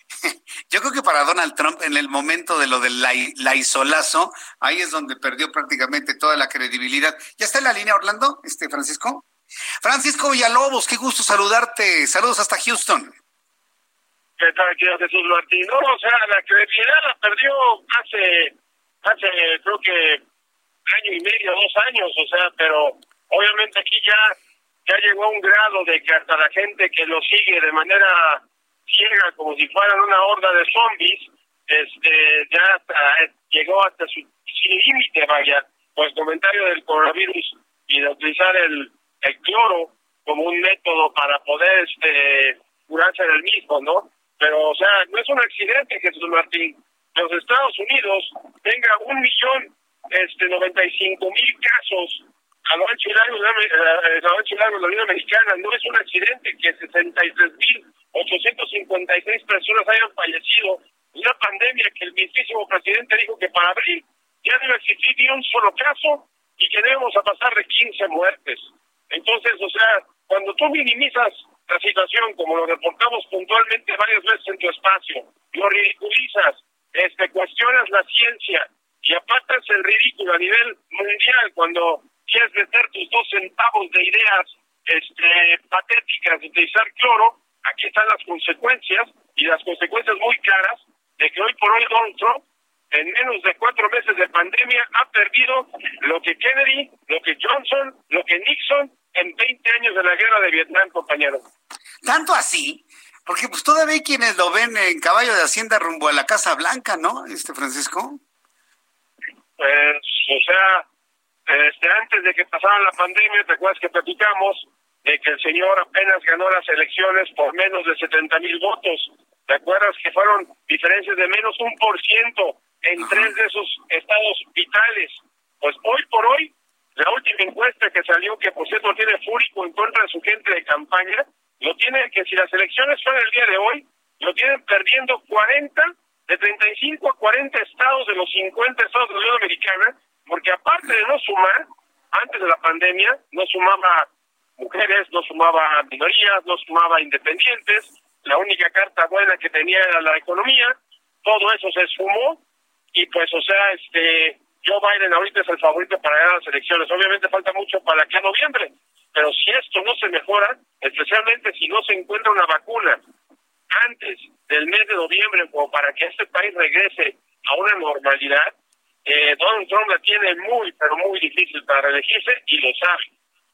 Yo creo que para Donald Trump, en el momento de lo del laizolazo, ahí es donde perdió prácticamente toda la credibilidad. ¿Ya está en la línea, Orlando, este Francisco? Francisco Villalobos, qué gusto saludarte. Saludos hasta Houston. ¿Qué tal, querido Jesús Martín? No, o sea, la credibilidad la perdió hace, hace creo que año y medio, dos años, o sea, pero obviamente aquí ya, ya llegó a un grado de que hasta la gente que lo sigue de manera ciega, como si fueran una horda de zombies, este, ya hasta, llegó hasta su sin límite, vaya, pues comentario del coronavirus y de utilizar el, el cloro como un método para poder este, curarse del mismo, ¿no? Pero, o sea, no es un accidente, Jesús Martín. Los Estados Unidos tenga un millón, este, noventa y cinco mil casos a lo ancho y largo de la, a lo ancho y largo de la Unión Americana. No es un accidente que sesenta y tres mil ochocientos cincuenta y seis personas hayan fallecido. Una pandemia que el mismísimo presidente dijo que para abril ya no existir ni un solo caso y que debemos a pasar de quince muertes. Entonces, o sea, cuando tú minimizas la situación, como lo reportamos puntualmente varias veces en tu espacio, lo ridiculizas, este, cuestionas la ciencia y apartas el ridículo a nivel mundial cuando quieres meter tus dos centavos de ideas este, patéticas de utilizar cloro, aquí están las consecuencias, y las consecuencias muy claras de que hoy por hoy Donald Trump, en menos de cuatro meses de pandemia, ha perdido lo que Kennedy, lo que Johnson, lo que Nixon en veinte años de la guerra de Vietnam, compañero. ¿Tanto así? Porque pues todavía hay quienes lo ven en caballo de Hacienda rumbo a la Casa Blanca, ¿no, este Francisco? Pues, o sea, este, antes de que pasara la pandemia, ¿te acuerdas que platicamos? de que el señor apenas ganó las elecciones por menos de setenta mil votos. ¿Te acuerdas que fueron diferencias de menos un por ciento en tres de esos estados vitales? Pues hoy por hoy, la última encuesta que salió, que por cierto tiene fúrico en contra de su gente de campaña, lo tiene que si las elecciones fueran el día de hoy, lo tienen perdiendo cuarenta, de treinta y cinco a cuarenta estados de los cincuenta estados de la Unión Americana, porque aparte de no sumar, antes de la pandemia, no sumaba mujeres, no sumaba minorías, no sumaba independientes, la única carta buena que tenía era la economía, todo eso se esfumó, y pues, o sea, este, Joe Biden ahorita es el favorito para ganar las elecciones. Obviamente falta mucho para que a noviembre, pero si esto no se mejora, especialmente si no se encuentra una vacuna antes del mes de noviembre, como para que este país regrese a una normalidad, eh, Donald Trump la tiene muy, pero muy difícil para reelegirse, y lo sabe.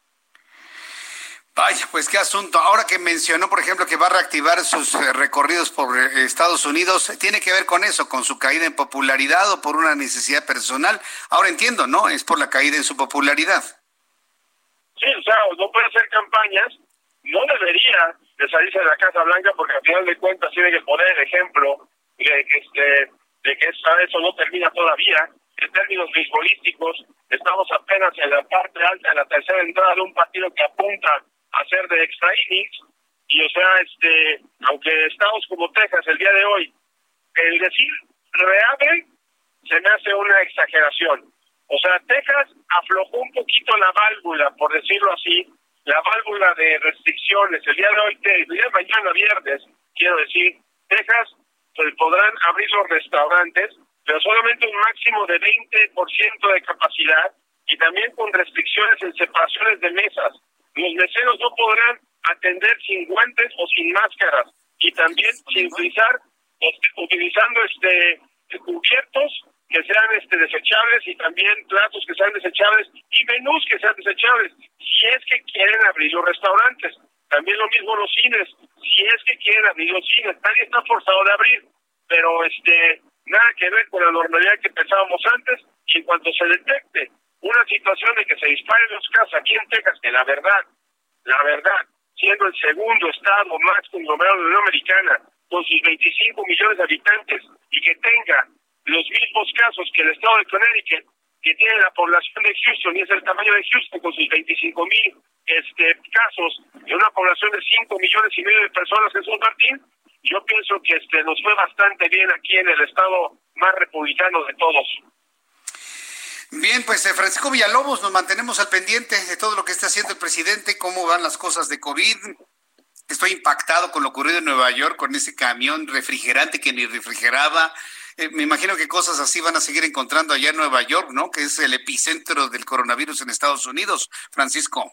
Vaya, pues qué asunto. Ahora que mencionó, por ejemplo, que va a reactivar sus eh, recorridos por eh, Estados Unidos, ¿tiene que ver con eso, con su caída en popularidad o por una necesidad personal? Ahora entiendo, ¿no? Es por la caída en su popularidad. Sí, o sea, no puede hacer campañas, no debería de salirse de la Casa Blanca, porque al final de cuentas tiene que poner el ejemplo de que, este, de que eso no termina todavía. En términos beisbolísticos, estamos apenas en la parte alta de la tercera entrada de un partido que apunta a ser de extra innings, y o sea, este, aunque estados como Texas el día de hoy, el decir reabre se me hace una exageración. O sea, Texas aflojó un poquito la válvula, por decirlo así, la válvula de restricciones. El día de hoy, el día de mañana viernes, quiero decir, Texas pues, podrán abrir los restaurantes, pero solamente un máximo de veinte por ciento de capacidad, y también con restricciones en separaciones de mesas. Los meseros no podrán atender sin guantes o sin máscaras, y también sin utilizar, utilizando este cubiertos que sean este desechables, y también platos que sean desechables y menús que sean desechables, si es que quieren abrir los restaurantes. También lo mismo los cines, si es que quieren abrir los cines, nadie está forzado de abrir, pero este nada que ver con la normalidad que pensábamos antes. Y en cuanto se detecte una situación de que se disparen los casos aquí en Texas, que la verdad, la verdad, siendo el segundo estado más conglomerado de la Unión Americana, con sus veinticinco millones de habitantes, y que tenga los mismos casos que el estado de Connecticut, que tiene la población de Houston, y es el tamaño de Houston con sus veinticinco mil este, casos, de una población de cinco millones y medio de personas, Jesús Martín, yo pienso que este nos fue bastante bien aquí en el estado más republicano de todos. Bien, pues eh, Francisco Villalobos, nos mantenemos al pendiente de todo lo que está haciendo el presidente, cómo van las cosas de COVID. Estoy impactado con lo ocurrido en Nueva York, con ese camión refrigerante que ni refrigeraba. Eh, me imagino que cosas así van a seguir encontrando allá en Nueva York, ¿no? Que es el epicentro del coronavirus en Estados Unidos, Francisco.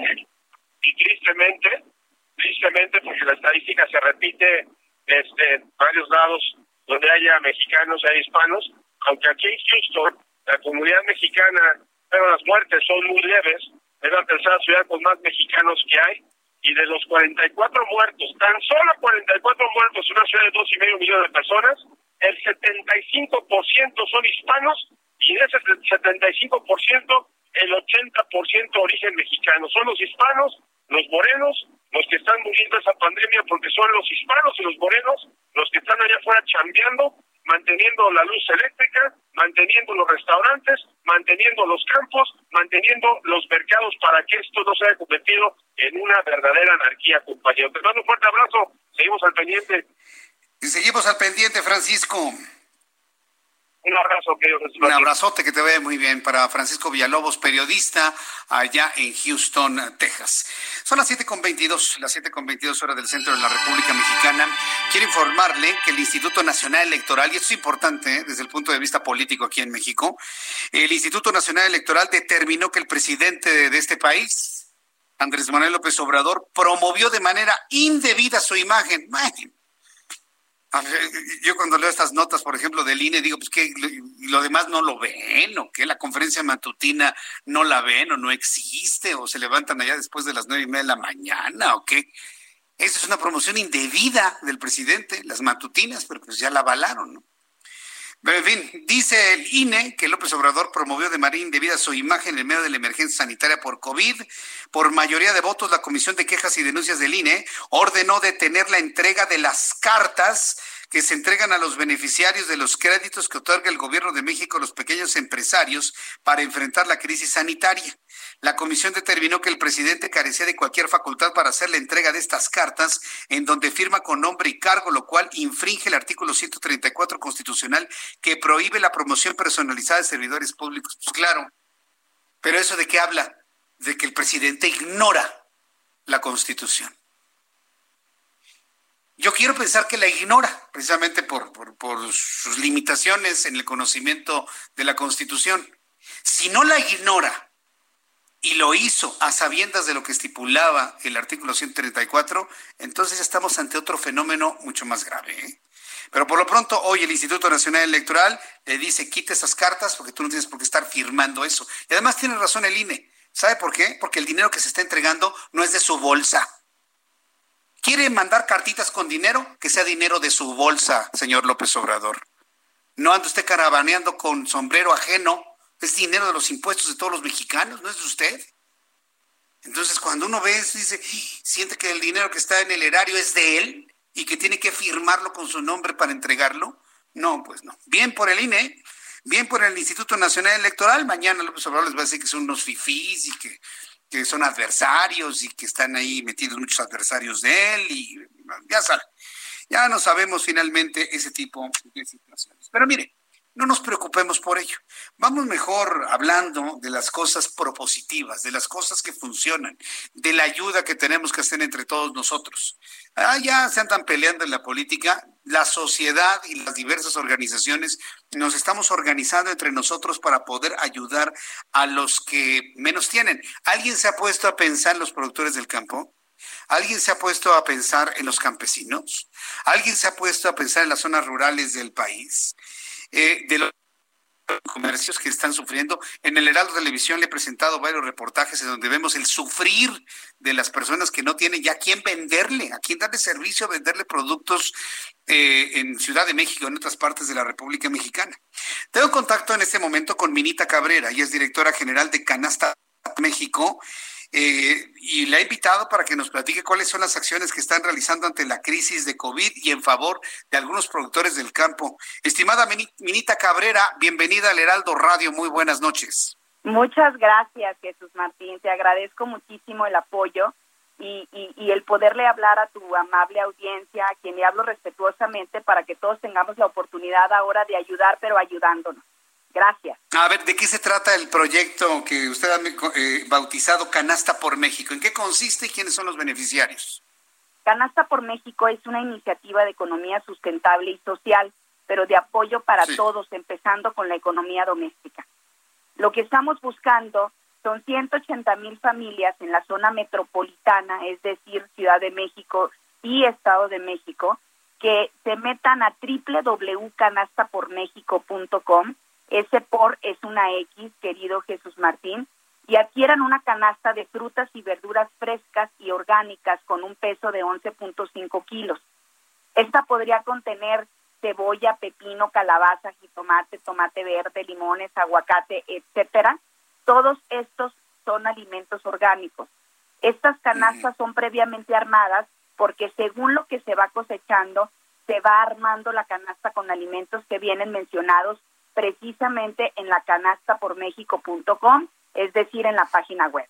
Y tristemente, tristemente, porque la estadística se repite este, en varios lados donde haya mexicanos y hay hispanos, aunque aquí en Houston la comunidad mexicana, pero las muertes son muy leves, es la tercera ciudad con más mexicanos que hay, y de los cuarenta y cuatro muertos, tan solo cuarenta y cuatro muertos en una ciudad de dos y medio millones de personas, el setenta y cinco por ciento son hispanos, y de ese setenta y cinco por ciento, el ochenta por ciento origen mexicano. Son los hispanos, los morenos, los que están muriendo de esa pandemia, porque son los hispanos y los morenos los que están allá afuera chambeando, manteniendo la luz eléctrica, manteniendo los restaurantes, manteniendo los campos, manteniendo los mercados para que esto no se haya convertido en una verdadera anarquía, compañero. Te mando un fuerte abrazo, seguimos al pendiente. Y seguimos al pendiente, Francisco. Un abrazo, querido Jesús. Un abrazote, que te vaya muy bien, para Francisco Villalobos, periodista allá en Houston, Texas. Son las siete con veintidós, las siete con veintidós horas del centro de la República Mexicana. Quiero informarle que el Instituto Nacional Electoral, y esto es importante ¿eh? desde el punto de vista político aquí en México, el Instituto Nacional Electoral determinó que el presidente de, de este país, Andrés Manuel López Obrador, promovió de manera indebida su imagen. Bueno, yo cuando leo estas notas, por ejemplo, del I N E, digo, pues que lo demás no lo ven, o que la conferencia matutina no la ven, o no existe, o se levantan allá después de las nueve y media de la mañana, o qué. Esa es una promoción indebida del presidente, las matutinas, pero pues ya la avalaron, ¿no? En fin, dice el I N E que López Obrador promovió de manera indebida su imagen en medio de la emergencia sanitaria por COVID. Por mayoría de votos, la Comisión de Quejas y Denuncias del I N E ordenó detener la entrega de las cartas que se entregan a los beneficiarios de los créditos que otorga el Gobierno de México a los pequeños empresarios para enfrentar la crisis sanitaria. La comisión determinó que el presidente carecía de cualquier facultad para hacer la entrega de estas cartas, en donde firma con nombre y cargo, lo cual infringe el artículo ciento treinta y cuatro constitucional que prohíbe la promoción personalizada de servidores públicos. Pues claro, pero ¿eso de qué habla? De que el presidente ignora la Constitución. Yo quiero pensar que la ignora, precisamente por, por, por sus limitaciones en el conocimiento de la Constitución. Si no la ignora y lo hizo a sabiendas de lo que estipulaba el artículo ciento treinta y cuatro, entonces estamos ante otro fenómeno mucho más grave, ¿eh? Pero por lo pronto, hoy el Instituto Nacional Electoral le dice, quita esas cartas porque tú no tienes por qué estar firmando eso. Y además tiene razón el I N E. ¿Sabe por qué? Porque el dinero que se está entregando no es de su bolsa. ¿Quiere mandar cartitas con dinero? Que sea dinero de su bolsa, señor López Obrador. No anda usted caravaneando con sombrero ajeno. Es dinero de los impuestos de todos los mexicanos, ¿no es de usted? Entonces, cuando uno ve eso, dice, siente que el dinero que está en el erario es de él y que tiene que firmarlo con su nombre para entregarlo. No, pues no. Bien por el I N E, bien por el Instituto Nacional Electoral. Mañana López Obrador les va a decir que son unos fifís y que... que son adversarios y que están ahí metidos muchos adversarios de él y ya saben, ya no sabemos finalmente ese tipo de situaciones. Pero mire, no nos preocupemos por ello. Vamos mejor hablando de las cosas propositivas, de las cosas que funcionan, de la ayuda que tenemos que hacer entre todos nosotros. Ah, ya se andan peleando en la política. La sociedad y las diversas organizaciones nos estamos organizando entre nosotros para poder ayudar a los que menos tienen. ¿Alguien se ha puesto a pensar en los productores del campo? ¿Alguien se ha puesto a pensar en los campesinos? ¿Alguien se ha puesto a pensar en las zonas rurales del país? Eh, de los comercios que están sufriendo. En el Heraldo Televisión le he presentado varios reportajes en donde vemos el sufrir de las personas que no tienen ya a quién venderle, a quién darle servicio, venderle productos eh, en Ciudad de México, en otras partes de la República Mexicana. Tengo contacto en este momento con Minita Cabrera, ella es directora general de Canasta México, eh, y la he invitado para que nos platique cuáles son las acciones que están realizando ante la crisis de COVID y en favor de algunos productores del campo. Estimada Minita Cabrera, bienvenida al Heraldo Radio, muy buenas noches. Muchas gracias, Jesús Martín, te agradezco muchísimo el apoyo y, y, y el poderle hablar a tu amable audiencia, a quien le hablo respetuosamente para que todos tengamos la oportunidad ahora de ayudar, pero ayudándonos. Gracias. A ver, ¿de qué se trata el proyecto que usted ha eh, bautizado Canasta por México? ¿En qué consiste y quiénes son los beneficiarios? Canasta por México es una iniciativa de economía sustentable y social, pero de apoyo para sí. todos, empezando con la economía doméstica. Lo que estamos buscando son ciento ochenta mil familias en la zona metropolitana, es decir, Ciudad de México y Estado de México, que se metan a doble u doble u doble u punto canasta por méxico punto com. Ese por es una X, querido Jesús Martín, y adquieran una canasta de frutas y verduras frescas y orgánicas con un peso de once punto cinco kilos. Esta podría contener cebolla, pepino, calabaza, jitomate, tomate verde, limones, aguacate, etcétera. Todos estos son alimentos orgánicos. Estas canastas son previamente armadas porque según lo que se va cosechando, se va armando la canasta con alimentos que vienen mencionados precisamente en la canasta por méxico punto com, es decir, en la página web.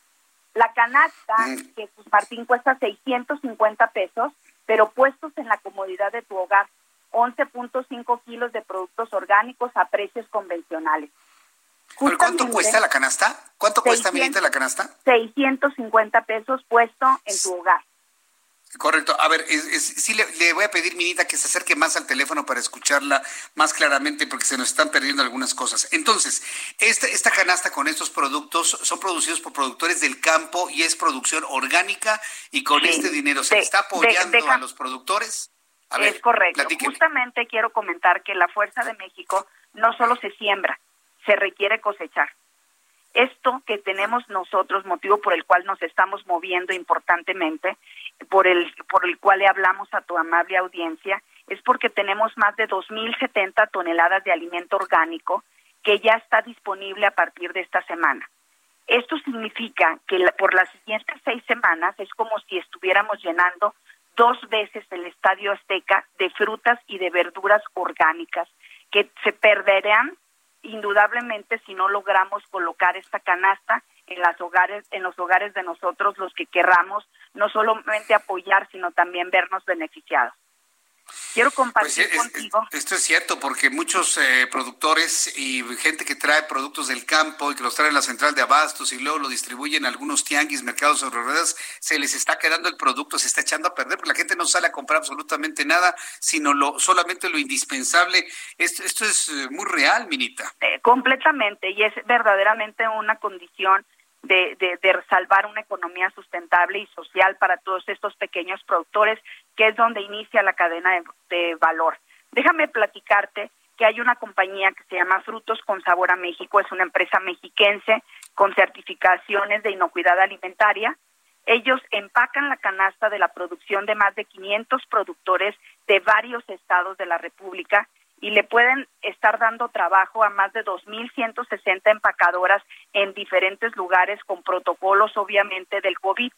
La canasta, Jesús Martín, cuesta seiscientos cincuenta pesos, pero puestos en la comodidad de tu hogar, once punto cinco kilos de productos orgánicos a precios convencionales. ¿Pero cuánto cuesta la canasta? ¿Cuánto cuesta, Minita, la canasta? seiscientos cincuenta pesos puesto en tu hogar. Correcto. A ver, es, es, sí le, le voy a pedir, Minita, que se acerque más al teléfono para escucharla más claramente porque se nos están perdiendo algunas cosas. Entonces, esta, esta canasta con estos productos son producidos por productores del campo y es producción orgánica y con sí, este dinero se de, está apoyando de, de, a los productores. A ver, es correcto. Platíqueme. Justamente quiero comentar que la Fuerza de México no solo se siembra, se requiere cosechar. Esto que tenemos nosotros, motivo por el cual nos estamos moviendo importantemente, por el por el cual le hablamos a tu amable audiencia, es porque tenemos más de dos mil setenta toneladas de alimento orgánico que ya está disponible a partir de esta semana. Esto significa que la, por las siguientes seis semanas es como si estuviéramos llenando dos veces el Estadio Azteca de frutas y de verduras orgánicas que se perderán indudablemente si no logramos colocar esta canasta en las hogares, en los hogares de nosotros, los que querramos no solamente apoyar, sino también vernos beneficiados. Quiero compartir pues es, contigo. Esto es cierto, porque muchos eh, productores y gente que trae productos del campo y que los trae a la central de abastos y luego lo distribuyen en algunos tianguis, mercados sobre ruedas, se les está quedando el producto, se está echando a perder, porque la gente no sale a comprar absolutamente nada, sino lo solamente lo indispensable. Esto, esto es muy real, Minita. Eh, completamente, y es verdaderamente una condición De, de, de salvar una economía sustentable y social para todos estos pequeños productores, que es donde inicia la cadena de, de valor. Déjame platicarte que hay una compañía que se llama Frutos con Sabor a México, es una empresa mexiquense con certificaciones de inocuidad alimentaria. Ellos empacan la canasta de la producción de más de quinientos productores de varios estados de la República y le pueden estar dando trabajo a más de dos mil ciento sesenta empacadoras en diferentes lugares con protocolos, obviamente, del COVID.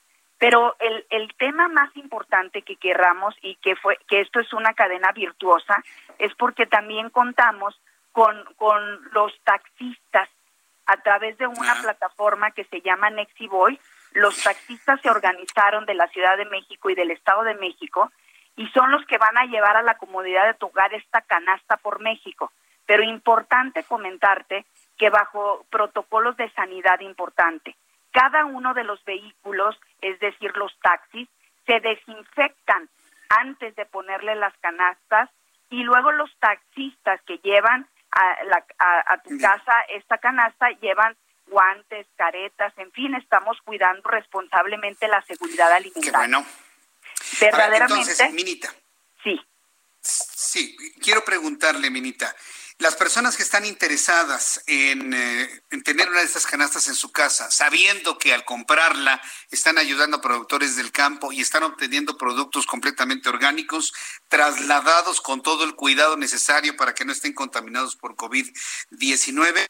Pero el, el tema más importante que querramos, y que fue que esto es una cadena virtuosa, es porque también contamos con, con los taxistas a través de una ah. plataforma que se llama Nexiboy. Los taxistas se organizaron de la Ciudad de México y del Estado de México, y son los que van a llevar a la comodidad de tu hogar esta canasta por México. Pero importante comentarte que bajo protocolos de sanidad importante, cada uno de los vehículos, es decir, los taxis, se desinfectan antes de ponerle las canastas, y luego los taxistas que llevan a, la, a, a tu casa esta canasta llevan guantes, caretas, en fin, estamos cuidando responsablemente la seguridad alimentaria. Qué bueno. Verdaderamente. Ver, entonces, Minita. Sí. Sí, quiero preguntarle, Minita, las personas que están interesadas en, eh, en tener una de estas canastas en su casa, sabiendo que al comprarla están ayudando a productores del campo y están obteniendo productos completamente orgánicos, trasladados con todo el cuidado necesario para que no estén contaminados por COVID diecinueve,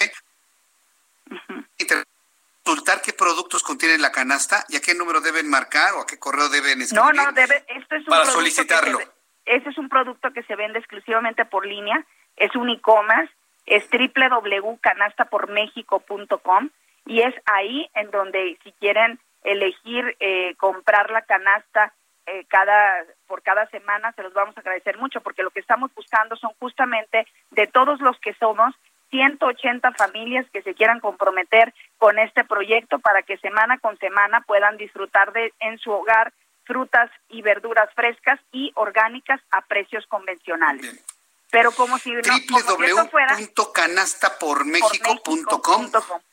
uh-huh. consultar qué productos contiene la canasta y a qué número deben marcar o a qué correo deben escribir. No, no, debe, esto es un para solicitarlo. Se, este es un producto que se vende exclusivamente por línea, es un e-commerce, es doble u doble u doble u punto canasta por méxico punto com, y es ahí en donde si quieren elegir eh, comprar la canasta eh, cada por cada semana, se los vamos a agradecer mucho, porque lo que estamos buscando son justamente de todos los que somos ciento ochenta familias que se quieran comprometer con este proyecto para que semana con semana puedan disfrutar de en su hogar frutas y verduras frescas y orgánicas a precios convencionales. Bien. Pero como si no doble u doble u doble u punto canasta por méxico punto com.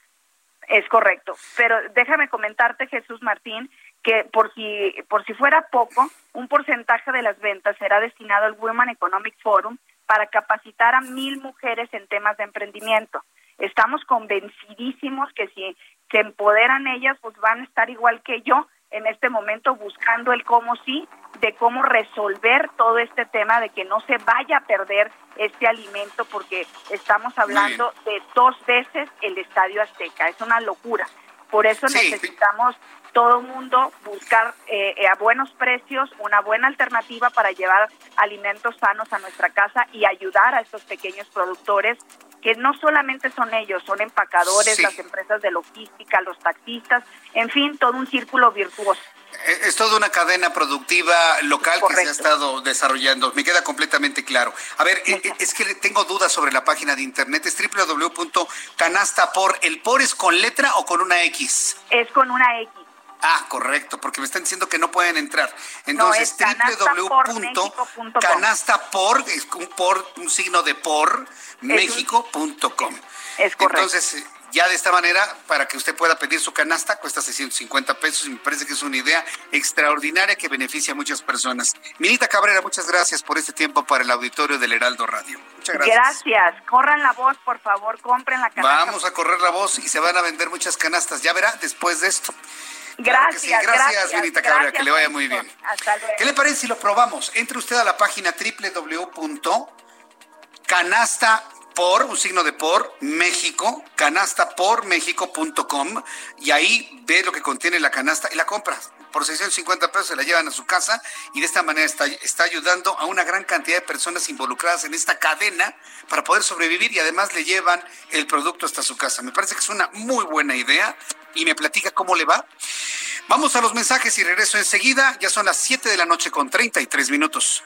Es correcto. Pero déjame comentarte, Jesús Martín, que por si por si fuera poco, un porcentaje de las ventas será destinado al Women Economic Forum para capacitar a mil mujeres en temas de emprendimiento. Estamos convencidísimos que si se empoderan ellas, pues van a estar igual que yo en este momento buscando el cómo sí, de cómo resolver todo este tema de que no se vaya a perder este alimento, porque estamos hablando de dos veces el Estadio Azteca. Es una locura. Por eso sí. necesitamos todo el mundo buscar eh, a buenos precios una buena alternativa para llevar alimentos sanos a nuestra casa y ayudar a estos pequeños productores, que no solamente son ellos, son empacadores, sí. las empresas de logística, los taxistas, en fin, todo un círculo virtuoso. Es toda una cadena productiva local Correcto. que se ha estado desarrollando. Me queda completamente claro. A ver, Muchas. es que tengo dudas sobre la página de internet. Es doble u doble u doble u punto canasta por. ¿El por es con letra o con una X? Es con una X. Ah, correcto, porque me están diciendo que no pueden entrar. Entonces, no, doble u doble u doble u punto canasta por, es un por, un signo de por, méxico punto com. Es correcto. Entonces, ya de esta manera, para que usted pueda pedir su canasta, cuesta seiscientos cincuenta pesos y me parece que es una idea extraordinaria que beneficia a muchas personas. Minita Cabrera, muchas gracias por este tiempo para el auditorio del Heraldo Radio. Muchas gracias. Gracias. Corran la voz, por favor, compren la canasta. Vamos a correr la voz y se van a vender muchas canastas. Ya verá, después de esto. Gracias, claro sí. gracias, gracias, Benita Cabrera, gracias, que le vaya muy bien. Hasta luego. ¿Qué le parece si lo probamos? Entre usted a la página doble u doble u doble u punto canasta por, un signo de por, México, canasta por méxico punto com, y ahí ve lo que contiene la canasta y la compra. Por seiscientos cincuenta pesos se la llevan a su casa y de esta manera está, está ayudando a una gran cantidad de personas involucradas en esta cadena para poder sobrevivir, y además le llevan el producto hasta su casa. Me parece que es una muy buena idea y me platica cómo le va. Vamos a los mensajes y regreso enseguida. Ya son las siete de la noche con treinta y tres minutos.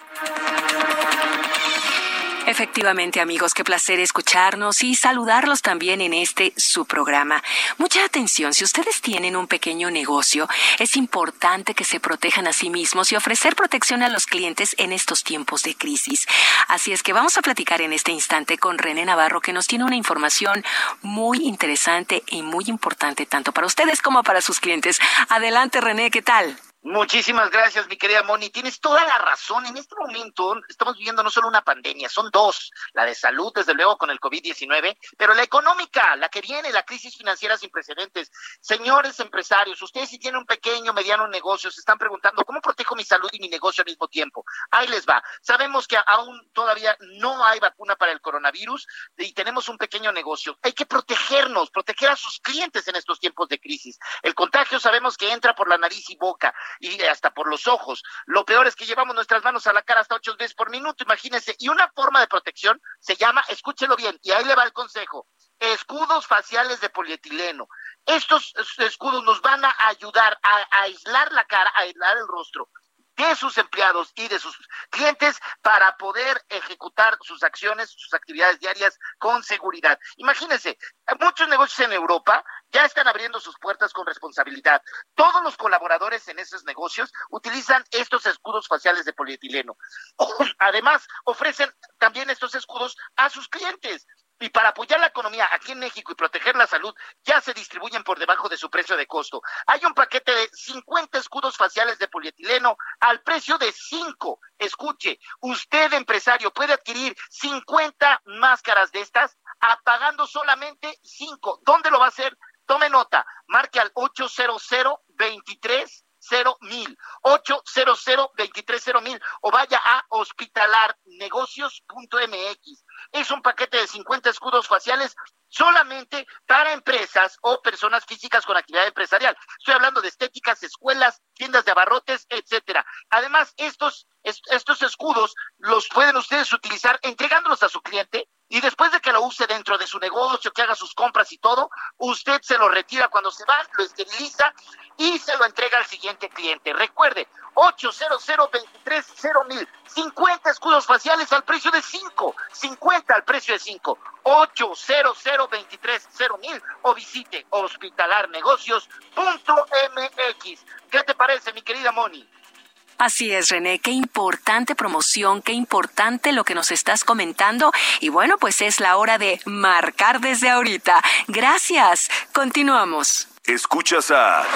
Efectivamente, amigos, qué placer escucharnos y saludarlos también en este su programa. Mucha atención, si ustedes tienen un pequeño negocio, es importante que se protejan a sí mismos y ofrecer protección a los clientes en estos tiempos de crisis. Así es que vamos a platicar en este instante con René Navarro, que nos tiene una información muy interesante y muy importante tanto para ustedes como para sus clientes. Adelante, René, ¿qué tal? Muchísimas gracias, mi querida Moni. Tienes toda la razón. En este momento estamos viviendo no solo una pandemia, son dos. La de salud, desde luego, con el COVID diecinueve, pero la económica, la que viene, la crisis financiera sin precedentes. Señores empresarios, ustedes si tienen un pequeño, mediano negocio, se están preguntando, ¿cómo protejo mi salud y mi negocio al mismo tiempo? Ahí les va. Sabemos que aún todavía no hay vacuna para el coronavirus y tenemos un pequeño negocio. Hay que protegernos, proteger a sus clientes en estos tiempos de crisis. El contagio sabemos que entra por la nariz y boca, y hasta por los ojos. Lo peor es que llevamos nuestras manos a la cara hasta ocho veces por minuto, imagínense. Y una forma de protección se llama, escúchelo bien, y ahí le va el consejo, escudos faciales de polietileno. Estos escudos nos van a ayudar a, a aislar la cara, a aislar el rostro de sus empleados y de sus clientes para poder ejecutar sus acciones, sus actividades diarias con seguridad. Imagínense, muchos negocios en Europa ya están abriendo sus puertas con responsabilidad. Todos los colaboradores en esos negocios utilizan estos escudos faciales de polietileno. Además, ofrecen también estos escudos a sus clientes. Y para apoyar la economía aquí en México y proteger la salud, ya se distribuyen por debajo de su precio de costo. Hay un paquete de cincuenta escudos faciales de polietileno al precio de cinco. Escuche, usted, empresario, puede adquirir cincuenta máscaras de estas pagando solamente cinco. ¿Dónde lo va a hacer? Tome nota, marque al ocho cero cero, veintitrés cero mil, ocho cero cero, veintitrés cero mil, o vaya a hospitalar negocios punto m x. Es un paquete de cincuenta escudos faciales solamente para empresas o personas físicas con actividad empresarial. Estoy hablando de estéticas, escuelas, tiendas de abarrotes, etcétera. Además, estos, estos escudos los pueden ustedes utilizar entregándolos a su cliente, y después de que lo use dentro de su negocio, que haga sus compras y todo, usted se lo retira cuando se va, lo esteriliza y se lo entrega al siguiente cliente. Recuerde, ocho cero cero, veintitrés cero mil, cincuenta escudos faciales al precio de cinco, cincuenta al precio de cinco, ocho cero cero, veintitrés cero mil, o visite hospitalar negocios punto m x. ¿Qué te parece, mi querida Moni? Así es, René, qué importante promoción, qué importante lo que nos estás comentando. Y bueno, pues es la hora de marcar desde ahorita. Gracias. Continuamos. Escuchas a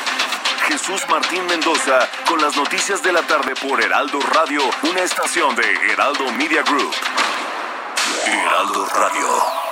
Jesús Martín Mendoza con las noticias de la tarde por Heraldo Radio, una estación de Heraldo Media Group. Heraldo Radio.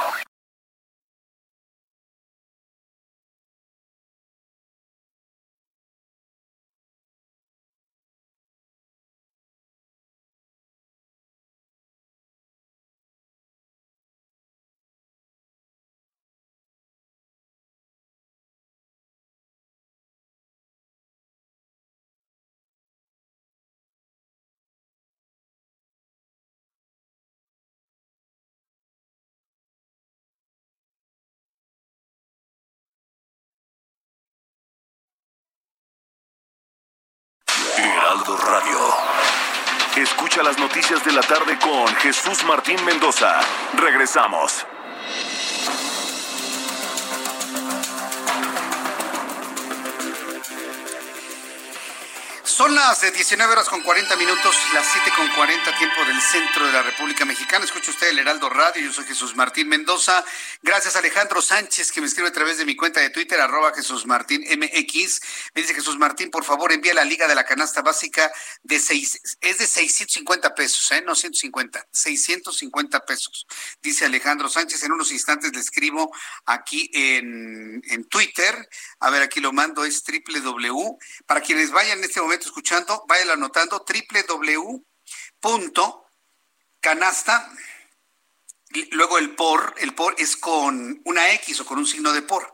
Heraldo Radio. Escucha las noticias de la tarde con Jesús Martín Mendoza. Regresamos. Son Son las diecinueve horas con cuarenta minutos, las siete con cuarenta, tiempo del centro de la República Mexicana. Escucha usted el Heraldo Radio, yo soy Jesús Martín Mendoza. Gracias a Alejandro Sánchez, que me escribe a través de mi cuenta de Twitter, arroba Jesús Martín M X. Me dice: Jesús Martín, por favor, envía la liga de la canasta básica de seis, es de seiscientos cincuenta pesos, ¿eh? No ciento cincuenta, seiscientos cincuenta pesos. Dice Alejandro Sánchez, en unos instantes le escribo aquí en, en Twitter. A ver, aquí lo mando, es www. Para quienes vayan en este momento escuchando, vayan anotando www punto canasta, luego el por, el por es con una X o con un signo de por,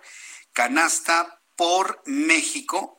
canasta por México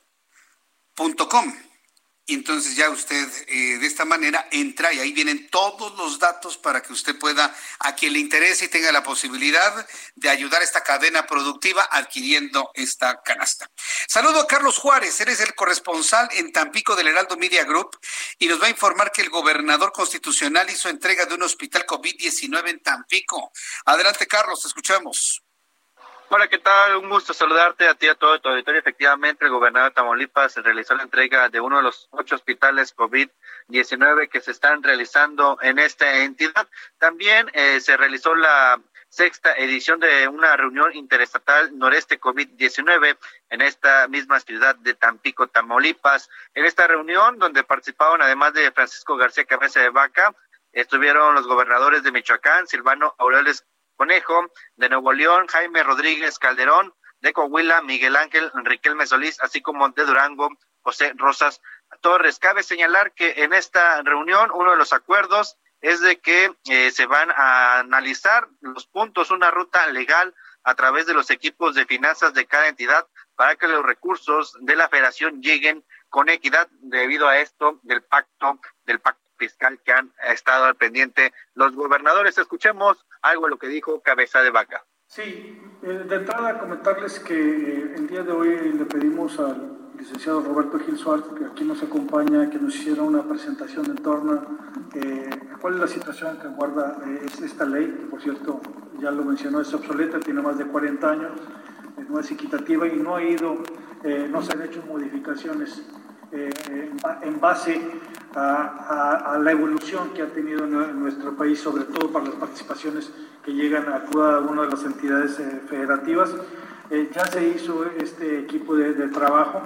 punto com. Y entonces ya usted eh, de esta manera entra y ahí vienen todos los datos para que usted pueda, a quien le interese y tenga la posibilidad de ayudar a esta cadena productiva adquiriendo esta canasta. Saludo a Carlos Juárez, eres el corresponsal en Tampico del Heraldo Media Group y nos va a informar que el gobernador constitucional hizo entrega de un hospital COVID diecinueve en Tampico. Adelante, Carlos, te escuchamos. Hola, ¿qué tal? Un gusto saludarte a ti y a todo tu auditorio. Efectivamente, el gobernador de Tamaulipas realizó la entrega de uno de los ocho hospitales COVID diecinueve que se están realizando en esta entidad. También eh, se realizó la sexta edición de una reunión interestatal Noreste COVID diecinueve en esta misma ciudad de Tampico, Tamaulipas. En esta reunión, donde participaron, además de Francisco García Cabeza de Vaca, estuvieron los gobernadores de Michoacán, Silvano Aureoles Conejo, de Nuevo León, Jaime Rodríguez Calderón, de Coahuila, Miguel Ángel Riquelme Solís, así como de Durango, José Rosas Torres. Cabe señalar que en esta reunión uno de los acuerdos es de que eh, se van a analizar los puntos, una ruta legal a través de los equipos de finanzas de cada entidad para que los recursos de la federación lleguen con equidad debido a esto del pacto, del pacto fiscal que han estado al pendiente los gobernadores. Escuchemos algo de lo que dijo Cabeza de Vaca. Sí, eh, de entrada comentarles que eh, el día de hoy le pedimos al licenciado Roberto Gil Suárez, que aquí nos acompaña, que nos hiciera una presentación en torno eh, a cuál es la situación que guarda eh, esta ley, que por cierto, ya lo mencionó, es obsoleta, tiene más de cuarenta años, eh, no es equitativa y no ha ido, eh, no se han hecho modificaciones eh, en, en base A, a, a la evolución que ha tenido en nuestro país, sobre todo para las participaciones que llegan a cada una de las entidades eh, federativas. Eh, ya se hizo este equipo de, de trabajo,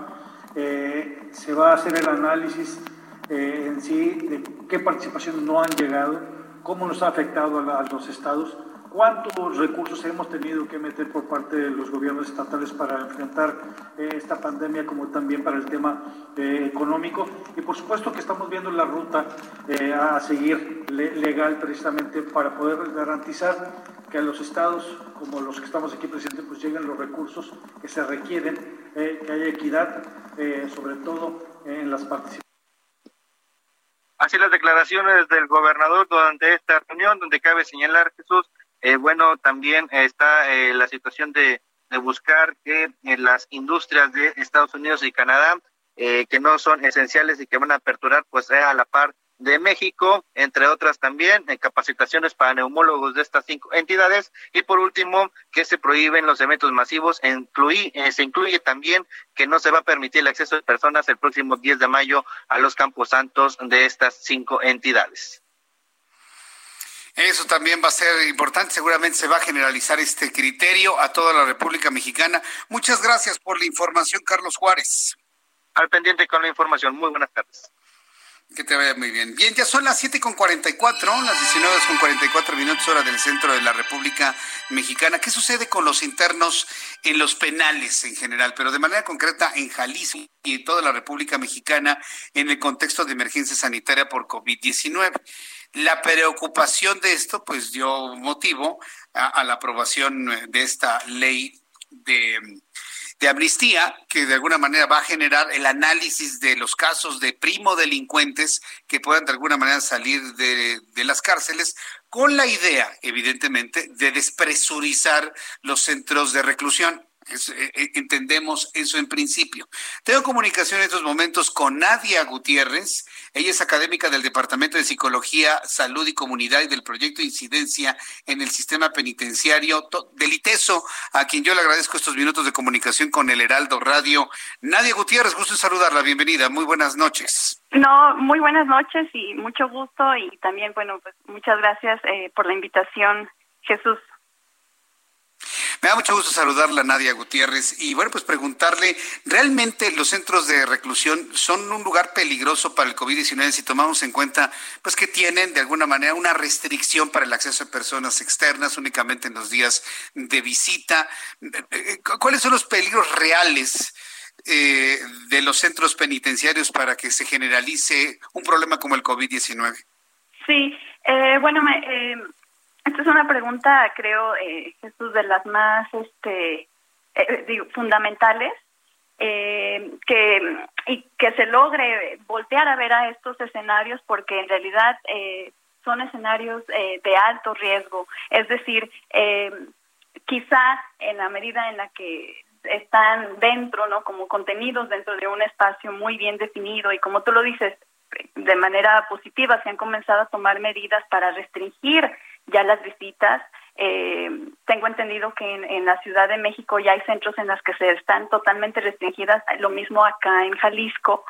eh, se va a hacer el análisis eh, en sí de qué participaciones no han llegado, cómo nos ha afectado a, la, a los estados, cuántos recursos hemos tenido que meter por parte de los gobiernos estatales para enfrentar eh, esta pandemia, como también para el tema eh, económico. Y por supuesto que estamos viendo la ruta eh, a seguir le legal precisamente para poder garantizar que a los estados, como los que estamos aquí presentes, pues lleguen los recursos que se requieren, eh, que haya equidad, eh, sobre todo eh, en las participaciones. Así las declaraciones del gobernador durante esta reunión, donde cabe señalar, Jesús, Eh, bueno, también está eh, la situación de, de buscar que eh, las industrias de Estados Unidos y Canadá, eh, que no son esenciales y que van a aperturar, pues sea a la par de México, entre otras también, eh, capacitaciones para neumólogos de estas cinco entidades. Y por último, que se prohíben los eventos masivos, e incluí, eh, se incluye también que no se va a permitir el acceso de personas el próximo diez de mayo a los camposantos de estas cinco entidades. Eso también va a ser importante, seguramente se va a generalizar este criterio a toda la República Mexicana. Muchas gracias por la información, Carlos Juárez. Al pendiente con la información, muy buenas tardes. Que te vaya muy bien. Bien, ya son las siete con cuarenta y cuatro, las diecinueve con cuarenta y cuatro minutos, hora del centro de la República Mexicana. ¿Qué sucede con los internos en los penales en general, pero de manera concreta en Jalisco y en toda la República Mexicana en el contexto de emergencia sanitaria por COVID diecinueve? La preocupación de esto, pues, dio motivo a, a la aprobación de esta ley de, de amnistía, que de alguna manera va a generar el análisis de los casos de primo delincuentes que puedan de alguna manera salir de, de las cárceles, con la idea, evidentemente, de despresurizar los centros de reclusión. Es, eh, entendemos eso en principio. Tengo comunicación en estos momentos con Nadia Gutiérrez. Ella es académica del Departamento de Psicología, Salud y Comunidad y del Proyecto de Incidencia en el Sistema Penitenciario del ITESO, a quien yo le agradezco estos minutos de comunicación con el Heraldo Radio. Nadia Gutiérrez, gusto en saludarla. Bienvenida. Muy buenas noches. No, muy buenas noches y mucho gusto, y también, bueno, pues muchas gracias eh, por la invitación, Jesús. Me da mucho gusto saludarla, Nadia Gutiérrez, y bueno, pues preguntarle, ¿realmente los centros de reclusión son un lugar peligroso para el COVID diecinueve si tomamos en cuenta pues que tienen de alguna manera una restricción para el acceso de personas externas únicamente en los días de visita? ¿Cuáles son los peligros reales eh, de los centros penitenciarios para que se generalice un problema como el COVID diecinueve? Sí, eh, bueno, me... Eh... Esta es una pregunta, creo, eh, Jesús, de las más este, eh, digo, fundamentales, eh, que y que se logre voltear a ver a estos escenarios, porque en realidad eh, son escenarios eh, de alto riesgo. Es decir, eh, quizá en la medida en la que están dentro, ¿no?, como contenidos dentro de un espacio muy bien definido, y como tú lo dices, de manera positiva se han comenzado a tomar medidas para restringir ya las visitas. Eh, tengo entendido que en, en la Ciudad de México ya hay centros en los que se están totalmente restringidas, lo mismo acá en Jalisco.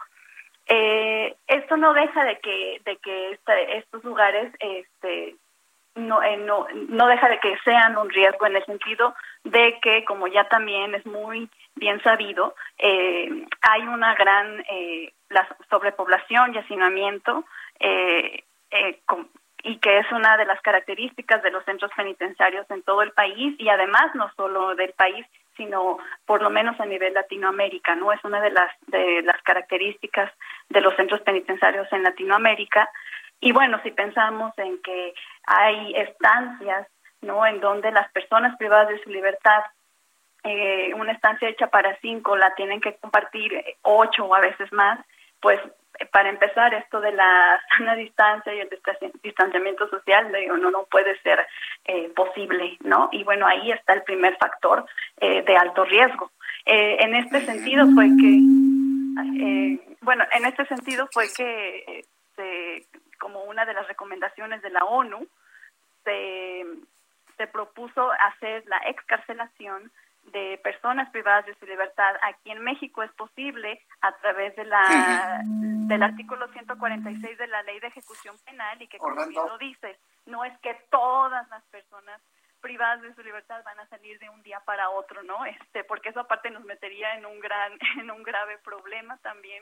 Eh, esto no deja de que de que este, estos lugares este no, eh, no no deja de que sean un riesgo, en el sentido de que, como ya también es muy bien sabido, eh, hay una gran eh, la sobrepoblación y hacinamiento, eh, eh, con, y que es una de las características de los centros penitenciarios en todo el país, y además no solo del país, sino por lo menos a nivel Latinoamérica, ¿no? Es una de las de las características de los centros penitenciarios en Latinoamérica. Y bueno, si pensamos en que hay estancias, ¿no?, en donde las personas privadas de su libertad, eh, una estancia hecha para cinco la tienen que compartir ocho o a veces más, pues para empezar, esto de la sana distancia y el distanciamiento social, digo, no, no puede ser eh, posible, ¿no? Y bueno, ahí está el primer factor eh, de alto riesgo. Eh, en este sentido fue que, eh, bueno, en este sentido fue que, eh, se, como una de las recomendaciones de la ONU, se, se propuso hacer la excarcelación de personas privadas de su libertad. Aquí en México es posible a través de la del artículo ciento cuarenta y seis de la Ley de Ejecución Penal, y que, como bien lo dices, no es que todas las personas privadas de su libertad van a salir de un día para otro, ¿no? Este, porque eso aparte nos metería en un gran en un grave problema también,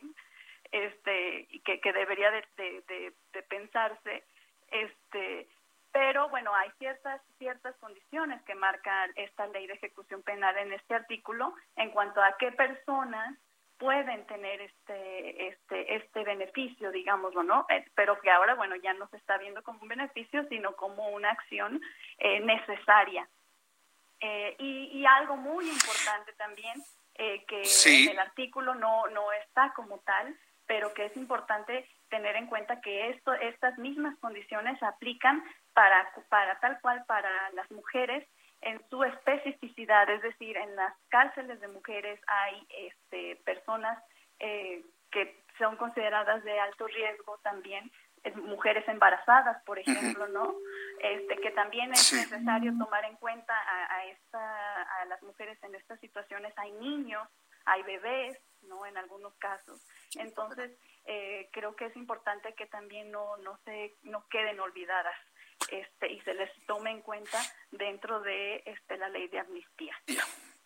este, y que, que debería de, de, de, de pensarse, este. Pero bueno, hay ciertas ciertas condiciones que marca esta Ley de Ejecución Penal en este artículo en cuanto a qué personas pueden tener este este este beneficio, digámoslo, ¿no? Eh, pero que ahora, bueno, ya no se está viendo como un beneficio, sino como una acción eh, necesaria. Eh, y, y algo muy importante también, eh, que sí. en el artículo no no está como tal, pero que es importante tener en cuenta que esto estas mismas condiciones aplican para para tal cual para las mujeres en su especificidad, es decir, en las cárceles de mujeres hay este personas eh, que son consideradas de alto riesgo también, es, mujeres embarazadas, por ejemplo, ¿no? Este que también es sí. necesario tomar en cuenta a, a esta a las mujeres en estas situaciones. Hay niños, hay bebés, ¿no?, en algunos casos. Entonces, eh, creo que es importante que también no no se no queden olvidadas, este y se les tome en cuenta dentro de este la ley de amnistía. Yeah.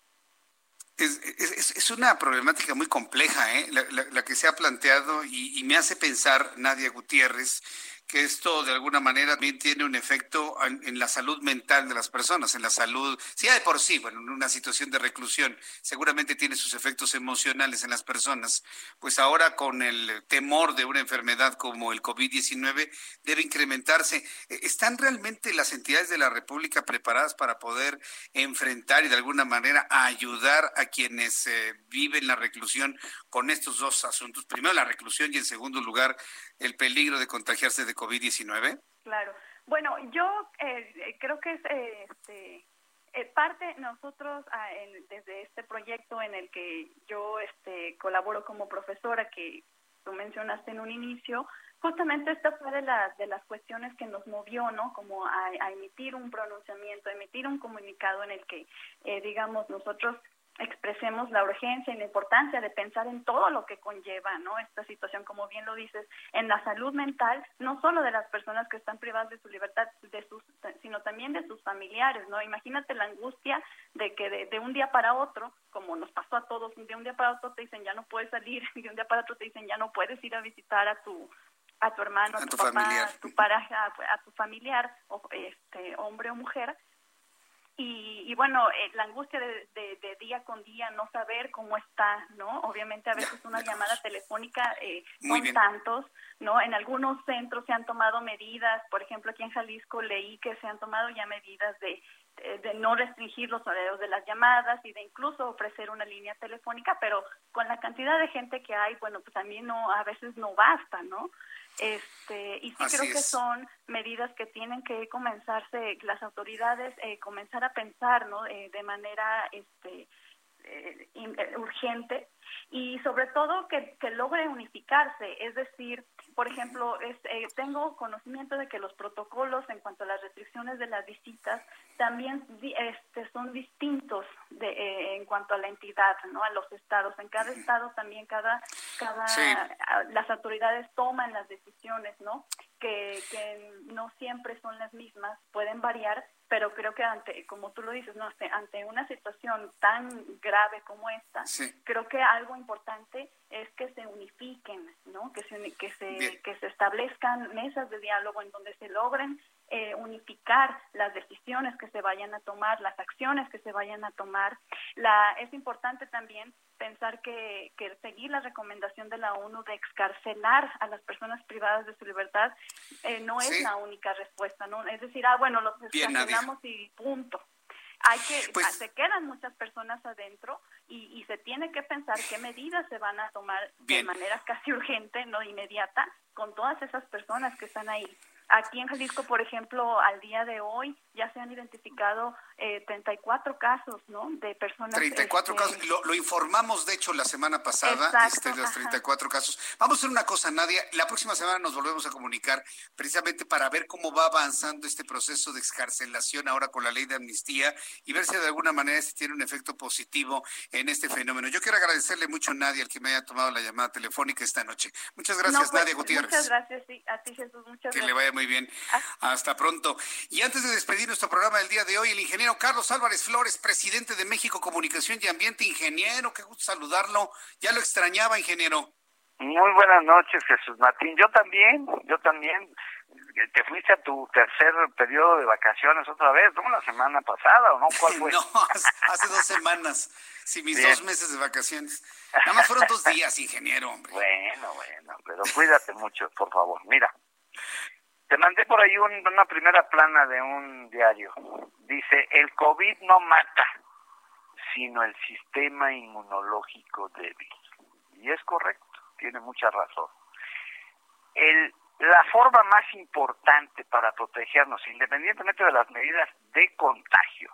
Es, es, es una problemática muy compleja, ¿eh? la, la, la que se ha planteado, y, y me hace pensar, Nadia Gutiérrez, que esto de alguna manera también tiene un efecto en, en la salud mental de las personas, en la salud, sí, de por sí, bueno, en una situación de reclusión seguramente tiene sus efectos emocionales en las personas, pues ahora con el temor de una enfermedad como el COVID diecinueve debe incrementarse. ¿Están realmente las entidades de la República preparadas para poder enfrentar y de alguna manera ayudar a quienes eh, viven la reclusión con estos dos asuntos? Primero la reclusión y en segundo lugar el peligro de contagiarse de COVID diecinueve. Claro. Bueno, yo eh, creo que es, eh, este, Eh, parte nosotros ah, en, desde este proyecto en el que yo este, colaboro como profesora, que tú mencionaste en un inicio, justamente esta fue de las de las cuestiones que nos movió, ¿no? Como a, a emitir un pronunciamiento, a emitir un comunicado en el que, eh, digamos, nosotros expresemos la urgencia y la importancia de pensar en todo lo que conlleva, ¿no? Esta situación, como bien lo dices, en la salud mental, no solo de las personas que están privadas de su libertad, de sus, sino también de sus familiares, ¿no? Imagínate la angustia de que de, de un día para otro, como nos pasó a todos, de un día para otro te dicen ya no puedes salir, y de un día para otro te dicen ya no puedes ir a visitar a tu a tu hermano, a, a tu, tu papá, familiar. a tu pareja, a tu familiar, o este hombre o mujer. Y, y bueno, eh, la angustia de, de, de día con día, no saber cómo está, ¿no? Obviamente a veces una llamada telefónica eh, son tantos, ¿no? En algunos centros se han tomado medidas, por ejemplo, aquí en Jalisco leí que se han tomado ya medidas de, de, de no restringir los horarios de las llamadas y de incluso ofrecer una línea telefónica, pero con la cantidad de gente que hay, bueno, pues también no, a veces no basta, ¿no? Este, y sí Así creo es. que son medidas que tienen que comenzarse, las autoridades eh, comenzar a pensar, ¿no? Eh, de manera este, eh, in, eh, urgente y sobre todo que, que logre unificarse, es decir, por ejemplo, es, eh, tengo conocimiento de que los protocolos en cuanto a las restricciones de las visitas también este, son distintos de, eh, en cuanto a la entidad, ¿no? A los estados. En cada estado también cada, cada sí. a, las autoridades toman las decisiones, ¿no? Que, que no siempre son las mismas, pueden variar, pero creo que ante, como tú lo dices, no ante, ante una situación tan grave como esta, sí. creo que algo importante es que se unifiquen, ¿no? Que se que se Bien. que se establezcan mesas de diálogo en donde se logren eh, unificar las decisiones que se vayan a tomar, las acciones que se vayan a tomar. La es importante también pensar que, que seguir la recomendación de la ONU de excarcelar a las personas privadas de su libertad eh, no sí. es la única respuesta, ¿no? Es decir, ah, bueno, los excarcelamos y punto. Hay que, pues, se quedan muchas personas adentro y, y se tiene que pensar qué medidas se van a tomar bien. de manera casi urgente, no inmediata, con todas esas personas que están ahí. Aquí en Jalisco, por ejemplo, al día de hoy ya se han identificado eh, treinta y cuatro casos, ¿no? De personas. treinta y cuatro este... casos. Lo, lo informamos, de hecho, la semana pasada. Exacto, este, los treinta y cuatro ajá. casos. Vamos a hacer una cosa, Nadia. La próxima semana nos volvemos a comunicar precisamente para ver cómo va avanzando este proceso de excarcelación ahora con la ley de amnistía y ver si de alguna manera se tiene un efecto positivo en este fenómeno. Yo quiero agradecerle mucho, Nadia, al que me haya tomado la llamada telefónica esta noche. Muchas gracias, no, pues, Nadia Gutiérrez. Muchas gracias, sí, a ti, Jesús. Muchas que gracias. le vaya muy bien. Hasta pronto. Y antes de despedir nuestro programa del día de hoy, el ingeniero Carlos Álvarez Flores, presidente de México Comunicación y Ambiente. Ingeniero, qué gusto saludarlo. Ya lo extrañaba, ingeniero. Muy buenas noches, Jesús Martín. Yo también, yo también. Te fuiste a tu tercer periodo de vacaciones otra vez, ¿no? La semana pasada, ¿o no? ¿Cuál fue? No, hace dos semanas. Sí, mis Bien. dos meses de vacaciones. Nada más fueron dos días, ingeniero, hombre. Bueno, bueno, pero cuídate mucho, por favor. Mira, te mandé por ahí un, una primera plana de un diario. Dice, el COVID no mata, sino el sistema inmunológico débil. Y es correcto, tiene mucha razón. El, la forma más importante para protegernos, independientemente de las medidas de contagio,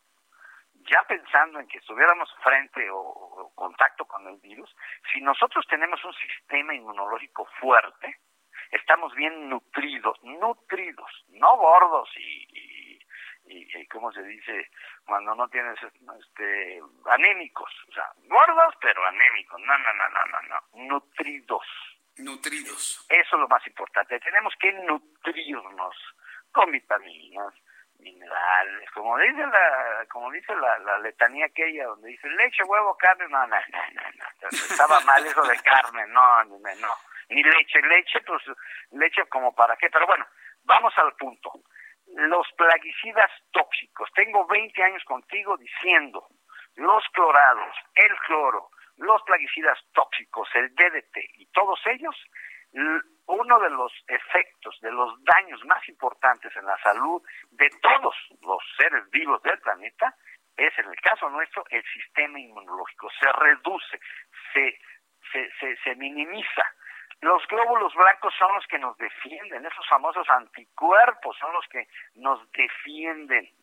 ya pensando en que estuviéramos frente o, o contacto con el virus, si nosotros tenemos un sistema inmunológico fuerte, estamos bien nutridos, nutridos, no gordos y, y, y, y ¿cómo se dice? Cuando no tienes, este, anémicos, o sea, gordos pero anémicos, no, no, no, no, no, no, nutridos. Nutridos. Eso es lo más importante, tenemos que nutrirnos con vitaminas, minerales, como dice la, como dice la, la letanía aquella donde dice leche, huevo, carne, no, no, no, no, no. Estaba mal eso de carne, no, no, no. Ni leche, leche, pues leche como para qué, pero bueno, vamos al punto. Los plaguicidas tóxicos, tengo veinte años contigo diciendo, los clorados, el cloro, los plaguicidas tóxicos, el D D T y todos ellos, uno de los efectos, de los daños más importantes en la salud de todos los seres vivos del planeta es, en el caso nuestro, el sistema inmunológico. Se reduce, se, se, se, se minimiza. Los glóbulos blancos son los que nos defienden, esos famosos anticuerpos son los que nos defienden.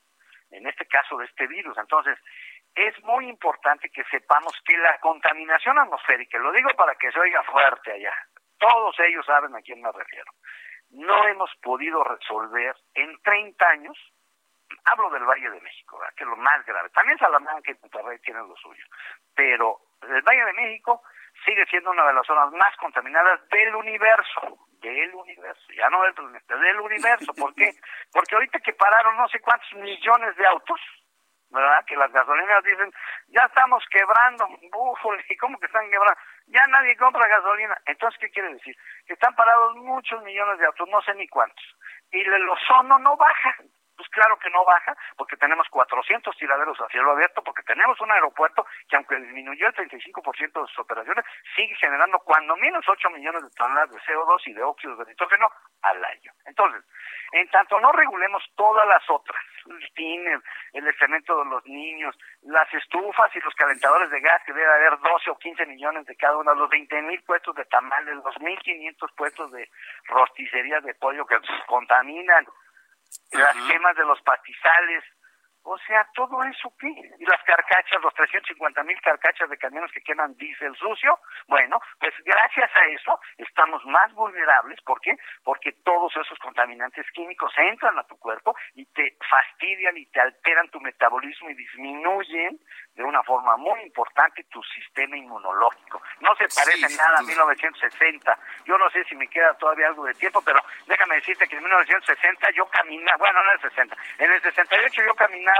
en este caso de este virus. Entonces, es muy importante que sepamos que la contaminación atmosférica, lo digo para que se oiga fuerte allá, todos ellos saben a quién me refiero, no hemos podido resolver en treinta años, hablo del Valle de México, ¿verdad?, que es lo más grave, también Salamanca y Monterrey tienen lo suyo, pero el Valle de México sigue siendo una de las zonas más contaminadas del universo, del universo, ya no del planeta, del universo. ¿Por qué? Porque ahorita que pararon no sé cuántos millones de autos, ¿verdad?, que las gasolineras dicen, ya estamos quebrando, búfole, ¿y cómo que están quebrando? Ya nadie compra gasolina. Entonces, ¿qué quiere decir? Que están parados muchos millones de autos, no sé ni cuántos, y el ozono no baja. Pues claro que no baja, porque tenemos cuatrocientos tiraderos a cielo abierto, porque tenemos un aeropuerto que, aunque disminuyó el treinta y cinco por ciento de sus operaciones, sigue generando cuando menos ocho millones de toneladas de C O dos y de óxidos de nitrógeno al año. Entonces, en tanto no regulemos todas las otras, el tiner, el excremento de los niños, las estufas y los calentadores de gas, que debe haber doce o quince millones de cada uno, los veinte mil puestos de tamales, los mil quinientos puestos de rosticerías de pollo que contaminan, las quemas de los pastizales, o sea, todo eso, ¿qué? Y las carcachas, los trescientos cincuenta mil carcachas de camiones que queman diésel sucio, bueno, pues gracias a eso estamos más vulnerables. ¿Por qué? Porque todos esos contaminantes químicos entran a tu cuerpo y te fastidian y te alteran tu metabolismo y disminuyen de una forma muy importante tu sistema inmunológico. No se parece sí, nada a mil novecientos sesenta. Yo no sé si me queda todavía algo de tiempo, pero déjame decirte que en mil novecientos sesenta yo caminaba, bueno, no en el sesenta, en el sesenta y ocho yo caminaba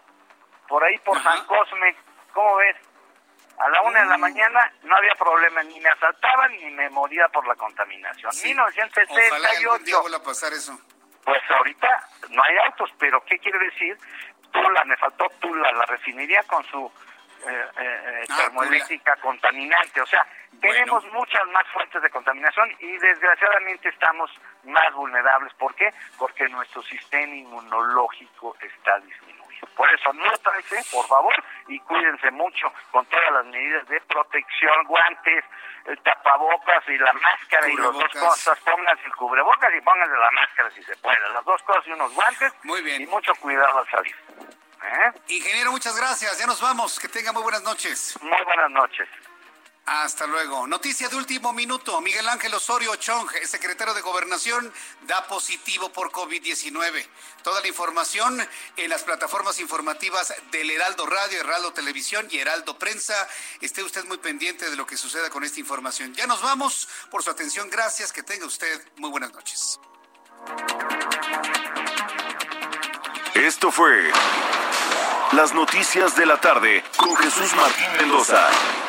por ahí por Ajá. San Cosme, ¿cómo ves? A la una mm. de la mañana no había problema, ni me asaltaban ni me moría por la contaminación. Sí. mil novecientos sesenta y ocho. Ojalá algún día vuelva a pasar eso. Pues ahorita no hay autos, pero ¿qué quiere decir? Tula, me faltó Tula, la refinería con su eh, eh, ah, termoeléctrica Tula. Contaminante. O sea, bueno. Tenemos muchas más fuentes de contaminación y desgraciadamente estamos más vulnerables. ¿Por qué? Porque nuestro sistema inmunológico está disminuyendo. Por eso, nuétranse, por favor, y cuídense mucho con todas las medidas de protección, guantes, el tapabocas y la máscara, y las dos cosas. Pónganse el cubrebocas y pónganse la máscara si se puede. Las dos cosas y unos guantes. Muy bien. Y mucho cuidado al salir. ¿Eh? Ingeniero, muchas gracias. Ya nos vamos. Que tenga muy buenas noches. Muy buenas noches. Hasta luego. Noticia de último minuto. Miguel Ángel Osorio Chong, el secretario de Gobernación, da positivo por COVID diecinueve. Toda la información en las plataformas informativas del Heraldo Radio, Heraldo Televisión y Heraldo Prensa. Esté usted muy pendiente de lo que suceda con esta información. Ya nos vamos. Por su atención, gracias. Que tenga usted muy buenas noches. Esto fue Las Noticias de la Tarde con Jesús Martín Mendoza.